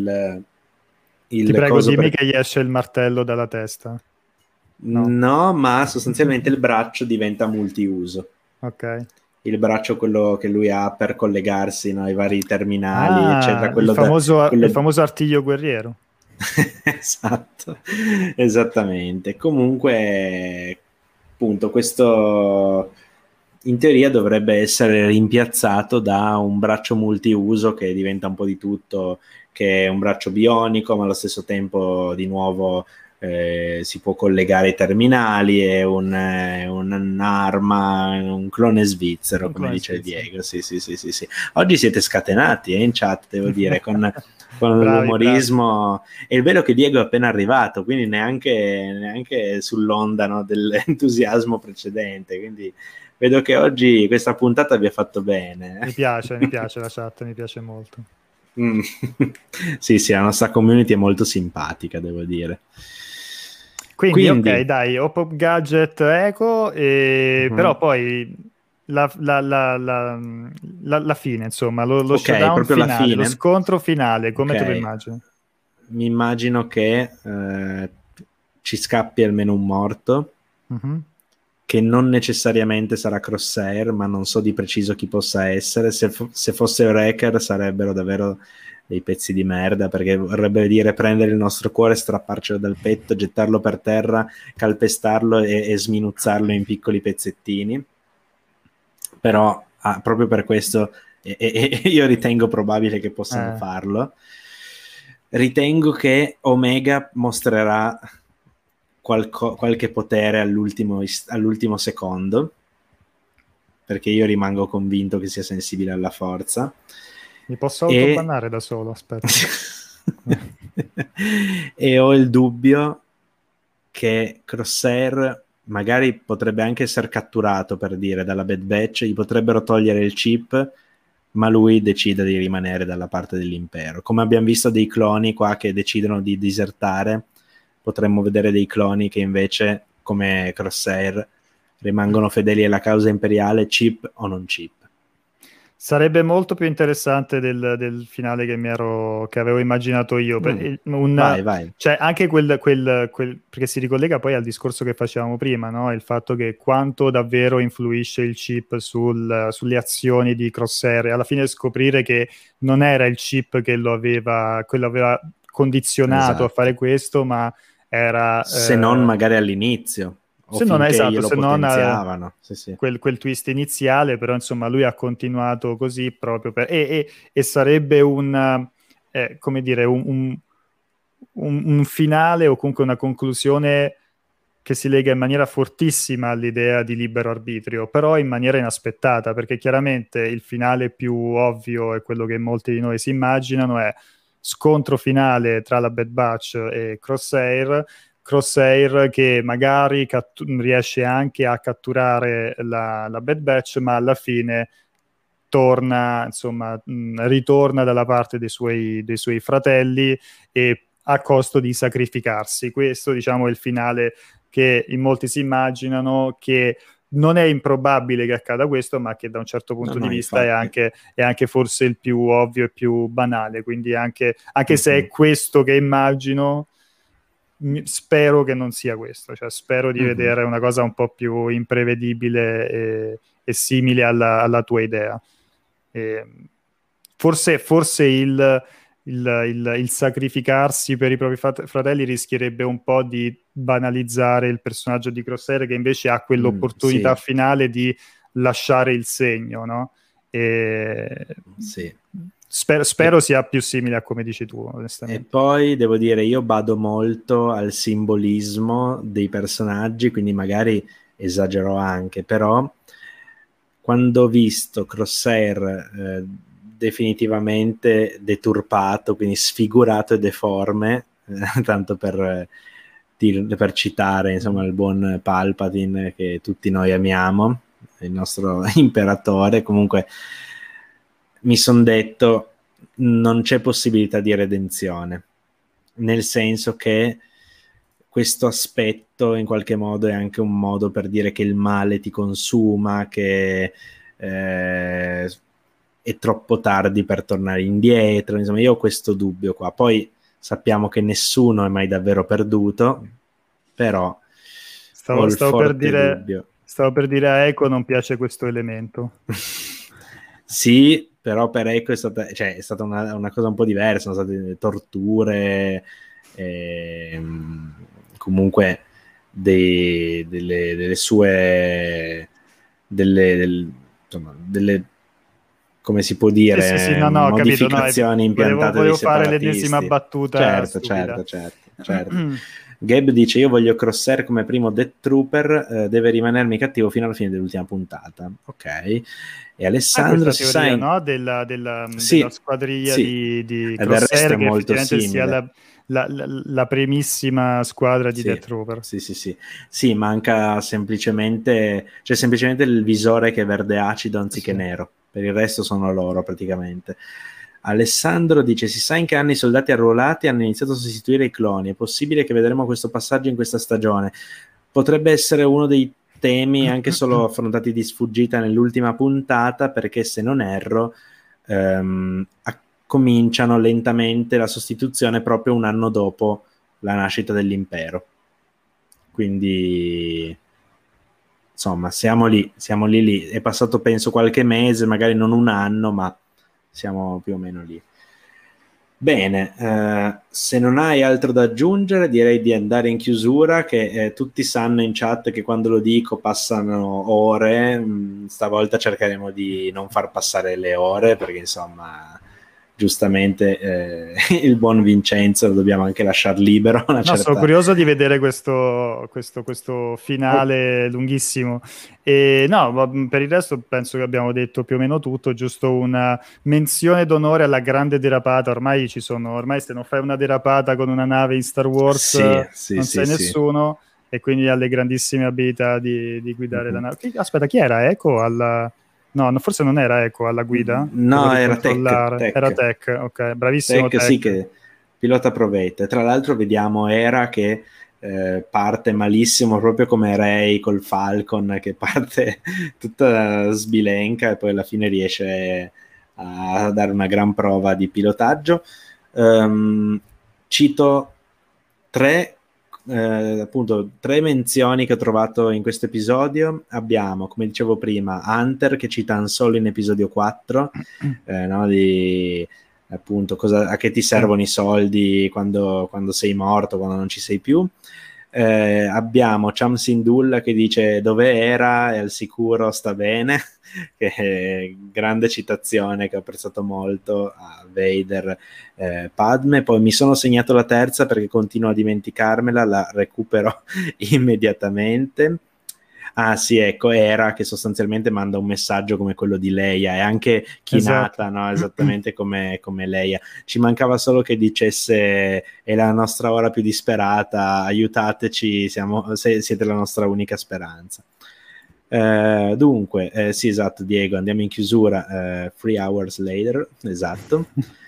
Ti prego, dimmi che gli esce il martello dalla testa. No, ma sostanzialmente il braccio diventa multiuso. Ok. Il braccio, quello che lui ha per collegarsi, no, ai vari terminali, eccetera. Il famoso artiglio guerriero. Esatto, esattamente. Comunque, appunto, questo in teoria dovrebbe essere rimpiazzato da un braccio multiuso che diventa un po' di tutto, che è un braccio bionico, ma allo stesso tempo di nuovo si può collegare ai terminali, è un'arma, un clone svizzero, come dice Diego. Sì. Oggi siete scatenati in chat, devo dire, con l'umorismo. E il bello che Diego è appena arrivato, quindi neanche sull'onda, no, dell'entusiasmo precedente, quindi vedo che oggi questa puntata vi ha fatto bene. Mi piace la chat, mi piace molto. Sì, la nostra community è molto simpatica, devo dire. Quindi ok, dai, Hop Gadget Echo, però poi la fine, insomma, lo showdown finale, lo scontro finale, come te lo immagini? Mi immagino che ci scappi almeno un morto, che non necessariamente sarà Crosshair, ma non so di preciso chi possa essere. Se fosse Wrecker sarebbero davvero dei pezzi di merda, perché vorrebbe dire prendere il nostro cuore, strapparcelo dal petto, gettarlo per terra, calpestarlo e sminuzzarlo in piccoli pezzettini. Però proprio per questo io ritengo probabile che possano farlo. Ritengo che Omega mostrerà qualche potere all'ultimo secondo, perché io rimango convinto che sia sensibile alla forza. Mi posso autobannare da solo, aspetta. E ho il dubbio che Crosshair magari potrebbe anche essere catturato, per dire, dalla Bad Batch, gli potrebbero togliere il chip, ma lui decide di rimanere dalla parte dell'impero. Come abbiamo visto dei cloni qua che decidono di disertare, potremmo vedere dei cloni che invece, come Crosshair, rimangono fedeli alla causa imperiale, chip o non chip. Sarebbe molto più interessante del finale che avevo immaginato io. Vai. Cioè, anche perché si ricollega poi al discorso che facevamo prima, no? Il fatto che quanto davvero influisce il chip sulle azioni di Crosshair, e alla fine scoprire che non era il chip che lo aveva condizionato a fare questo, ma era... Se non magari all'inizio. Se non glielo potenziavano. Sì. Quel twist iniziale, però insomma lui ha continuato così proprio e sarebbe come dire, un finale o comunque una conclusione che si lega in maniera fortissima all'idea di libero arbitrio, però in maniera inaspettata, perché chiaramente il finale più ovvio è quello che molti di noi si immaginano, è scontro finale tra la Bad Batch e Crosshair che magari riesce anche a catturare la Bad Batch, ma alla fine ritorna dalla parte dei suoi fratelli e a costo di sacrificarsi. Questo, diciamo, è il finale che in molti si immaginano, che non è improbabile che accada questo, ma che da un certo punto di vista è anche forse il più ovvio e più banale. Quindi anche se è questo che immagino, spero che non sia questo, cioè spero di vedere una cosa un po' più imprevedibile e simile alla tua idea. Forse il sacrificarsi per i propri fratelli rischierebbe un po' di banalizzare il personaggio di Crosshair, che invece ha quell'opportunità finale di lasciare il segno, no? Sì. Spero sia più simile a come dici tu, onestamente. E poi devo dire, io bado molto al simbolismo dei personaggi, quindi magari esagero anche, però quando ho visto Crosshair definitivamente deturpato, quindi sfigurato e deforme, tanto per citare insomma il buon Palpatine che tutti noi amiamo, il nostro imperatore, comunque mi son detto non c'è possibilità di redenzione, nel senso che questo aspetto in qualche modo è anche un modo per dire che il male ti consuma, che è troppo tardi per tornare indietro. Insomma, io ho questo dubbio qua. Poi sappiamo che nessuno è mai davvero perduto, però ho il forte dubbio. Stavo per dire a Eco non piace questo elemento. Sì, però per Eco è stata una cosa un po' diversa, sono state torture, comunque delle sue insomma, come si può dire, sì, modificazioni impiantate volevo dai fare separatisti. l'ennesima battuta Certo. Gabe dice: io voglio Crosshair come primo Death Trooper, deve rimanermi cattivo fino alla fine dell'ultima puntata. Ok. E Alessandro si teoria, no? della squadriglia di Crosshair, che effettivamente sia la primissima squadra di Death Trooper. Sì, manca semplicemente il visore che è verde acido anziché nero, per il resto sono loro praticamente. Alessandro dice: si sa in che anni i soldati arruolati hanno iniziato a sostituire i cloni, è possibile che vedremo questo passaggio in questa stagione? Potrebbe essere uno dei temi anche solo affrontati di sfuggita nell'ultima puntata, perché se non erro cominciano lentamente la sostituzione proprio un anno dopo la nascita dell'impero, quindi insomma siamo lì, è passato penso qualche mese, magari non un anno, ma siamo più o meno lì. Bene, se non hai altro da aggiungere, direi di andare in chiusura, che tutti sanno in chat che quando lo dico passano ore. Stavolta cercheremo di non far passare le ore, perché insomma, giustamente il buon Vincenzo lo dobbiamo anche lasciar libero una No, sono certa... curioso di vedere questo Oh, finale lunghissimo. E no, ma per il resto penso che abbiamo detto più o meno tutto, giusto una menzione d'onore alla grande derapata. Ormai se non fai una derapata con una nave in Star Wars sì, sì, non sì, sei sì. nessuno, e quindi ha le grandissime abilità di guidare la Mhm. nave. Aspetta, chi era Echo alla... No, forse non era Echo alla guida, quello No, di era Tech, controllare. Era Tech. Tech, ok, bravissimo Tech sì, Tech. che pilota provetta. Tra l'altro vediamo Hera che parte malissimo, proprio come Rey col Falcon, che parte tutta sbilenca e poi alla fine riesce a dare una gran prova di pilotaggio. Cito tre, appunto, tre menzioni che ho trovato in questo episodio. Abbiamo, come dicevo prima, Hunter che cita Han Solo in episodio 4, no, di appunto a che ti Sì. servono i soldi quando sei morto, quando non ci sei più. Abbiamo Cham Syndulla che dice dove era e al sicuro sta bene, che è grande citazione che ho apprezzato molto a Vader, Padme. Poi mi sono segnato la terza perché continuo a dimenticarmela, la recupero immediatamente. Ah sì, ecco, Era che sostanzialmente manda un messaggio come quello di Leia, è anche Esatto. chinata, no? Esattamente come Leia. Ci mancava solo che dicesse è la nostra ora più disperata, aiutateci, siete la nostra unica speranza. Dunque, sì, esatto, Diego, andiamo in chiusura. 3 hours later, esatto.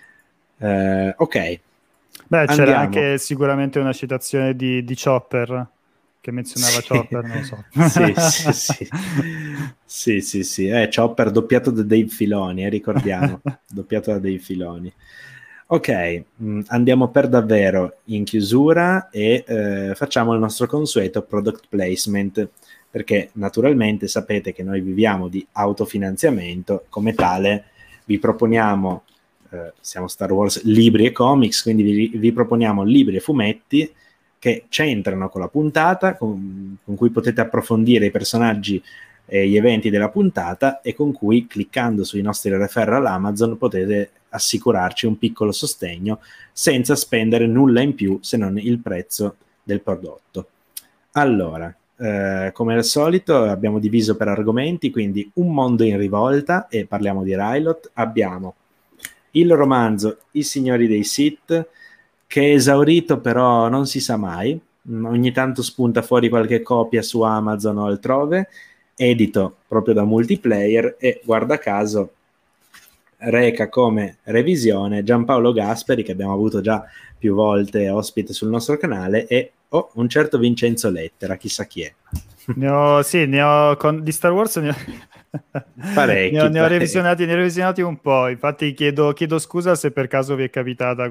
Ok, Beh, c'era andiamo. anche sicuramente una citazione di Chopper che menzionava Sì, Chopper, non lo so. sì, sì, sì. Sì, sì, sì. Chopper doppiato da Dave Filoni, ricordiamo, doppiato da Dave Filoni. Ok, andiamo per davvero in chiusura e facciamo il nostro consueto product placement, perché naturalmente sapete che noi viviamo di autofinanziamento, come tale vi proponiamo, siamo Star Wars libri e comics, quindi vi proponiamo libri e fumetti che c'entrano con la puntata, con cui potete approfondire i personaggi e gli eventi della puntata e con cui cliccando sui nostri referral Amazon potete assicurarci un piccolo sostegno senza spendere nulla in più se non il prezzo del prodotto. Allora, come al solito abbiamo diviso per argomenti, quindi un mondo in rivolta, e parliamo di Rylot. Abbiamo il romanzo I Signori dei Sith, che è esaurito però non si sa mai. Ogni tanto spunta fuori qualche copia su Amazon o altrove, edito proprio da Multiplayer, e guarda caso reca come revisione Giampaolo Gasperi, che abbiamo avuto già più volte ospite sul nostro canale, e un certo Vincenzo Lettera, chissà chi è. Sì, di Star Wars Parecchi, parecchi. ne ho revisionati un po'. Infatti chiedo scusa se per caso vi è capitata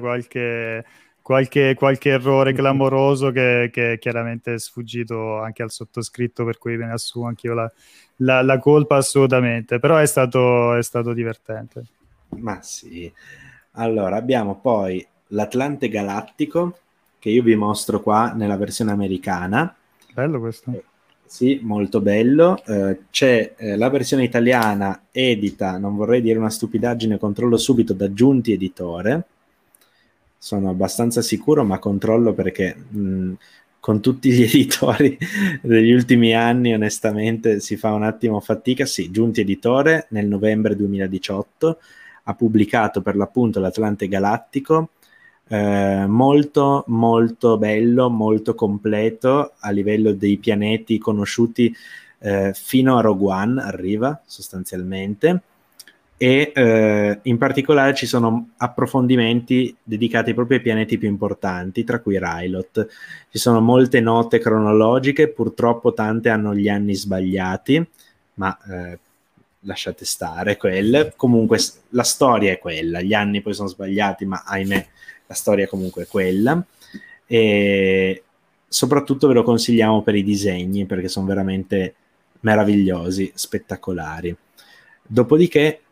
qualche errore clamoroso che chiaramente è sfuggito anche al sottoscritto, per cui ve ne assumo anch'io la colpa assolutamente. Però è stato divertente. Ma sì. Allora, abbiamo poi l'Atlante Galattico, che io vi mostro qua nella versione americana. Bello questo. Sì, molto bello. C'è la versione italiana edita, non vorrei dire una stupidaggine, controllo subito, da Giunti Editore. Sono abbastanza sicuro, ma controllo perché con tutti gli editori degli ultimi anni, onestamente, si fa un attimo fatica. Sì, Giunti Editore nel novembre 2018 ha pubblicato per l'appunto l'Atlante Galattico, molto molto bello, molto completo a livello dei pianeti conosciuti, fino a Rogue One arriva sostanzialmente, e in particolare ci sono approfondimenti dedicati proprio ai pianeti più importanti, tra cui Rylot. Ci sono molte note cronologiche, purtroppo tante hanno gli anni sbagliati, ma lasciate stare quelle. Comunque la storia è quella, gli anni poi sono sbagliati, ma ahimè la storia comunque è quella. E soprattutto ve lo consigliamo per i disegni, perché sono veramente meravigliosi, spettacolari. Dopodiché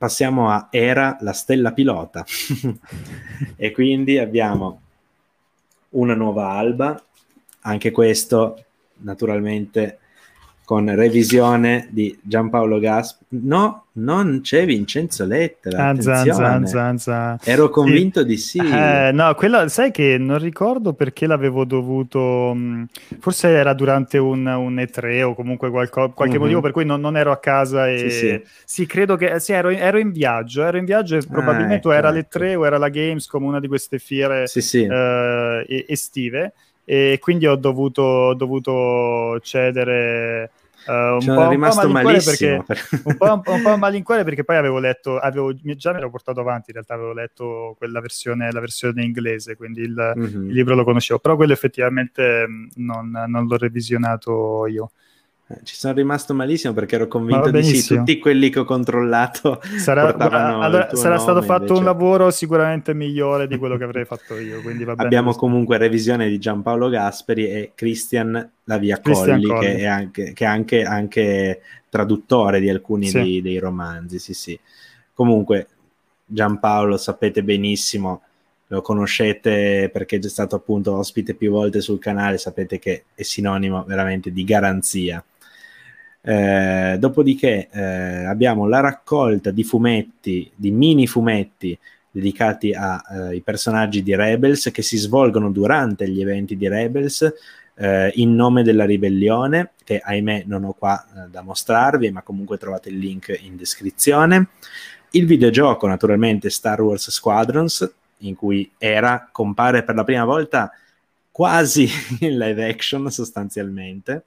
passiamo a Era, la stella pilota. E quindi abbiamo una nuova alba, anche questo naturalmente con revisione di Giampaolo Gaspi. No, non c'è Vincenzo Lettera, attenzione. Ero convinto sì. Di sì. No, quella, sai che non ricordo perché l'avevo dovuto, forse era durante un E3 o comunque qualche motivo per cui non ero a casa e sì, credo che sì, ero in viaggio e probabilmente ecco, era l'E3 o era la Gamescom, una di queste fiere estive, e quindi ho dovuto cedere un po' a malincuore perché un po' a malincuore perché poi avevo letto, già me l'ho portato avanti, in realtà avevo letto la versione inglese, quindi il libro lo conoscevo, però quello effettivamente non l'ho revisionato io. Ci sono rimasto malissimo perché ero convinto di sì, tutti quelli che ho controllato portavano il sarà stato nome, fatto invece... un lavoro sicuramente migliore di quello che avrei fatto io, quindi va bene. Abbiamo comunque revisione di Giampaolo Gasperi e Christian Lavia Colli, che è anche traduttore di alcuni dei romanzi. Sì. Comunque Giampaolo sapete benissimo, lo conoscete perché è stato appunto ospite più volte sul canale, sapete che è sinonimo veramente di garanzia. Dopodiché abbiamo la raccolta di fumetti, di mini fumetti dedicati ai personaggi di Rebels che si svolgono durante gli eventi di Rebels in nome della ribellione, che ahimè non ho qua da mostrarvi, ma comunque trovate il link in descrizione. Il videogioco naturalmente Star Wars Squadrons, in cui Hera compare per la prima volta quasi in live action sostanzialmente.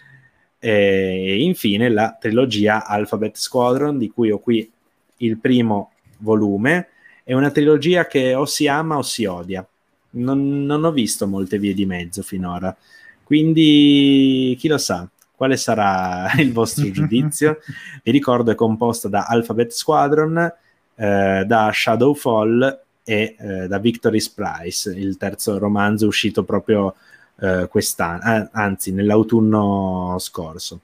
E infine la trilogia Alphabet Squadron, di cui ho qui il primo volume. È una trilogia che o si ama o si odia, non ho visto molte vie di mezzo finora, quindi chi lo sa quale sarà il vostro giudizio. Vi ricordo è composta da Alphabet Squadron, da Shadowfall e da Victory's Prize, il terzo romanzo uscito proprio quest'anno, anzi nell'autunno scorso.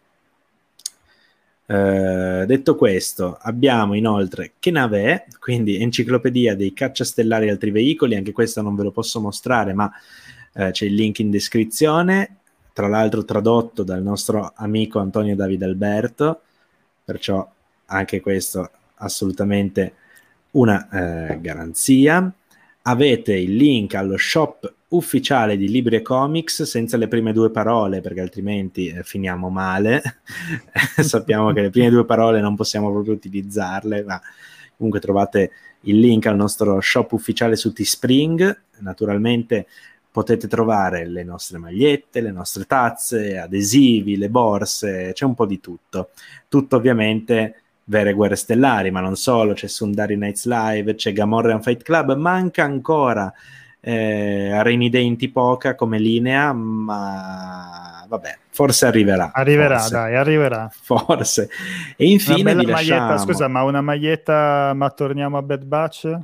Detto questo, abbiamo inoltre Che nave è, quindi enciclopedia dei cacciastellari e altri veicoli. Anche questo non ve lo posso mostrare, ma c'è il link in descrizione, tra l'altro tradotto dal nostro amico Antonio Davide Alberto, perciò anche questo assolutamente una garanzia. Avete il link allo shop ufficiale di Libri e Comics senza le prime due parole, perché altrimenti finiamo male. Sappiamo che le prime due parole non possiamo proprio utilizzarle, ma comunque trovate il link al nostro shop ufficiale su Teespring. Naturalmente potete trovare le nostre magliette, le nostre tazze, adesivi, le borse, c'è un po' di tutto ovviamente vere guerre stellari, ma non solo, c'è Sundari Nights Live, c'è Gamorrean Fight Club, manca ancora Rainy Day in Tipoca come linea, ma vabbè, forse arriverà. Arriverà. Forse. E infine vi lasciamo... maglietta, scusa, ma una maglietta, ma torniamo a Bad Batch?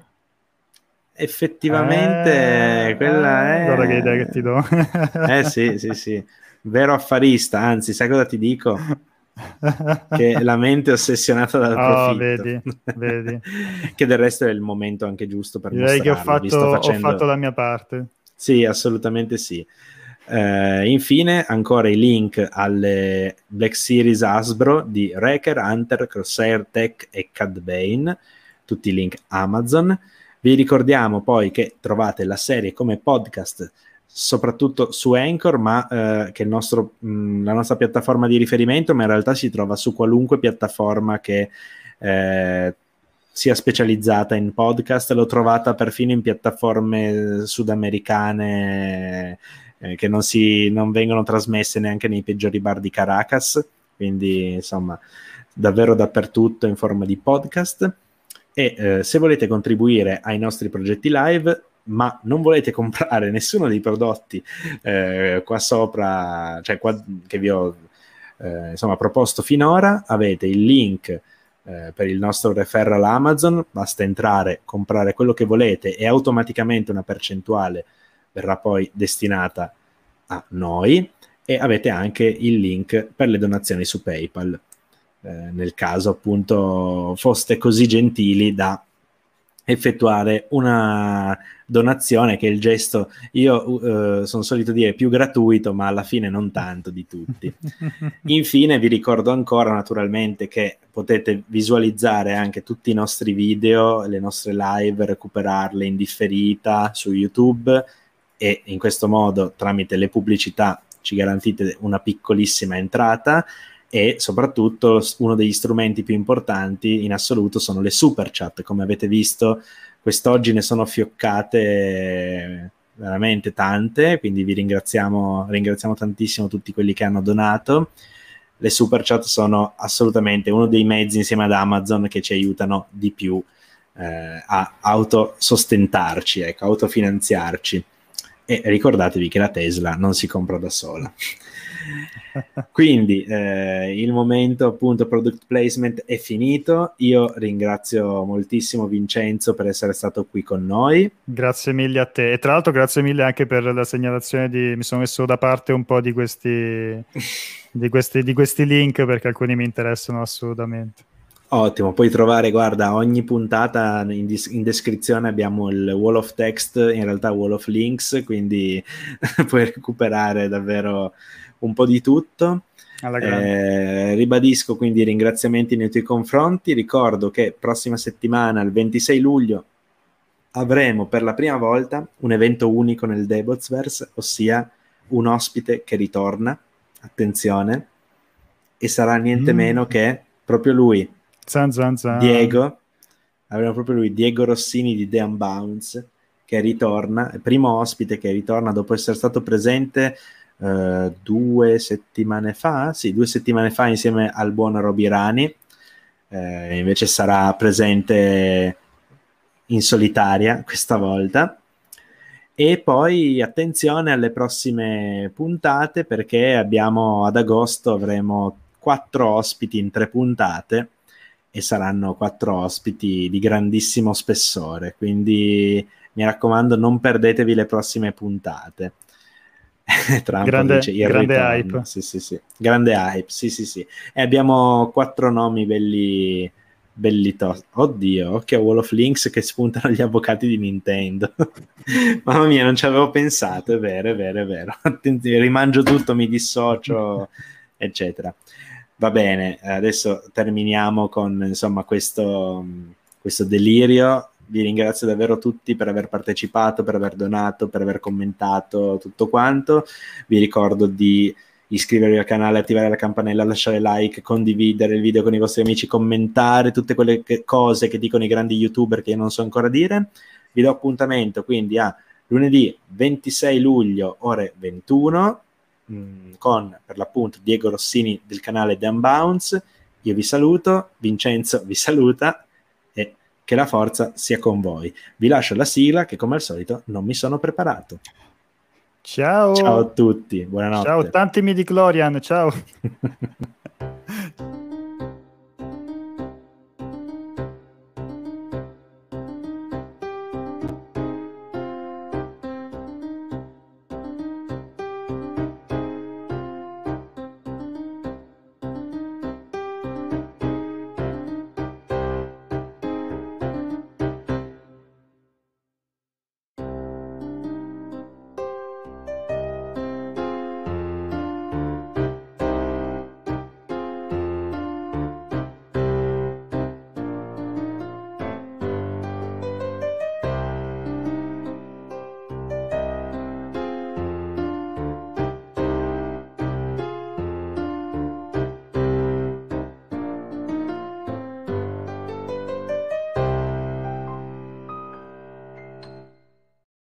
Effettivamente quella è... Guarda che idea che ti do. Sì. Vero affarista, anzi, sai cosa ti dico? Che la mente è ossessionata dal profitto. Vedi. Che del resto è il momento anche giusto per direi mostrarlo. che ho fatto la mia parte. Sì, assolutamente sì. Infine ancora i link alle Black Series Hasbro di Wrecker, Hunter, Crosshair Tech e Cad Bane, tutti i link Amazon. Vi ricordiamo poi che trovate la serie come podcast soprattutto su Anchor, ma che è la nostra piattaforma di riferimento, ma in realtà si trova su qualunque piattaforma che sia specializzata in podcast. L'ho trovata perfino in piattaforme sudamericane che non vengono trasmesse neanche nei peggiori bar di Caracas, quindi insomma davvero dappertutto in forma di podcast. E se volete contribuire ai nostri progetti live ma non volete comprare nessuno dei prodotti qua sopra, cioè qua, che vi ho insomma proposto finora, avete il link per il nostro referral Amazon. Basta entrare, comprare quello che volete e automaticamente una percentuale verrà poi destinata a noi, e avete anche il link per le donazioni su PayPal. nel caso appunto foste così gentili da effettuare una donazione, che è il gesto, io sono solito dire, più gratuito, ma alla fine non tanto di tutti. Infine vi ricordo ancora naturalmente che potete visualizzare anche tutti i nostri video, le nostre live, recuperarle in differita su YouTube, e in questo modo tramite le pubblicità ci garantite una piccolissima entrata. E soprattutto uno degli strumenti più importanti in assoluto sono le super chat. Come avete visto, quest'oggi ne sono fioccate veramente tante, quindi vi ringraziamo tantissimo tutti quelli che hanno donato. Le super chat sono assolutamente uno dei mezzi, insieme ad Amazon, che ci aiutano di più a autosostentarci, ecco, autofinanziarci. E ricordatevi che la Tesla non si compra da sola. Quindi il momento appunto product placement è finito. Io ringrazio moltissimo Vincenzo per essere stato qui con noi. Grazie mille a te, e tra l'altro grazie mille anche per la segnalazione mi sono messo da parte un po' di questi link, perché alcuni mi interessano assolutamente. Ottimo, puoi trovare, guarda, ogni puntata in descrizione abbiamo il wall of text, in realtà wall of links, quindi puoi recuperare davvero un po' di tutto. Ribadisco quindi i ringraziamenti nei tuoi confronti. Ricordo che prossima settimana, il 26 luglio, avremo per la prima volta un evento unico nel Debotsverse, ossia un ospite che ritorna, attenzione, e sarà niente meno che proprio lui, Zan, zan, zan. avremo proprio lui, Diego Rossini di The Unbounce, che ritorna, il primo ospite che ritorna dopo essere stato presente 2 settimane fa, sì, 2 settimane fa insieme al buon Roby Rani. Invece sarà presente in solitaria questa volta. E poi attenzione alle prossime puntate, perché ad agosto avremo 4 ospiti in 3 puntate, e saranno 4 ospiti di grandissimo spessore, quindi mi raccomando, non perdetevi le prossime puntate. Trump dice grande hype. Sì. Grande hype, sì. E abbiamo 4 nomi belli tosti. Oddio, occhio a Wall of Links che spuntano gli avvocati di Nintendo. Mamma mia, non ci avevo pensato, è vero. Attenzione, rimangio tutto, mi dissocio, eccetera. Va bene, adesso terminiamo con insomma questo delirio. Vi ringrazio davvero tutti per aver partecipato, per aver donato, per aver commentato tutto quanto. Vi ricordo di iscrivervi al canale, attivare la campanella, lasciare like, condividere il video con i vostri amici, commentare tutte quelle cose che dicono i grandi youtuber che io non so ancora dire. Vi do appuntamento quindi a lunedì 26 luglio ore 21 con per l'appunto Diego Rossini del canale The Unbounce. Io vi saluto, Vincenzo vi saluta, e che la forza sia con voi. Vi lascio la sigla che come al solito non mi sono preparato. Ciao a tutti, buonanotte. Ciao, tanti midichlorian, ciao.